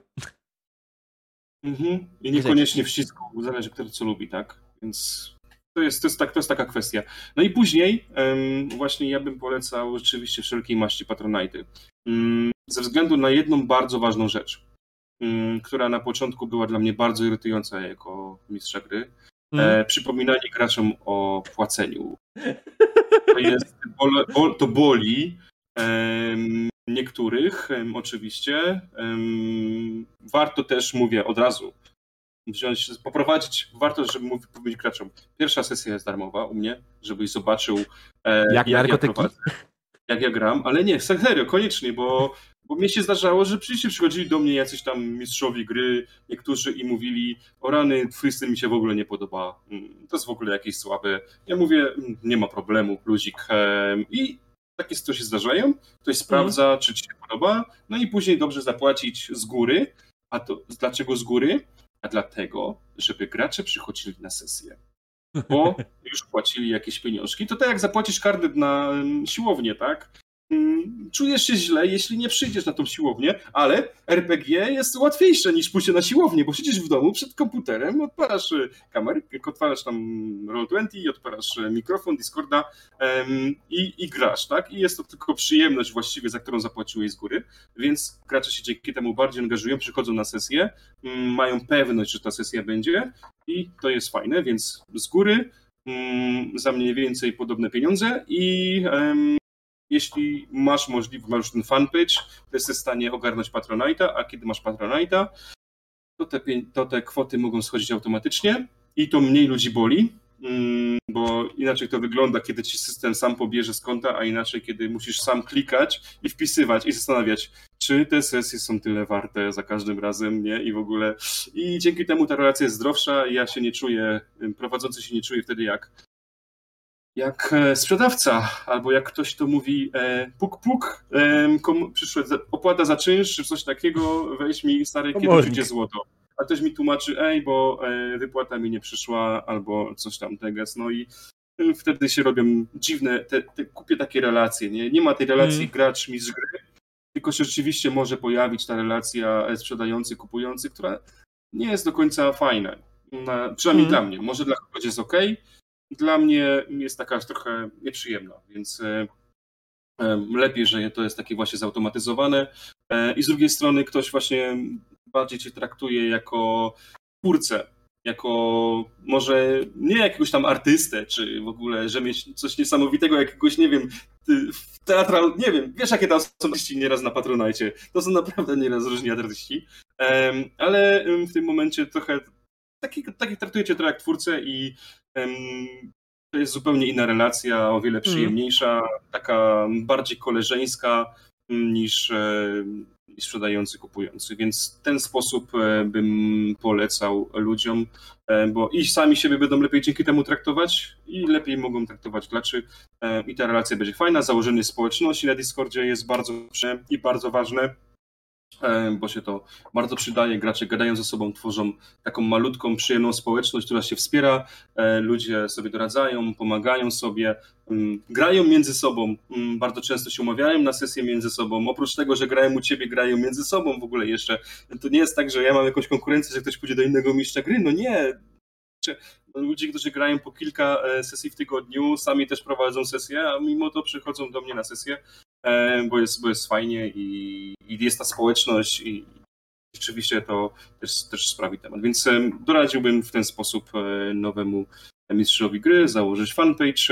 I niekoniecznie w ścisku, zależy kto co lubi, tak? Więc to jest taka kwestia. No i później właśnie ja bym polecał rzeczywiście wszelkiej maści Patronite'y. Ze względu na jedną bardzo ważną rzecz, która na początku była dla mnie bardzo irytująca jako mistrza gry. Przypominanie graczom o płaceniu. To boli niektórych oczywiście. Warto też, mówię od razu, warto, żeby powiedzieć graczom, pierwsza sesja jest darmowa u mnie, żebyś zobaczył jak ja prowadzę, jak ja gram, ale nie, serio, koniecznie, bo mnie się zdarzało, że przecież przychodzili do mnie jacyś tam mistrzowi gry, niektórzy i mówili, o rany, twój styl mi się w ogóle nie podoba, to jest w ogóle jakieś słabe. Ja mówię, nie ma problemu, luzik. I takie sytuacje się zdarzają, ktoś sprawdza, czy ci się podoba, no i później dobrze zapłacić z góry. A to dlaczego z góry? A dlatego, żeby gracze przychodzili na sesję, bo już płacili jakieś pieniążki. To tak jak zapłacisz karnet na siłownię, tak? Czujesz się źle, jeśli nie przyjdziesz na tą siłownię, ale RPG jest łatwiejsze niż pójście na siłownię, bo siedzisz w domu przed komputerem, odpalasz kamerę, odpalasz tam Roll20, odpalasz mikrofon, Discorda i grasz, tak? I jest to tylko przyjemność właściwie, za którą zapłaciłeś z góry, więc gracze się dzięki temu bardziej angażują, przychodzą na sesję, mają pewność, że ta sesja będzie i to jest fajne, więc z góry za mniej więcej podobne pieniądze i jeśli masz możliwość, masz ten fanpage, to jesteś w stanie ogarnąć Patronite'a, a kiedy masz Patronite'a, to te kwoty mogą schodzić automatycznie i to mniej ludzi boli, bo inaczej to wygląda, kiedy ci system sam pobierze z konta, a inaczej, kiedy musisz sam klikać i wpisywać i zastanawiać, czy te sesje są tyle warte za każdym razem, nie? I w ogóle. I dzięki temu ta relacja jest zdrowsza i ja się nie czuję, prowadzący się nie czuje wtedy jak sprzedawca, albo jak ktoś to mówi puk, przyszła opłata za czynsz, czy coś takiego, weź mi stary, kiedy przyjdzie złoto. A ktoś mi tłumaczy, bo wypłata mi nie przyszła, albo coś tam teges, no i wtedy się robią dziwne, kupię takie relacje, nie ma tej relacji gracz, mistrz gry, tylko się rzeczywiście może pojawić ta relacja sprzedający, kupujący, która nie jest do końca fajna, przynajmniej dla mnie, może dla kogoś jest okej, dla mnie jest taka trochę nieprzyjemna, więc lepiej, że to jest takie właśnie zautomatyzowane i z drugiej strony ktoś właśnie bardziej cię traktuje jako twórcę, jako może nie jakiegoś tam artystę, czy w ogóle, że mieć coś niesamowitego, jakiegoś, nie wiem, teatral, nie wiem, wiesz jakie tam są artyści nieraz na Patronite, to są naprawdę nieraz różni artyści, ale w tym momencie trochę tak traktujecie trochę jak twórcę i to jest zupełnie inna relacja, o wiele przyjemniejsza, taka bardziej koleżeńska niż sprzedający, kupujący. Więc w ten sposób bym polecał ludziom, bo i sami siebie będą lepiej dzięki temu traktować i lepiej mogą traktować graczy i ta relacja będzie fajna. Założenie społeczności na Discordzie jest bardzo i bardzo ważne, bo się to bardzo przydaje. Gracze gadają ze sobą, tworzą taką malutką, przyjemną społeczność, która się wspiera. Ludzie sobie doradzają, pomagają sobie, grają między sobą. Bardzo często się umawiają na sesje między sobą. Oprócz tego, że grają u ciebie, grają między sobą w ogóle jeszcze. To nie jest tak, że ja mam jakąś konkurencję, że ktoś pójdzie do innego mistrza gry. No nie. Ludzie, którzy grają po kilka sesji w tygodniu, sami też prowadzą sesje, a mimo to przychodzą do mnie na sesję, bo jest fajnie i jest ta społeczność i rzeczywiście to też sprawi temat. Więc doradziłbym w ten sposób nowemu mistrzowi gry założyć fanpage.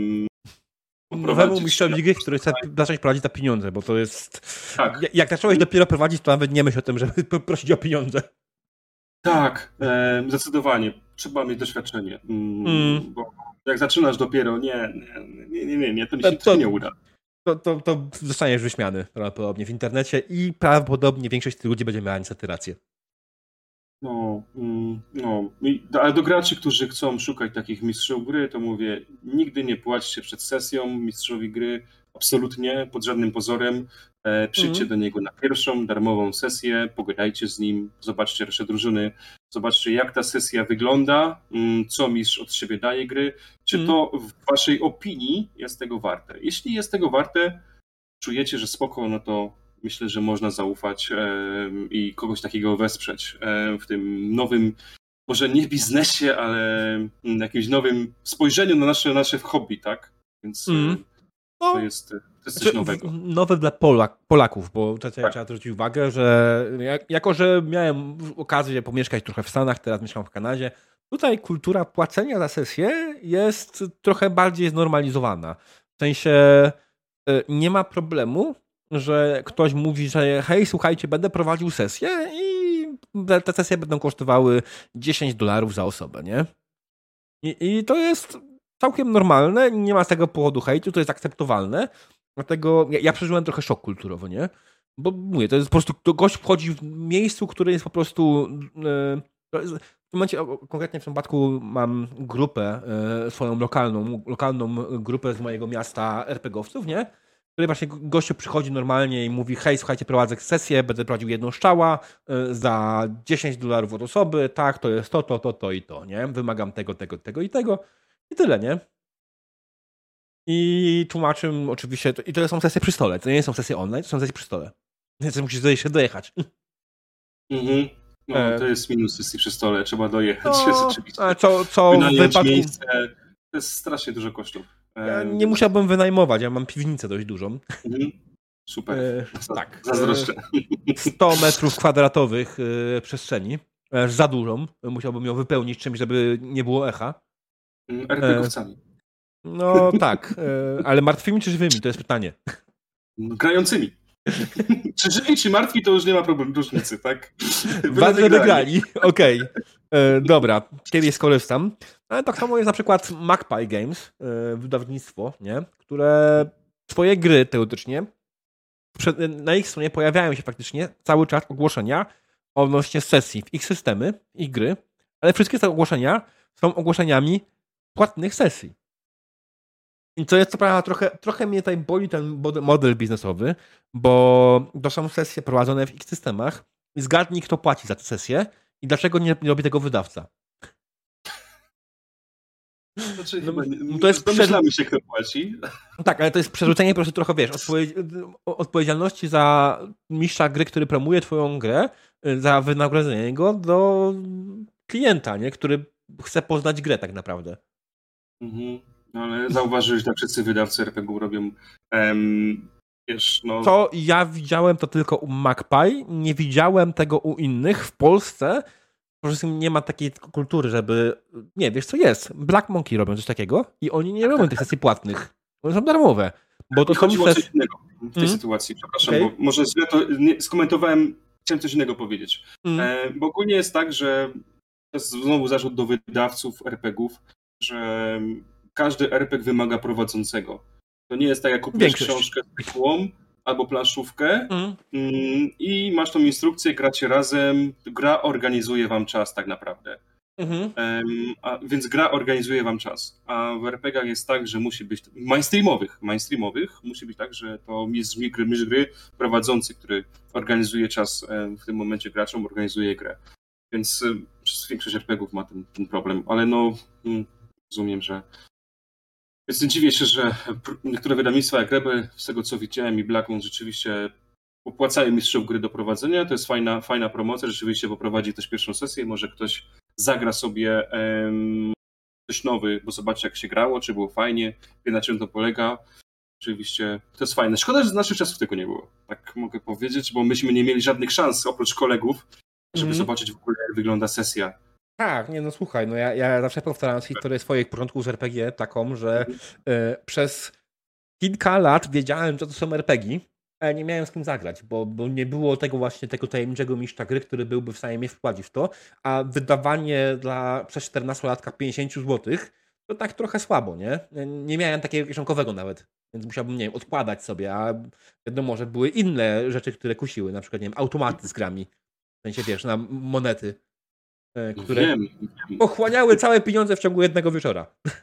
Nowemu mistrzowi gry, który chce zacząć prowadzić za pieniądze, bo to jest... Tak. Jak zacząłeś dopiero prowadzić, to nawet nie myśl o tym, żeby prosić o pieniądze. Tak, zdecydowanie. Trzeba mieć doświadczenie. Bo jak zaczynasz dopiero, nie, to się nie uda. To zostaniesz wyśmiany prawdopodobnie w internecie i prawdopodobnie większość z tych ludzi będzie miała niestety rację. Ale do graczy, którzy chcą szukać takich mistrzów gry, to mówię, nigdy nie płaćcie przed sesją mistrzowi gry, absolutnie, pod żadnym pozorem. Przyjdźcie do niego na pierwszą darmową sesję, pogadajcie z nim, zobaczcie resztę drużyny, zobaczcie jak ta sesja wygląda, co mistrz od siebie daje gry, czy to w waszej opinii jest tego warte. Jeśli jest tego warte, czujecie, że spoko, no to myślę, że można zaufać i kogoś takiego wesprzeć w tym nowym, może nie biznesie, ale jakimś nowym spojrzeniu na nasze hobby, tak? Więc to jest coś nowego. Nowe dla Polaków, bo trzeba zwrócić uwagę, że jako, że miałem okazję pomieszkać trochę w Stanach, teraz mieszkam w Kanadzie, tutaj kultura płacenia za sesję jest trochę bardziej znormalizowana. W sensie nie ma problemu, że ktoś mówi, że hej, słuchajcie, będę prowadził sesję i te sesje będą kosztowały $10 za osobę, nie? I to jest całkiem normalne, nie ma z tego powodu hejtu, to jest akceptowalne, dlatego ja przeżyłem trochę szok kulturowy, nie? Bo mówię, to jest po prostu, gość wchodzi w miejscu, które jest po prostu... W tym momencie, konkretnie w tym przypadku mam grupę, swoją lokalną grupę z mojego miasta RPGowców, nie? Który właśnie gościu przychodzi normalnie i mówi, hej, słuchajcie, prowadzę sesję, będę prowadził jedną strzała za $10 od osoby, tak, to jest to i to, nie? Wymagam tego i tego i tyle, nie? I tłumaczę oczywiście, i to są sesje przy stole, to nie są sesje online, to są sesje przy stole. Więc musisz jeszcze dojechać. To jest minus sesji przy stole, trzeba dojechać. Co w wypadku... miejsce, to jest strasznie dużo kosztów. Ja nie musiałbym wynajmować, ja mam piwnicę dość dużą. Super. Tak. Zazdroszczę. 100 metrów kwadratowych przestrzeni. Za dużą. Musiałbym ją wypełnić czymś, żeby nie było echa. RPG-owcami. No tak, ale martwymi czy żywymi? To jest pytanie. Grającymi. Czy żywi, czy martwi, to już nie ma problemu, różnicy, tak? Ważne, żeby grali. Okej. Dobra, kiedyś skorzystam. Ale tak samo jest na przykład Magpie Games, wydawnictwo, nie? Które swoje gry teoretycznie na ich stronie pojawiają się faktycznie cały czas ogłoszenia odnośnie sesji w ich systemy, ich gry, ale wszystkie te ogłoszenia są ogłoszeniami płatnych sesji. I to jest co prawda trochę mnie tutaj boli ten model biznesowy, bo to są sesje prowadzone w ich systemach i zgadnij, kto płaci za te sesje i dlaczego nie robi tego wydawca. Znaczy, to jest domyślamy się, kto płaci. Tak, ale to jest przerzucenie po prostu trochę, wiesz, odpowiedzialności za mistrza gry, który promuje twoją grę, za wynagrodzenie go do klienta, nie? Który chce poznać grę tak naprawdę. Mhm. No, ale zauważyłeś, że wszyscy wydawcy RPG robią wiesz, no... To ja widziałem to tylko u Magpie, nie widziałem tego u innych. W Polsce po prostu nie ma takiej kultury, żeby... Nie, wiesz co jest? Black Monkey robią coś takiego i oni nie robią tych sesji płatnych. One są darmowe. Bo to chodziło o coś innego w tej sytuacji, przepraszam, okay. Bo może źle to skomentowałem, chciałem coś innego powiedzieć. Bo ogólnie jest tak, że to jest znowu zarzut do wydawców RPG-ów, że każdy RPG wymaga prowadzącego. To nie jest tak, jak kupujesz książkę z tytułą albo planszówkę i masz tą instrukcję, gracie razem, gra organizuje wam czas tak naprawdę. Więc gra organizuje wam czas. A w RPG-ach jest tak, że musi być mainstreamowych musi być tak, że to mistrz gry prowadzący, który organizuje czas w tym momencie graczom, organizuje grę. Więc większość RPG-ów ma ten problem, ale no rozumiem, że więc nie dziwię się, że niektóre wydawnictwa jak Rebel, z tego co widziałem i Blackmon rzeczywiście opłacają mistrzów gry do prowadzenia. To jest fajna promocja, rzeczywiście poprowadzi też pierwszą sesję, może ktoś zagra sobie coś nowy, bo zobaczy jak się grało, czy było fajnie, wie na czym to polega. Oczywiście to jest fajne. Szkoda, że z naszych czasów tego nie było. Tak mogę powiedzieć, bo myśmy nie mieli żadnych szans oprócz kolegów, żeby zobaczyć w ogóle jak wygląda sesja. Tak, nie no słuchaj, no ja zawsze powtarzam historię swoich początków z RPG taką, że przez kilka lat wiedziałem, że to są RPG, ale nie miałem z kim zagrać, bo nie było tego tajemniczego mistrza gry, który byłby w stanie mnie wpłacić w to, a wydawanie przez 14-latka 50 zł to tak trochę słabo, nie? Nie miałem takiego kieszonkowego nawet, więc musiałbym, nie wiem, odkładać sobie, a wiadomo, że były inne rzeczy, które kusiły, na przykład, nie wiem, automaty z grami, w sensie, wiesz, na monety, które pochłaniały całe pieniądze w ciągu jednego wieczora.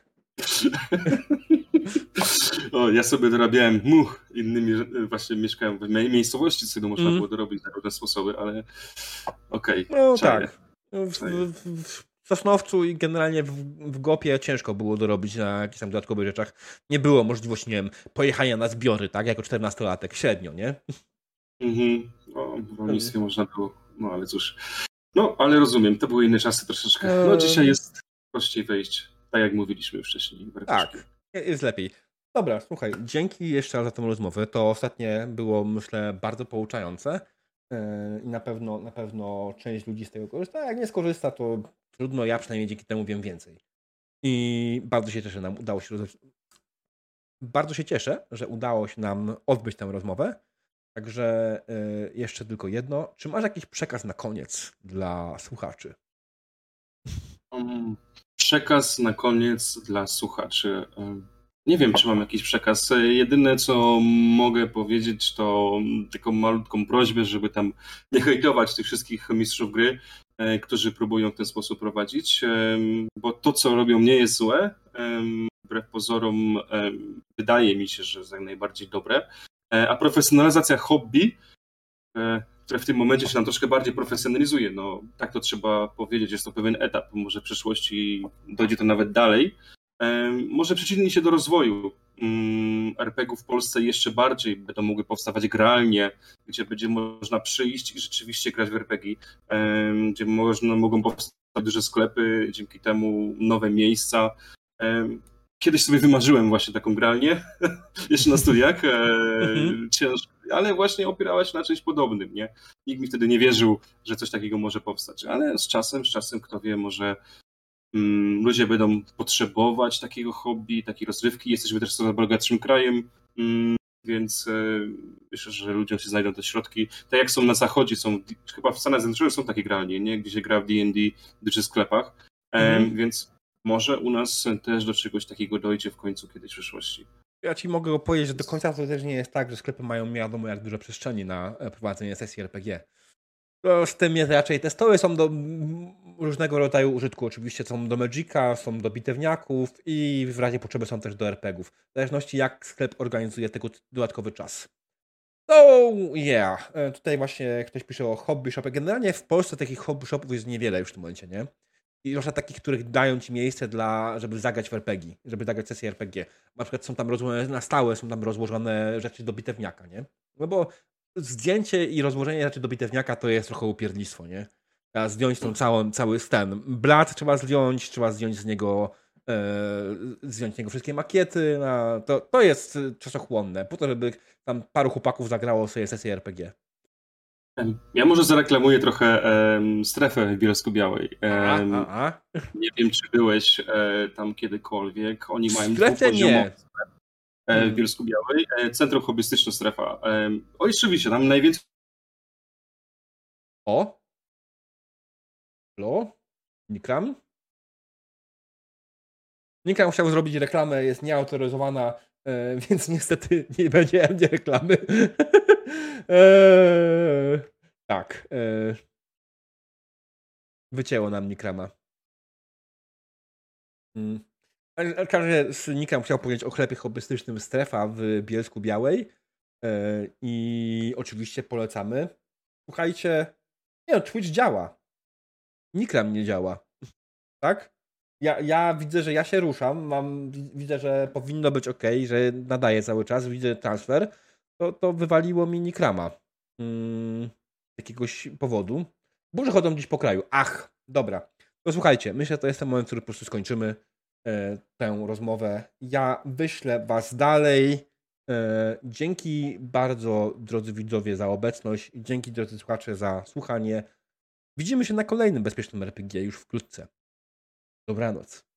O, ja sobie dorabiałem innymi właśnie mieszkałem w miejscowości, co można było dorobić na różne sposoby, ale okej. No tak. W Sosnowcu i generalnie w Gopie ciężko było dorobić na jakichś tam dodatkowych rzeczach. Nie było możliwości, nie wiem, pojechania na zbiory, tak, jako 14-latek, średnio, nie? No, w rolnictwie można było, no ale cóż. No, ale rozumiem, to były inne czasy troszeczkę. No, dzisiaj jest prościej wejść, tak jak mówiliśmy wcześniej. Tak, jest lepiej. Dobra, słuchaj, dzięki jeszcze raz za tę rozmowę. To ostatnie było, myślę, bardzo pouczające i na pewno część ludzi z tego korzysta. A jak nie skorzysta, to trudno, ja przynajmniej dzięki temu wiem więcej. I bardzo się cieszę, że udało się nam odbyć tę rozmowę. Także jeszcze tylko jedno. Czy masz jakiś przekaz na koniec dla słuchaczy? Przekaz na koniec dla słuchaczy. Nie wiem, czy mam jakiś przekaz. Jedyne, co mogę powiedzieć, to taką malutką prośbę, żeby tam nie hejtować tych wszystkich mistrzów gry, którzy próbują w ten sposób prowadzić, bo to, co robią, nie jest złe. Wbrew pozorom wydaje mi się, że jest jak najbardziej dobre. A profesjonalizacja hobby, które w tym momencie się nam troszkę bardziej profesjonalizuje, no tak to trzeba powiedzieć, jest to pewien etap, może w przyszłości dojdzie to nawet dalej, może przyczyni się do rozwoju RPG-ów w Polsce jeszcze bardziej, będą mogły powstawać gralnie, gdzie będzie można przyjść i rzeczywiście grać w RPG, gdzie mogą powstać duże sklepy, dzięki temu nowe miejsca. Kiedyś sobie wymarzyłem właśnie taką gralnię, jeszcze na studiach, ciężko, ale właśnie opierała się na czymś podobnym, nie? Nikt mi wtedy nie wierzył, że coś takiego może powstać, ale z czasem, kto wie, może ludzie będą potrzebować takiego hobby, takiej rozrywki, jesteśmy też coraz bogatszym krajem, więc myślę, że ludziom się znajdą te środki. Tak jak są na zachodzie, chyba w Stanach Zjednoczonych są takie gralnie, nie? Gdzie się gra w D&D w dużych sklepach, więc może u nas też do czegoś takiego dojdzie w końcu kiedyś w przyszłości. Ja ci mogę powiedzieć, że do końca to też nie jest tak, że sklepy mają wiadomo jak dużo przestrzeni na prowadzenie sesji RPG. To z tym jest raczej te stoły są do różnego rodzaju użytku. Oczywiście są do Magica, są do bitewniaków i w razie potrzeby są też do RPGów. W zależności jak sklep organizuje tego dodatkowy czas. No, yeah. Tutaj właśnie ktoś pisze o hobby shopie. Generalnie w Polsce takich hobby shopów jest niewiele już w tym momencie, nie? I zwłaszcza takich, których dają ci miejsce żeby zagrać w RPG, żeby zagrać sesję RPG. Na przykład są tam rozłożone na stałe, są tam rozłożone rzeczy do bitewniaka, nie? No bo zdjęcie i rozłożenie rzeczy do bitewniaka to jest trochę upierdlistwo, nie? Trzeba zdjąć cały stan. Blat trzeba zdjąć z niego wszystkie makiety. To jest czasochłonne, po to, żeby tam paru chłopaków zagrało sobie sesję RPG. Ja może zareklamuję trochę strefę w Bielsku-Białej. Nie wiem, czy byłeś tam kiedykolwiek. Oni mają dwupoziomowy sklep w Bielsku-Białej. Centrum hobbystyczne strefa. Oj, rzeczywiście, tam najwięcej... Nikram? Nikram chciał zrobić reklamę, jest nieautoryzowana, więc niestety nie będzie reklamy. Tak. Wycięło nam Nikrama. Nikram chciał powiedzieć o sklepie hobbystycznym Strefa w Bielsku-Białej i oczywiście polecamy. Słuchajcie, Twitch działa. Nikram nie działa. Tak? Ja widzę, że ja się ruszam, widzę, że powinno być ok, że nadaje cały czas, widzę transfer, to wywaliło mi Nikrama. Z jakiegoś powodu. Burze chodzą gdzieś po kraju. Ach, dobra. To słuchajcie, myślę, że to jest ten moment, w którym po prostu skończymy tę rozmowę. Ja wyślę was dalej. Dzięki bardzo, drodzy widzowie, za obecność. Dzięki, drodzy słuchacze, za słuchanie. Widzimy się na kolejnym Bezpiecznym RPG już wkrótce. Dobranoc.